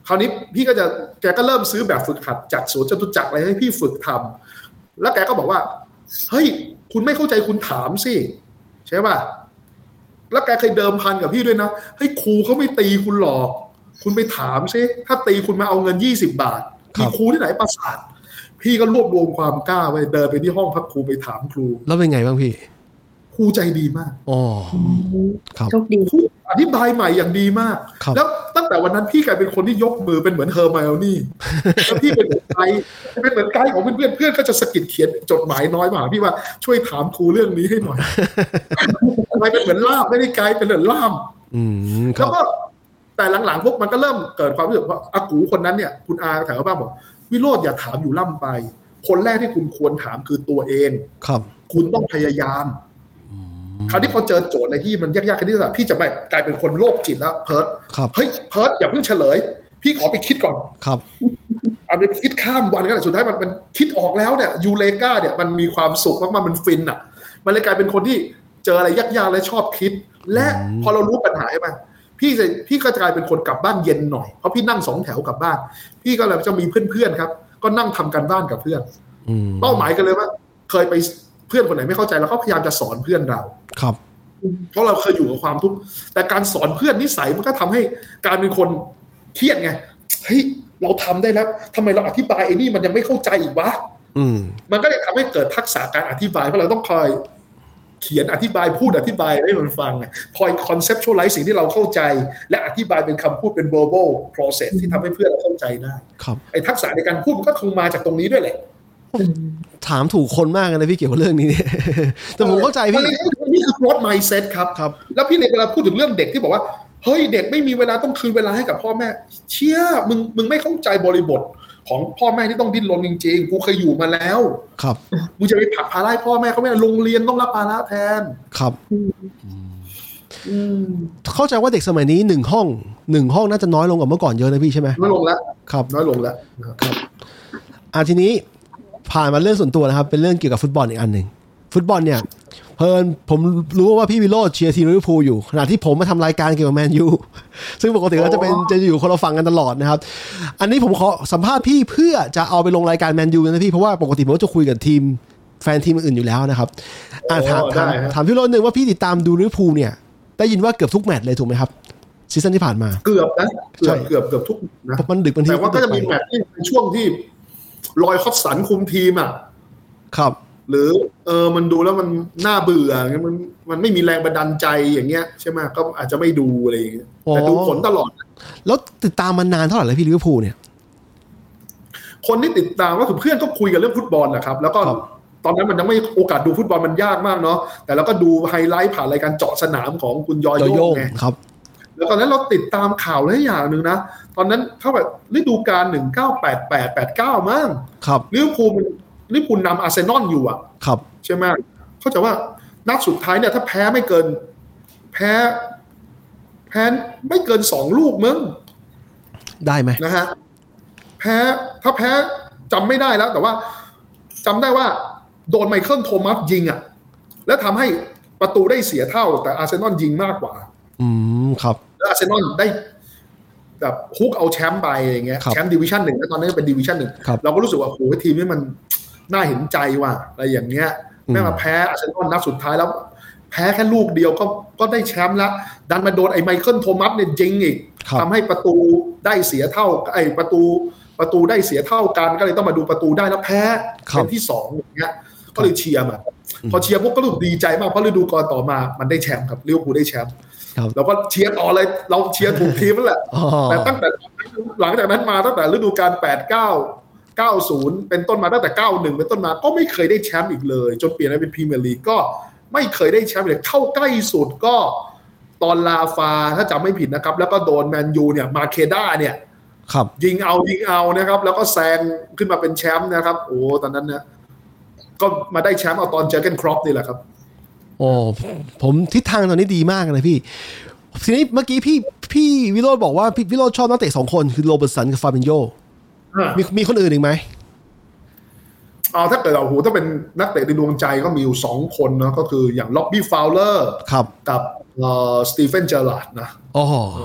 คราวนี้พี่ก็จะแกก็เริ่มซื้อแบบฝึกหัดจากสวนจตุจักรอะไรให้พี่ฝึกทำแล้วแกก็บอกว่าเฮ้ยคุณไม่เข้าใจคุณถามสิใช่ป่ะแล้วแกเคยเดิมพันกับพี่ด้วยนะเฮ้ยครูเขาไม่ตีคุณหรอกคุณไปถามสิถ้าตีคุณมาเอาเงินยี่สิบบาทมีครูที่ไหนประสาทพี่ก็รวบรวมความกล้าไปเดินไปที่ห้องพักครูไปถามครูแล้วเป็นไงบ้างพี่ครูใจดีมากอ๋อครับโชคดีอธิบายใหม่อย่างดีมากแล้วตั้งแต่วันนั้นพี่กลายเป็นคนที่ยกมือเป็นเหมือนเฮอร์ไมโอนี่แล้วพี่เป็นเหมือนไกด์เป็นเหมือนไกด์ของเพื่อนเพื่อนก็จะสะกิดเขียนจดหมายน้อยมาพี่ว่าช่วยถามครูเรื่องนี้ให้หน่อยทำไมเป็นเหมือนล่ามไม่ได้ไกด์เป็นเหมือนล่ามแล้วก็แต่หลังๆพวกมันก็เริ่มเกิดความรู้สึกว่าอากูคนนั้นเนี่ยคุณอาแถวบ้านบอกวิโรจน์อย่าถามอยู่ล่ำไปคนแรกที่คุณควรถามคือตัวเองครับคุณต้องพยายามคราวนี้พอเจอโจทย์อะไรที่มันยากๆคณิตศาสตร์พี่จะไม่กลายเป็นคนโรคจิตแล้วเพิร์ดเฮ้ยเพิร์ดอย่าเพิ่งเฉลยพี่ขอไปคิดก่อนครับเอาไปคิดข้ามวันก็ได้สุดท้ายมันมันคิดออกแล้วเนี่ยยูเรกาเนี่ยมันมีความสุขมากๆมันฟินอ่ะมันเลยกลายเป็นคนที่เจออะไรยากๆและชอบคิดและพอเรารู้ปัญหาใช่ไหมพี่จะพี่ก็จะกลายเป็นคนกลับบ้านเย็นหน่อยเพราะพี่นั่งสองแถวกลับบ้านพี่ก็เลยจะมีเพื่อนๆครับก็นั่งทำกันบ้านกับเพื่อนเป้าหมายกันเลยว่าเคยไปเพื่อนคนไหนไม่เข้าใจเราก็พยายามจะสอนเพื่อนเราครับเพราะเราเคยอยู่กับความทุกข์แต่การสอนเพื่อนนิสัยมันก็ทำให้การเป็นคนเครียดไงเฮ้ยเราทำได้แล้วทำไมเราอธิบายไอ้นี่มันยังไม่เข้าใจอีกวะมันก็เลยทำให้เกิดทักษะการอธิบายเพราะเราต้องคอยเขียนอธิบายพูดอธิบายให้มันฟังคอย conceptualize สิ่งที่เราเข้าใจและอธิบายเป็นคำพูดเป็น verbal process ที่ทำให้เพื่อนเราเข้าใจได้ไอ้ทักษะในการพูดมันก็คงมาจากตรงนี้ด้วยแหละถามถูกคนมากเลยพี่เกี่ยวกับเรื่องนี้เนี่ยแต่ผมเข้าใจพี่นี่คือ growth mindset ครับครับแล้วพี่เลยเวลาพูดถึงเรื่องเด็กที่บอกว่าเฮ้ยเด็กไม่มีเวลาต้องคืนเวลาให้กับพ่อแม่เชี่ยมึงมึงไม่เข้าใจบริบทของพ่อแม่ที่ต้องดิ้นรนจริงๆกูเคยอยู่มาแล้วครับมึงจะไปผลักภาระให้พ่อแม่เขาไม่ได้โรงเรียนต้องรับภาระแทนครับเข้าใจว่าเด็กสมัยนี้หนึ่งห้องหนึ่งห้องน่าจะน้อยลงกว่าเมื่อก่อนเยอะนะพี่ใช่ไหมน้อยลงแล้วครับน้อยลงแล้วครับอ่ะทีนี้ผ่านมาเรื่องส่วนตัวนะครับเป็นเรื่องเกี่ยวกับฟุตบอลอีกอันหนึ่งฟุตบอลเนี่ยเพิ่นผมรู้ว่าพี่วิโรจน์เชียร์ทีมลิเวอร์พูลอยู่ขณะที่ผมมาทำรายการเกี่ยวกับแมนยูซึ่งปกติก็จะเป็นจะอยู่คนละฝั่งกันตลอดนะครับอันนี้ผมขอสัมภาษณ์พี่เพื่อจะเอาไปลงรายการแมนยูนะพี่เพราะว่าปกติผมก็จะคุยกับทีมแฟนทีมอื่นอยู่แล้วนะครับอ่าถามถามถามพี่วิโรจน์นึงว่าพี่ติดตามดูลิเวอร์พูลเนี่ยได้ยินว่าเกือบทุกแมตช์เลยถูกไหมครับซีซั่นที่ผ่านมาเกือบนะเกือบเกือบเกือบทุกนะมันดึกบางทีแต่ว่าก็จะมีแมตช์ที่ในช่วงที่ลอยฮอตสันคุมทีมอ่ะครับหรือเออมันดูแล้วมันน่าเบื่อมันมันไม่มีแรงบันดาลใจอย่างเงี้ยใช่ไหมก็อาจจะไม่ดูอะไรอย่างเงี้ยแต่ดูผลตลอดแล้วติดตามมานานเท่าไหร่แล้วพี่ลิเวอร์พูลเนี่ยคนที่ติดตามก็คือเพื่อนก็คุยกันเรื่องฟุตบอลนะครับแล้วก็ตอนนั้นมันยังไม่โอกาสดูฟุตบอลมันยากมากเนาะแต่เราก็ดูไฮไลท์ผ่านรายการเจาะสนามของคุณยอยโย่งไงครับแล้วตอนนั้นเราติดตามข่าวหลายอย่างนึงนะตอนนั้นเท่าแบบฤดูกาลหนึ่งเก้าแปดแปด แปดเก้ามั้งครับลิเวอร์พูลลิเวอร์พูลนำอาร์เซนอลอยู่อ่ะครับใช่ไหมเขาจะว่านัดสุดท้ายเนี่ยถ้าแพ้ไม่เกินแพ้แพ้ไม่เกินสองลูกมึงได้ไหมนะฮะแพ้ถ้าแพ้จำไม่ได้แล้วแต่ว่าจำได้ว่าโดนไมเคิลโทมัสยิงอ่ะแล้วทำให้ประตูได้เสียเท่าแต่อาร์เซนอลยิงมากกว่าอืมครับแล้วอาร์เซนอลได้แบบฮุกเอาแชมป์ไปอย่างเงี้ยแชมป์ดิวิชั่นหนึ่งแล้วตอนนี้เป็นดิวิชั่นหนึ่งเราก็รู้สึกว่าโอ้โหทีมนี้มันน่าเห็นใจว่ะอะไรอย่างเงี้ยแม่มาแพ้อาร์เซนอลนัดสุดท้ายแล้วแพ้แค่ลูกเดียวก็ก็ได้แชมป์แล้วดันมาโดนไอ้ไมเคิลโทมัสเนี่ยยิงอีกทำให้ประตูได้เสียเท่าไอ้ประตูประตูได้เสียเท่ากันก็เลยต้องมาดูประตูได้แล้วแพ้เป็นที่สองอย่างเงี้ยก็เลยเชียร์มาพอเชียร์พวกก็รู้ดีใจมากเพราะฤดูกาลต่อมามันได้แชมป์ครับลิเวอร์พูลได้แชมป์เราก็เชียร์ต่อเลยเราเชียร์ถูกทีมนั่นแหละแต่ตั้งแต่หลังจากนั้นมาตั้งแต่ฤดูกาลแปด เก้า เก้าสิบเป็นต้นมาตั้งแต่เก้าสิบเอ็ดเป็นต้นมาก็ไม่เคยได้แชมป์อีกเลยจนเปลี่ยนมาเป็นพรีเมียร์ลีกก็ไม่เคยได้แชมป์เลยเข้าใกล้สุดก็ตอนลาฟาถ้าจำไม่ผิดนะครับแล้วก็โดนแมนยูเนี่ยมาเคด้าเนี่ยยิงเอายิงเอานะครับแล้วก็แซงขึ้นมาเป็นแชมป์นะครับโอ้ตอนนั้นเนี่ยก็มาได้แชมป์เอาตอนเจอร์เกนครอปนี่แหละครับโอ้ผมทิศทางตอนนี้ดีมากเลยพี่ทีนี้เมื่อกี้พี่พี่วิโรจน์บอกว่าพี่วิโรจน์ชอบนักเตะสองคนคือโรเบิร์ตสันกับฟาบินโญมีมีคนอื่นอีกไหมอ๋อถ้าเกิดเราโหถ้าเป็นนักเตะในดวงใจก็มีอยู่สองคนนะก็คืออย่างล็อบบี้ฟาวเลอร์กับเอ่อสตีเฟนเจอร์ลาร์ดนะอ๋อ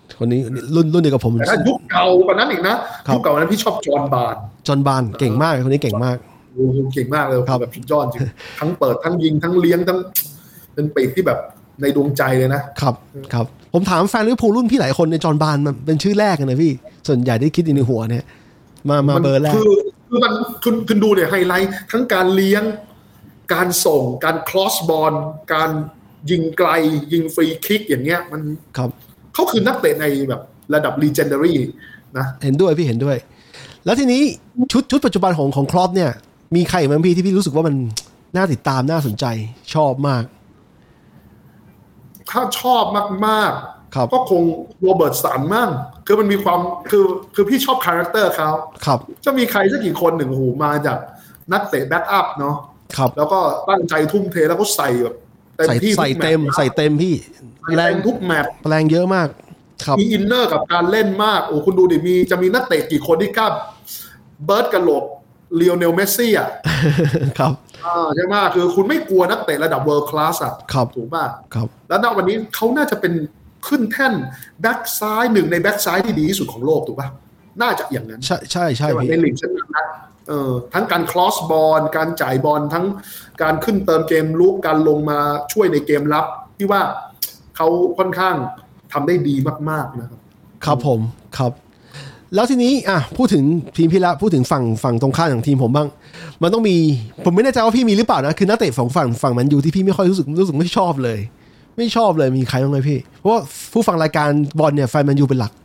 คนนี้รุ่นรุ่นเดียวกับผมแต่ถ้ายุคเก่ากว่านั้นอีกนะยุคเก่านั้นพี่ชอบจอห์นบาร์นจอห์นบาร์นเก่งมากคนนี้เก่งมากโอ้เก่งมากเลยแบบสุดยอดจริงทั้งเปิดทั้งยิงทั้งเลี้ยงทั้งเป็นปีกที่แบบในดวงใจเลยนะครับครับผมถามแฟนลิเวอร์พูลรุ่นพี่หลายคนในจอห์นบาร์นมันเป็นชื่อแรกนะพี่ส่วนใหญ่ได้คิดในหัวเนี่ยมามาเบอร์แรกคือคือมันคุณคุณดูเนี่ยไฮไลท์ทั้งการเลี้ยงการส่งการครอสบอลการยิงไกลยิงฟรีคิกอย่างเงี้ยมันครับเขาคือนักเตะในแบบระดับ legendary นะเห็นด้วยพี่เห็นด้วยแล้วทีนี้ชุดชุดปัจจุบันของของครอปเนี่ยมีใครบ้างพี่ที่พี่รู้สึกว่ามันน่าติดตามน่าสนใจชอบมากถ้าชอบมากๆก็คงโรเบิร์ตสันมั่งคือมันมีความคือคือพี่ชอบคาแรคเตอร์เขาครับจะมีใครสักกี่คนหนึ่งหูมาจากนักเตะแบ็กอัพเนาะครับแล้วก็ตั้งใจทุ่มเทแล้วก็ใส่แบบเต็มที่ใส่เต็มใส่เต็มพี่แรงทุกแมตช์แรงเยอะมากครับมีอินเนอร์กับการเล่นมากโอ้คุณดูดิมีจะมีนักเตะกี่คนที่กล้าเบิร์ดกระโหลกเลโอเนลเมสซี่อ่ะครับอ่าใช่ไหมคือคุณไม่กลัวนักเตะระดับเวิลด์คลาสอ่ะถูกป่ะครับแล้วณวันนี้เขาน่าจะเป็นขึ้นแท่นแบ็กซ้ายหนึ่งในแบ็กซ้ายที่ดีที่สุดของโลกถูกป่ะน่าจะอย่างนั้นใช่ใช่ใช่ในลีกชั้นนำนะเอ่อทั้งการคลอสบอลการจ่ายบอลทั้งการขึ้นเติมเกมลุกการลงมาช่วยในเกมรับที่ว่าเขาค่อนข้างทำได้ดีมากๆนะครับครับผมครับแล้วทีนี้อ่ะพูดถึงทีมพี่ละพูดถึงฝั่งฝั่งตรงข้ามของทีมผมบ้างมันต้องมีผมไม่แน่ใจว่าพี่มีหรือเปล่านะคือนักเตะฝั่งฝั่งฝั่งแมนยูที่พี่ไม่ค่อยรู้สึกรู้สึกไม่ชอบเลยไม่ชอบเลยมีใครบ้างไหมพี่เพราะว่าผู้ฟังรายการบอลเนี่ยแฟนแมนยูเป็นหลัก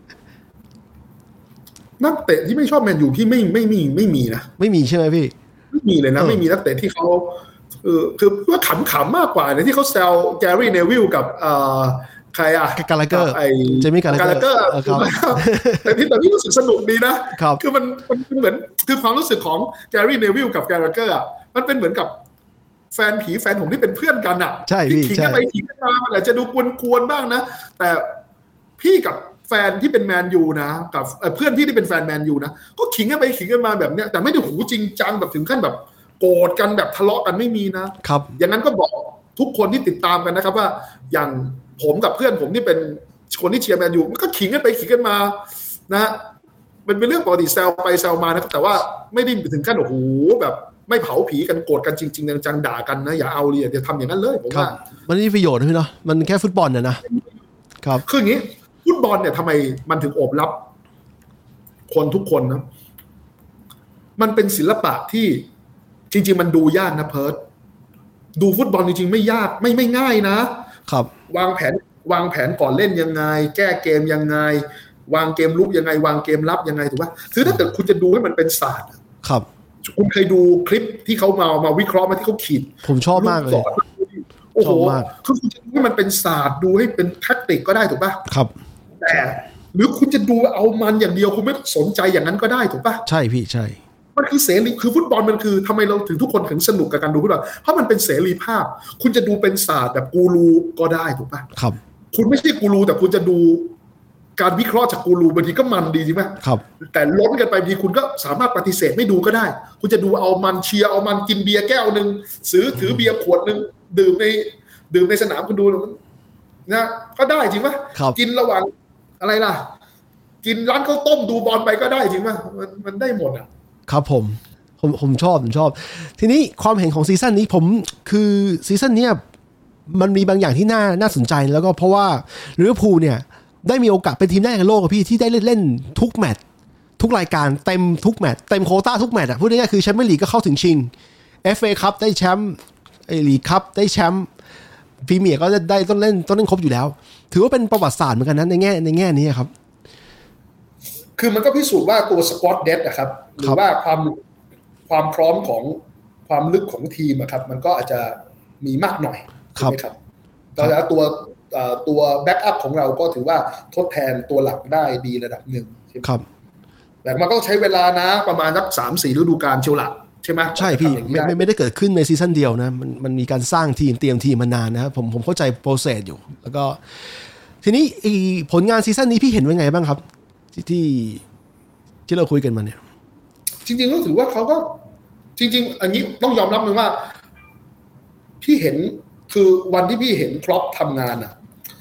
นักเตะที่ไม่ชอบแมนยูพี่ไม่ไม่มีไม่มีนะไม่มีใช่ไหมพี่ไม่มีเลยนะไม่มีนักเตะที่เขาเออคือว่าขำๆมากกว่าเนี่ยที่เขาแซวแกรี่เนวิลกับเอ่อใครอะกาลาเกอร์ไอ้เจมี่กาลาเกอร์แต่พี่แต่พี่รู้สึกสนุกดีนะคือมันมันเหมือนคือความรู้สึกของแกรี่เนวิลกับกาลาเกอร์อ่ะมันเป็นเหมือนกับแฟนผีแฟนผมที่เป็นเพื่อนกันอ่ะที่ขิงกันไปขิงกันมามันอาจจะดูกวนๆบ้างนะแต่พี่กับแฟนที่เป็นแมนยูนะกับเพื่อนพี่ที่เป็นแฟนแมนยูนะก็ขิงกันไปขิงกันมาแบบเนี้ยแต่ไม่ได้หูจริงจังแบบถึงขั้นแบบโกรธกันแบบทะเลาะกันไม่มีนะครับอย่างนั้นก็บอกทุกคนที่ติดตามกันนะครับว่าอย่างผมกับเพื่อนผมที่เป็นคนที่เชียร์แมนยูมันก็ขิงกันไปขิงกันมานะมันเป็นเรื่องปกติแซวไปแซวมานะครับแต่ว่าไม่ได้ถึงขั้นโอ้โหแบบไม่เผาผีกันโกรธกันจริงๆจังๆด่ากันนะอย่าเอาเลยอย่าทำอย่างนั้นเลยผมว่ามันไม่มีประโยชน์นะพี่เนาะมันแค่ฟุตบอลเนี่ยนะครับคืออย่างนี้ฟุตบอลเนี่ยทำไมมันถึงโอบรับคนทุกคนนะมันเป็นศิลปะที่จริงๆมันดูยากนะเพิร์ทดูฟุตบอลจริงๆไม่ยากไม่ไม่ง่ายนะครับวางแผนวางแผนก่อนเล่นยังไงแก้เกมยังไงวางเกมลุกยังไงวางเกมรับยังไงถูกป่ะคือถ้าเกิดคุณจะดูให้มันเป็นศาสตร์ครับคุณเคยดูคลิปที่เขามามาวิเคราะห์มาที่เขาขีดผมชอบมากเลยโอ้โหคือคุณจะดูให้มันเป็นศาสตร์ดูให้เป็นแทคติกก็ได้ถูกป่ะครับแต่หรือคุณจะดูเอามันอย่างเดียวคุณไม่สนใจอย่างนั้นก็ได้ถูกป่ะใช่พี่ใช่มันคือเสรีคือฟุตบอลมันคือทำไมเราถึงทุกคนถึงสนุกกับการดูฟุตบอลเพราะมันเป็นเสรีภาพคุณจะดูเป็นศาสตร์แบบกูรูก็ได้ถูกป่ะครับคุณไม่ใช่กูรูแต่คุณจะดูการวิเคราะห์จากกูรูบางทีก็มันดีใช่ไหมครับแต่ล้นกันไปบางทีคุณก็สามารถปฏิเสธไม่ดูก็ได้คุณจะดูเอามันเชียร์เอามันกินเบียร์แก้วนึงซื้อถือเบียร์ขวดนึงดื่มในดื่มในสนามคุณดูนะก็ได้จริงป่ะกินระหว่างอะไรล่ะกินร้านข้าวต้มดูบอลไปก็ได้จริงป่ะมันมันได้หมดอ่ะครับผมผมผมชอบผมชอบทีนี้ความเห็นของซีซั่นนี้ผมคือซีซั่นนี้มันมีบางอย่างที่น่าน่าสนใจแล้วก็เพราะว่าลิเวอร์พูลเนี่ยได้มีโอกาสเป็นทีมแรกในโลกพี่ที่ได้เล่นเล่นทุกแมตช์ทุกรายการเต็มทุกแมตช์เต็มโควต้าทุกแมตช์อ่ะพูดง่ายๆคือแชมเปี้ยนลีกก็เข้าถึงชิง เอฟ เอ คัพได้แชมป์ไอ้ลีกคัพได้แชมป์พรีเมียร์ก็ได้ต้องเล่นต้องเล่นครบอยู่แล้วถือว่าเป็นประวัติศาสตร์เหมือนกันนะในแง่ในแง่นี้ครับคือมันก็พิสูจน์ว่าตัวสควอตเดปนะครับหรือว่าความความพร้อมของความลึกของทีมครับมันก็อาจจะมีมากหน่อยใช่ไหมครับแต่ตัวตัวแบ็กอัพของเราก็ถือว่าทดแทนตัวหลักได้ดีระดับหนึ่งครับแต่มันก็ใช้เวลานะประมาณสักสามสี่ฤดูกาลเชียวหลักใช่ไหมใช่พี่ไม่ไม่ไม่ได้เกิดขึ้นในซีซั่นเดียวนะมันมันมีการสร้างทีมเตรียมทีมมานานนะครับผมผมเข้าใจโปรเซสอยู่แล้วก็ทีนี้ผลงานซีซั่นนี้พี่เห็นว่าไงบ้างครับที่ที่เราคุยกันมาเนี่ยจริงๆก็ถือว่าเขาก็จริงๆอันนี้ต้องยอมรับเลยว่าพี่เห็นคือวันที่พี่เห็นครอปทำงานอ่ะพ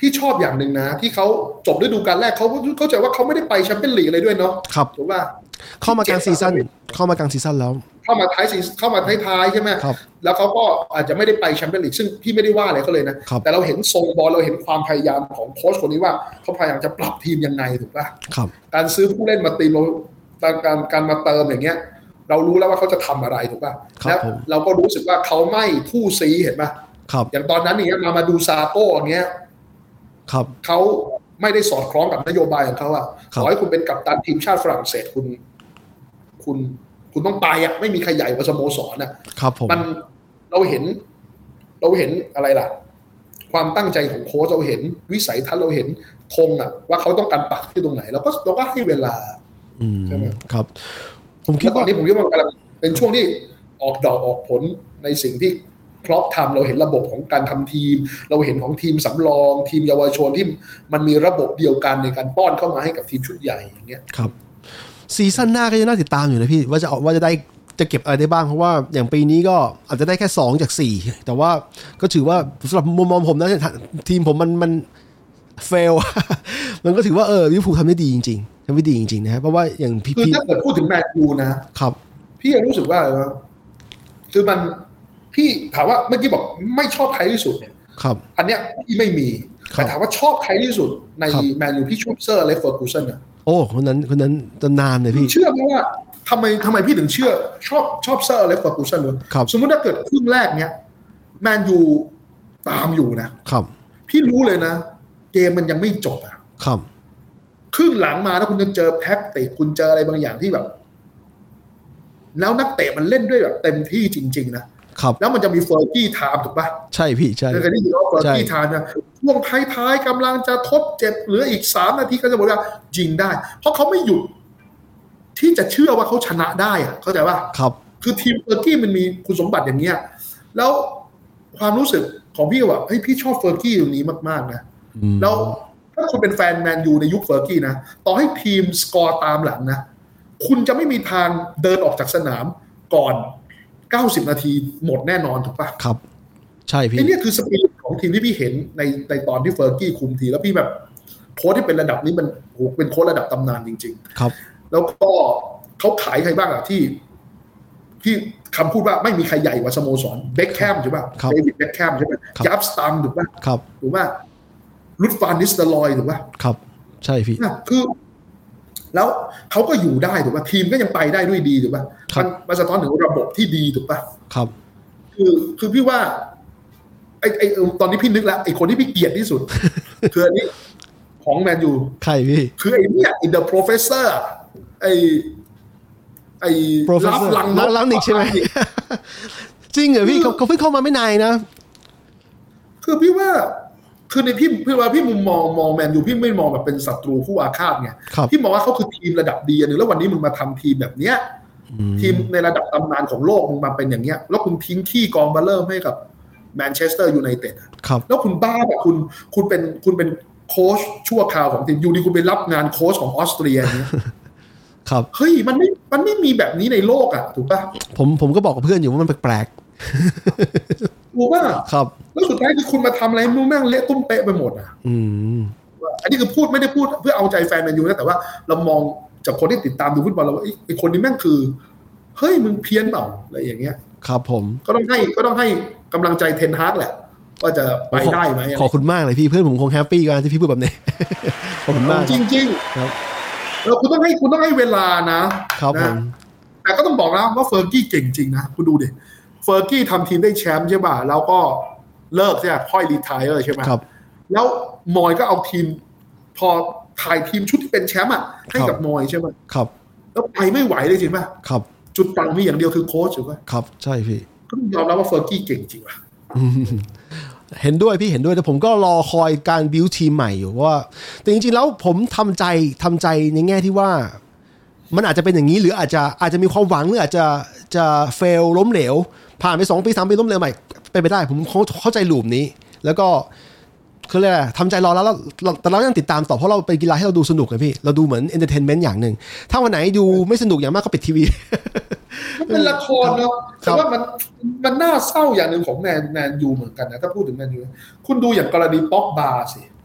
พี่ชอบอย่างหนึ่งนะที่เขาจบฤดูกาลแรกเขาเข้าใจว่าเขาไม่ได้ไปแชมเปี้ยนลีกอะไรด้วยเนาะครับถูกป่ะเข้ามากลางซีซั่นเข้ามากลางซีซั่นแล้วเข้ามาท้ายซีเข้ามาท้ายๆใช่ไหมแล้วเขาก็อาจจะไม่ได้ไปแชมเปี้ยนลีกซึ่งพี่ไม่ได้ว่าอะไรเขาเลยนะแต่เราเห็นทรงบอลเราเห็นความพยายามของโค้ชคนนี้ว่าเขาพยายามจะปรับทีมยังไงถูกป่ะการซื้อผู้เล่นมาตีมการการมาเติมอย่างเงี้ยเรารู้แล้วว่าเขาจะทำอะไรถูกป่ะแล้วเราก็รู้สึกว่าเขาไม่ผู้ซีเห็นป่ะอย่างตอนนั้นเนี่ยมามาดูซาโก้อย่างเงี้ยเขาไม่ได้สอดคล้องกับนโยบายของเขาอ่ะขอให้คุณเป็นกัปตันทีมชาติฝรั่งเศสคุณคุณคุณต้องไปอ่ะไม่มีใครใหญ่กว่าสโมสรอ่ะมันเราเห็นเราเห็นอะไรล่ะความตั้งใจของโค้ชเราเห็นวิสัยทัศน์เราเห็นธงอ่ะว่าเขาต้องการปักที่ตรงไหนเราก็เราก็ให้เวลาใช่ไหมครับผมคิดว่าตอนนี้ผมคิดว่ากำลังเป็นช่วงที่ออกดอกออกผลในสิ่งที่ครอปทำเราเห็นระบบของการทำทีมเราเห็นของทีมสำรองทีมเยาวชนที่มันมีระบบเดียวกันในการป้อนเข้ามาให้กับทีมชุดใหญ่อย่างเงี้ยครับซีซั่นหน้าก็ยังน่าติดตามอยู่นะพี่ว่าจะว่าจะได้จะเก็บอะไรได้บ้างเพราะว่าอย่างปีนี้ก็อาจจะได้แค่สองจากสี่แต่ว่าก็ถือว่าสำหรับมุมมองผมนะทีมผมมันมันเฟล มันก็ถือว่าเออลิเวอร์พูลทำได้ดีจริงๆทำได้ดีจริงๆนะเพราะว่าอย่างพี่คือถ้าเกิดพูดถึงแมนยูนะครับพี่รู้สึกว่าอะไรวะคือมันพี่ถามว่าเมื่อกี้บอกไม่ชอบใครที่สุดเนี่ยอันเนี้ยพี่ไม่มีแต่ถามว่าชอบใครที่สุดในแมนยูพี่ชอบเซอร์อเล็กซ์เฟอร์กูสันอ่ะโอ้คนนั้นคนนั้นตำนานเลยพี่เชื่อไหมว่าทำไมทำไมพี่ถึงเชื่อชอบชอบเซอร์อเล็กซ์เฟอร์กูสันเลยสมมติถ้าเกิดครึ่งแรกเนี้ยแมนยูตามอยู่นะครับพี่รู้เลยนะเกมมันยังไม่จบอ่ะครับครึ่งหลังมาถ้าคุณจะเจอแท็กติกคุณเจออะไรบางอย่างที่แบบแล้วนักเตะมันเล่นด้วยแบบเต็มที่จริงๆนะครับแล้วมันจะมีเฟอร์กี้ไทม์ถูกป่ะใช่พี่ใช่เคยได้ยินว่าเฟอร์กี้ไทม์นะช่วงท้ายๆกำลังจะทดเจ็บเหลืออีกสามนาทีก็จะบอกว่ายิงได้เพราะเขาไม่หยุดที่จะเชื่อว่าเขาชนะได้อะเข้าใจป่ะครับคือทีมเฟอร์กี้มันมีคุณสมบัติอย่างเงี้ยแล้วความรู้สึกของพี่ว่าเฮ้ยพี่ชอบเฟอร์กี้ตรงนี้มากๆนะแล้วถ้าคุณเป็นแฟนแมนยูในยุคเฟอร์กี้นะต่อให้ทีมสกอร์ตามหลังนะคุณจะไม่มีทางเดินออกจากสนามก่อนเก้าสิบนาทีหมดแน่นอนถูกป่ะครับใช่พี่ไอ้นี่คือสปิริตของทีมที่พี่เห็นในในตอนที่เฟอร์กี้คุมทีแล้วพี่แบบโค้ชที่เป็นระดับนี้มันโหเป็นโค้ชระดับตำนานจริงๆครับแล้วก็เขาขายใครบ้างอ่ะที่ที่คำพูดว่าไม่มีใครใหญ่กว่าสโมสรเบ็คแคมใช่ป่ะเดวิดเบ็คแคมใช่ป่ะยับสตัมถูกป่ะครับถูกป่ะลุดฟานนิสเตอรอยถูกป่ะครับใช่พี่คือแล้วเขาก็อยู่ได้ถูกป่ะทีมก็ยังไปได้ด้วยดีถูกป่ะมันมันสะท้อนถึงระบบที่ดีถูกป่ะครับคือคือพี่ว่าไอ้ไอ้ตอนนี้พี่นึกแล้วไอ้คนที่พี่เกลียดที่สุด คืออันนี้ของแมนยูใครพี่คือไอ้เนี่ยไอ้ The Professor ไอ้ไอ้ลับหลังลังนิกใช่ไหมจริงเหรอพี่เขาเขาเพิ่งเข้ามาไม่นานนะคือพี่ว่าคือในพี่พี่ว่าพี่มุมมองมองแมนยูพี่ไม่มองแบบเป็นศัตรูคู่อาฆาตไงพี่มองว่าเขาคือทีมระดับดีอันนึงแล้ววันนี้มึงมาทำทีมแบบเนี้ยทีมในระดับตำนานของโลกมึงมาเป็นอย่างเงี้ยแล้วคุณทิ้งขี้กองเบลเลอร์ให้กับแมนเชสเตอร์ยูไนเต็ดแล้วคุณบ้าแบบคุณคุณเป็นคุณเป็นโค้ชชั่วคราวของทีมอยู่ดีคุณไปรับงานโค้ชของออสเตรียเนี้ยครับเฮ้ยมันไม่มันไม่มีแบบนี้ในโลกอ่ะถูกป่ะผมผมก็บอกกับเพื่อนอยู่ว่ามันแปลกๆถูกป่ะครับแล้วสุดท้ายคือคุณมาทำอะไรนู่นแม่งเละตุ้มเป๊ะไปหมดอ่ะอืมอันนี้คือพูดไม่ได้พูดเพื่อเอาใจแฟนแมนยูนะแต่ว่าเรามองจากคนที่ติดตามดูฟุตบอลเราว่าไอ้คนนี้แม่งคือเฮ้ยมึงเพี้ยนเปล่าอะไรอย่างเงี้ยครับผมก็ต้องให้ก็ต้องให้กำลังใจเทนฮากแหละว่าจะไปได้ไหมขอบคุณมากเลยพี่เพื่อนผมคงแฮปปี้กันที่พี่พูดแบบนี้ขอบคุณมากจริงๆครับเราคุณต้องให้คุณต้องให้เวลานะครับผมแต่ก็ต้องบอกนะว่าเฟอร์กี้เก่งจริงนะคุณดูดิเฟอร์กี้ทำทีมได้แชมป์ใช่ป่ะแล้วก็เลิกใช่ไหมค่อยรีไทร์ใช่ไหมครับแล้วมอยก็เอาทีมพอถ่ายทีมชุดที่เป็นแชมป์อ่ะให้กับมอยใช่ไหมครับแล้วไปไม่ไหวเลยจริงป่ะครับจุดต่างมีอย่างเดียวคือโค้ชถูกป่ะครับใช่พี่ก็ยอมรับว่าเฟอร์กี้เก่งจริงว่ะเห็นด้วยพี่เห็นด้วยแต่ผมก็รอคอยการบิวทีมใหม่อยู่ว่าแต่จริงๆแล้วผมทำใจทำใจในแง่ที่ว่ามันอาจจะเป็นอย่างนี้หรืออาจจะอาจจะมีความหวังหรืออาจจะจะเฟลล้มเหลวผ่านไปสองปีสามปีล้มเหลวใหม่ไปไปได้ผมเข้าใจลูปนี้แล้วก็คืออะไรทำใจรอแล้วแต่เรายังติดตามต่อเพราะเราเป็นกีฬาให้เราดูสนุกไงพี่เราดูเหมือนเอนเตอร์เทนเมนต์อย่างหนึ่งถ้าวันไหนดูไม่สนุกอย่างมากก็ปิดทีวีมันเป็นละครเนาะแต่ว่ามันมันน่าเศร้าอย่างหนึ่งของแมนแมนยูเหมือนกันนะถ้าพูดถึงแมนยูคุณดูอย่างกรณีป็อกบาสิ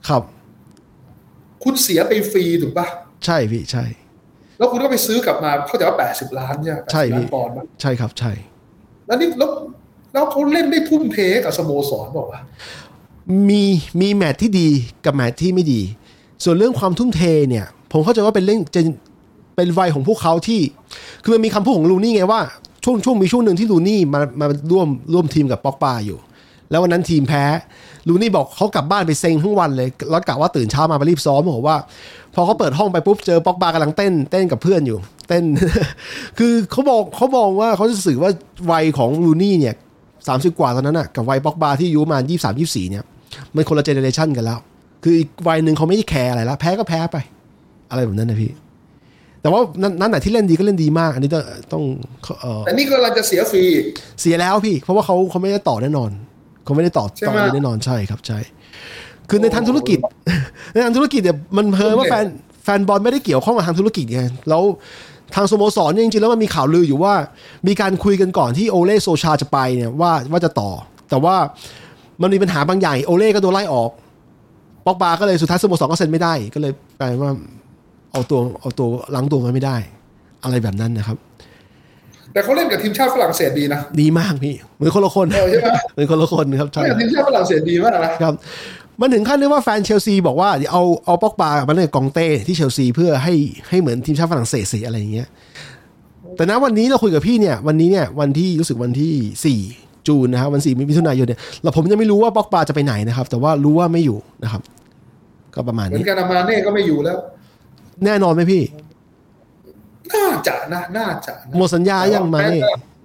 ครับคุณเสียไปฟรีถูกปะใช่พี่ใช่แล้วคุณก็ไปซื้อกลับมาเข้าใจว่าแปดสิบล้านใช่ไหมใช่พี่ใช่ครับใช่แล้วนี่แล้วแล้วเขาเล่นได้ทุ่มเทกับสโมสรบอกว่ามีมีแมตช์ที่ดีกับแมตช์ที่ไม่ดีส่วนเรื่องความทุ่มเทเนี่ยผมเข้าใจว่าเป็นเรื่องจะเป็นวัยของพวกเขาที่คือมันมีคำพูดของลูนี่ไงว่าช่วงช่วงมีช่วงหนึ่งที่ลูนี่มามาร่วมร่วมทีมกับป็อกบาอยู่แล้ววันนั้นทีมแพ้ลูนี่บอกเขากลับบ้านไปเซ็งทั้งวันเลยแล้วกะว่าตื่นเช้ามาไปรีบซ้อมบอกว่าพอเขาเปิดห้องไปปุ๊บเจอป็อกบากำลังเต้นเต้นกับเพื่อนอยู่เต้น คือเขาบอกเขาบอกว่าเขาจะสื่อว่าวัยของลูนี่เนี่ยสามสิบกว่าตอนนั้นน่ะกับวัยป็อกบาที่อายุประมาณยี่สิบสาม ยี่สิบสี่เนี่ยมันคนละเจเนอเรชันกันแล้วคืออีกวัยนึงเขาไม่ได้แคร์อะไรแล้วแพ้ก็แพ้ไปอะไรแบบนั้นนะพี่แต่ว่านั้นไหนที่เล่นดีก็เล่นดีมากอันนี้ต้องต้องเออแต่นี่ก็เราจะเสียฟรีเสียแล้วพี่เพราะว่าเขาเขาไม่ได้ต่อแน่นอนเขาไม่ได้ต่อต่อแน่นอนใช่ครับใช่คือในทางธุรกิจในทางธุรกิจเนี่ยมันเพิ่มว่าแฟนแฟนบอลไม่ได้เกี่ยวข้องกับทางธุรกิจไงแล้วทางสโมสรเนี่ยจริงๆแล้วมันมีข่าวลืออยู่ว่ามีการคุยกันก่อนที่โอเล่โซชาจะไปเนี่ยว่าว่าจะต่อแต่ว่ามันมีปัญหาบางอย่างโอเล่ก็โดนไล่ออกป็อกบาก็เลยสุดท้ายสโมสรก็เซ็นไม่ได้ก็เลยกลายว่าเอาตัวเอาตัวล้างตัวมันไม่ได้อะไรแบบนั้นนะครับแต่เขาเล่นกับทีมชาติฝรั่งเศสดีนะดีมากพี่เหมือนคนละคนใช่ไหมเหมือนคนละคนครับใช่ทีมชาติฝรั่งเศสดีมากนะครับมันถึงขั้นที่ว่าแฟนเชลซีบอกว่าเอาเอาป็อกบามาเล่นกับกองเต้ที่เชลซีเพื่อให้ให้เหมือนทีมชาติฝรั่งเศสสิอะไรอย่างเงี้ยแต่ณวันนี้เราคุยกับพี่เนี่ยวันนี้เนี่ยวันที่รู้สึกวันที่สี่จูนนะครับวันสี่มิถุนายนเนี่ยเราผมยังไม่รู้ว่าป็อกบาจะไปไหนนะครับแต่ว่ารู้ว่าไม่อยู่นะครับก็ประมาณนี้เหมือนกันมาเน่ก็ไม่อยู่แล้วแน่นอนไหมพี่น่าจะนะน่าจะหมดสัญญายังมาเน่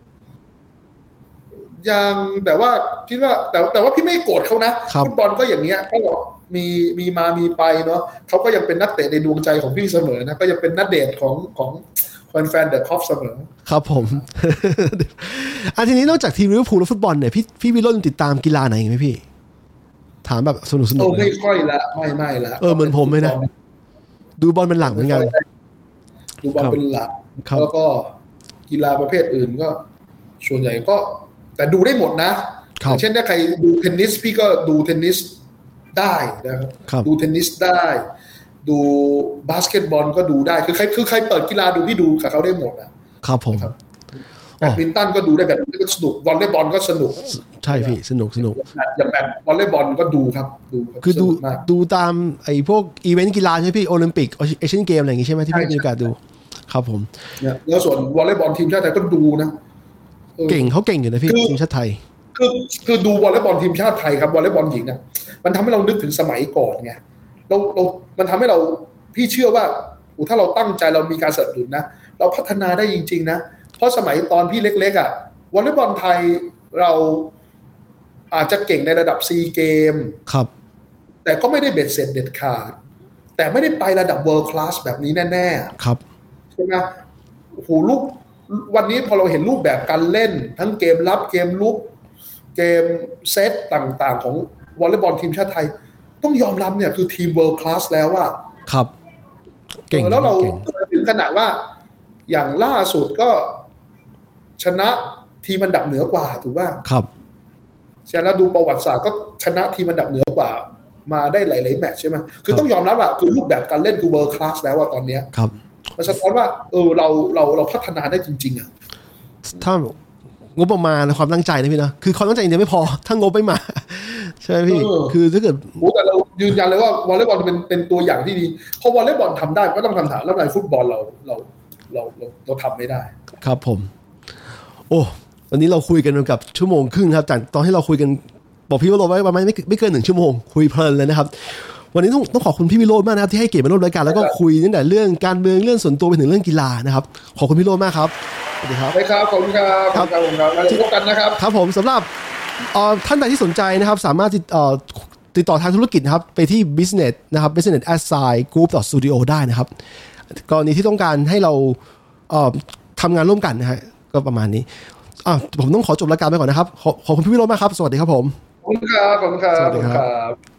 ยังแต่ว่าคิดว่าแต่แต่ว่าพี่ไม่โกรธเขานะฟุตบอลก็อย่างเงี้ยก็มีมีมามีไปเนาะเขาก็ยังเป็นนักเตะในดวงใจของพี่เสมอนะก็ยังเป็นนักเดทของของแฟนๆเดอะคอฟเสมอครับผมอันทีนี้นอกจากทีมลิเวอร์พูลและฟุตบอลเนี่ยพี่พี่วิโรจน์ติดตามกีฬาไหนไหมพี่ถามแบบสนุกสนุกไม่ค่อยละไม่ไม่ละเออเหมือนผมเลยนะดูบอลเป็นหลักเหมือนกันดูบอลเป็นหลักแล้วก็กีฬาประเภทอื่นก็ส่วนใหญ่ก็แต่ดูได้หมดนะอย่างเช่นถ้าใครดูเทนนิสพี่ก็ดูเทนนิสได้นะครับดูเทนนิสได้ดูบาสเกตบอลก็ดูได้คือใครคือใครเปิดกีฬาดูพี่ดูกับเขาได้หมดนะครับผมแบดมินตันก็ดูได้แบบนี้ก็สนุกวอลเลย์บอลก็สนุกใช่พี่สนุกสนุกอย่างแบบวอลเลย์บอลก็ดูครับดูคือดูดูตามไอ้พวกอีเวนต์กีฬาใช่พี่โอลิมปิกเอเชียนเกมอะไรอย่างงี้ใช่ไหมที่พี่มีโอกาสดูครับผมเนี่ยแล้วส่วนวอลเลย์บอลทีมชาติไทยก็ดูนะเก่งเขาเก่งอยู่นะพี่ทีมชาติไทยคือคือดูวอลเลย์บอลทีมชาติไทยครับวอลเลย์บอลหญิงเนี่ยมันทำให้เรานึกถึงสมัยก่อนไงเราเรามันทำให้เราพี่เชื่อว่าถ้าเราตั้งใจเรามีการสนับสนุนนะเราพัฒนาได้จริงๆนะเพราะสมัยตอนพี่เล็กๆอ่ะวอลเลย์บอลไทยเราอาจจะเก่งในระดับซีเกมครับแต่ก็ไม่ได้เบ็ดเสร็จเด็ดขาดแต่ไม่ได้ไประดับเวิลด์คลาสแบบนี้แน่ๆครับใช่ไหมโอ้โหลูกวันนี้พอเราเห็นรูปแบบการเล่นทั้งเกมรับเกมลุกเกมเซตต่างๆของวอลเลย์บอลทีมชาติไทยต้องยอมรับเนี่ยคือทีมเวิลด์คลาสแล้วว่าครับเก่งแล้วเราถึงขนาดว่าอย่างล่าสุดก็ชนะทีมอันดับเหนือกว่าถูกป่ะครับชนะดูประวัติศาสตร์ก็ชนะทีมอันดับเหนือกว่ามาได้หลายๆแมตช์ใช่ไหมคือต้องยอมรับว่าคือรูปแบบการเล่นคือเวิลด์คลาสแล้วว่าตอนเนี้ยครับมันสะท้อนว่าเออเราเราเราพัฒนาได้จริงๆอ่ะถ้างบประมาณและความตั้งใจนะพี่นะคือความตั้งใจอย่างเดียวไม่พอถ้างบไม่มาใช่ไหมพี่คือถ้าเกิดโอ้แต่เรายืนยันเลยว่าวอลเลย์บอลเป็นเป็นตัวอย่างที่ดีพอวอลเลย์บอลทำได้ก็ต้องทำถามแล้วในฟุตบอลเราเราเราเราเราทำไม่ได้ครับผมโอ้วันนี้เราคุยกันกับชั่วโมงครึ่งครับจากตอนที่เราคุยกันบอกพี่วิโรจน์ไว้ประมาณไม่ไม่เกินหนึ่งชั่วโมงคุยเพลินเลยนะครับวันนี้ต้องต้องขอบคุณพี่วิโรจน์มากนะครับที่ให้เกียรติมาร่วมรายการแล้วก็คุยตั้งแต่เรื่องการเมืองเรื่องส่วนตัวไปถึงเรื่องกีฬานะครับขอบคุณพี่วิโรจน์มากครับสวัสดีครับครับขอบคุณครับครับผมครับแล้วพบกันนะครับครับผมสำหรับท่านใดที่สนใจนะครับสามารถติดติดต่อทางธุรกิจนะครับไปที่ business นะครับ business at sign group studio ได้นะครับกรณีที่ต้องการให้เราทำงานร่วมกันนะฮะก็ประมาณนี้อ่ะผมต้องขอจบรายการไปก่อนนะครับขอบคุณพี่วิโรจน์มากครับสวัสดีครับผมขอบคุณครับขอบคุณครับสวัสดีครับ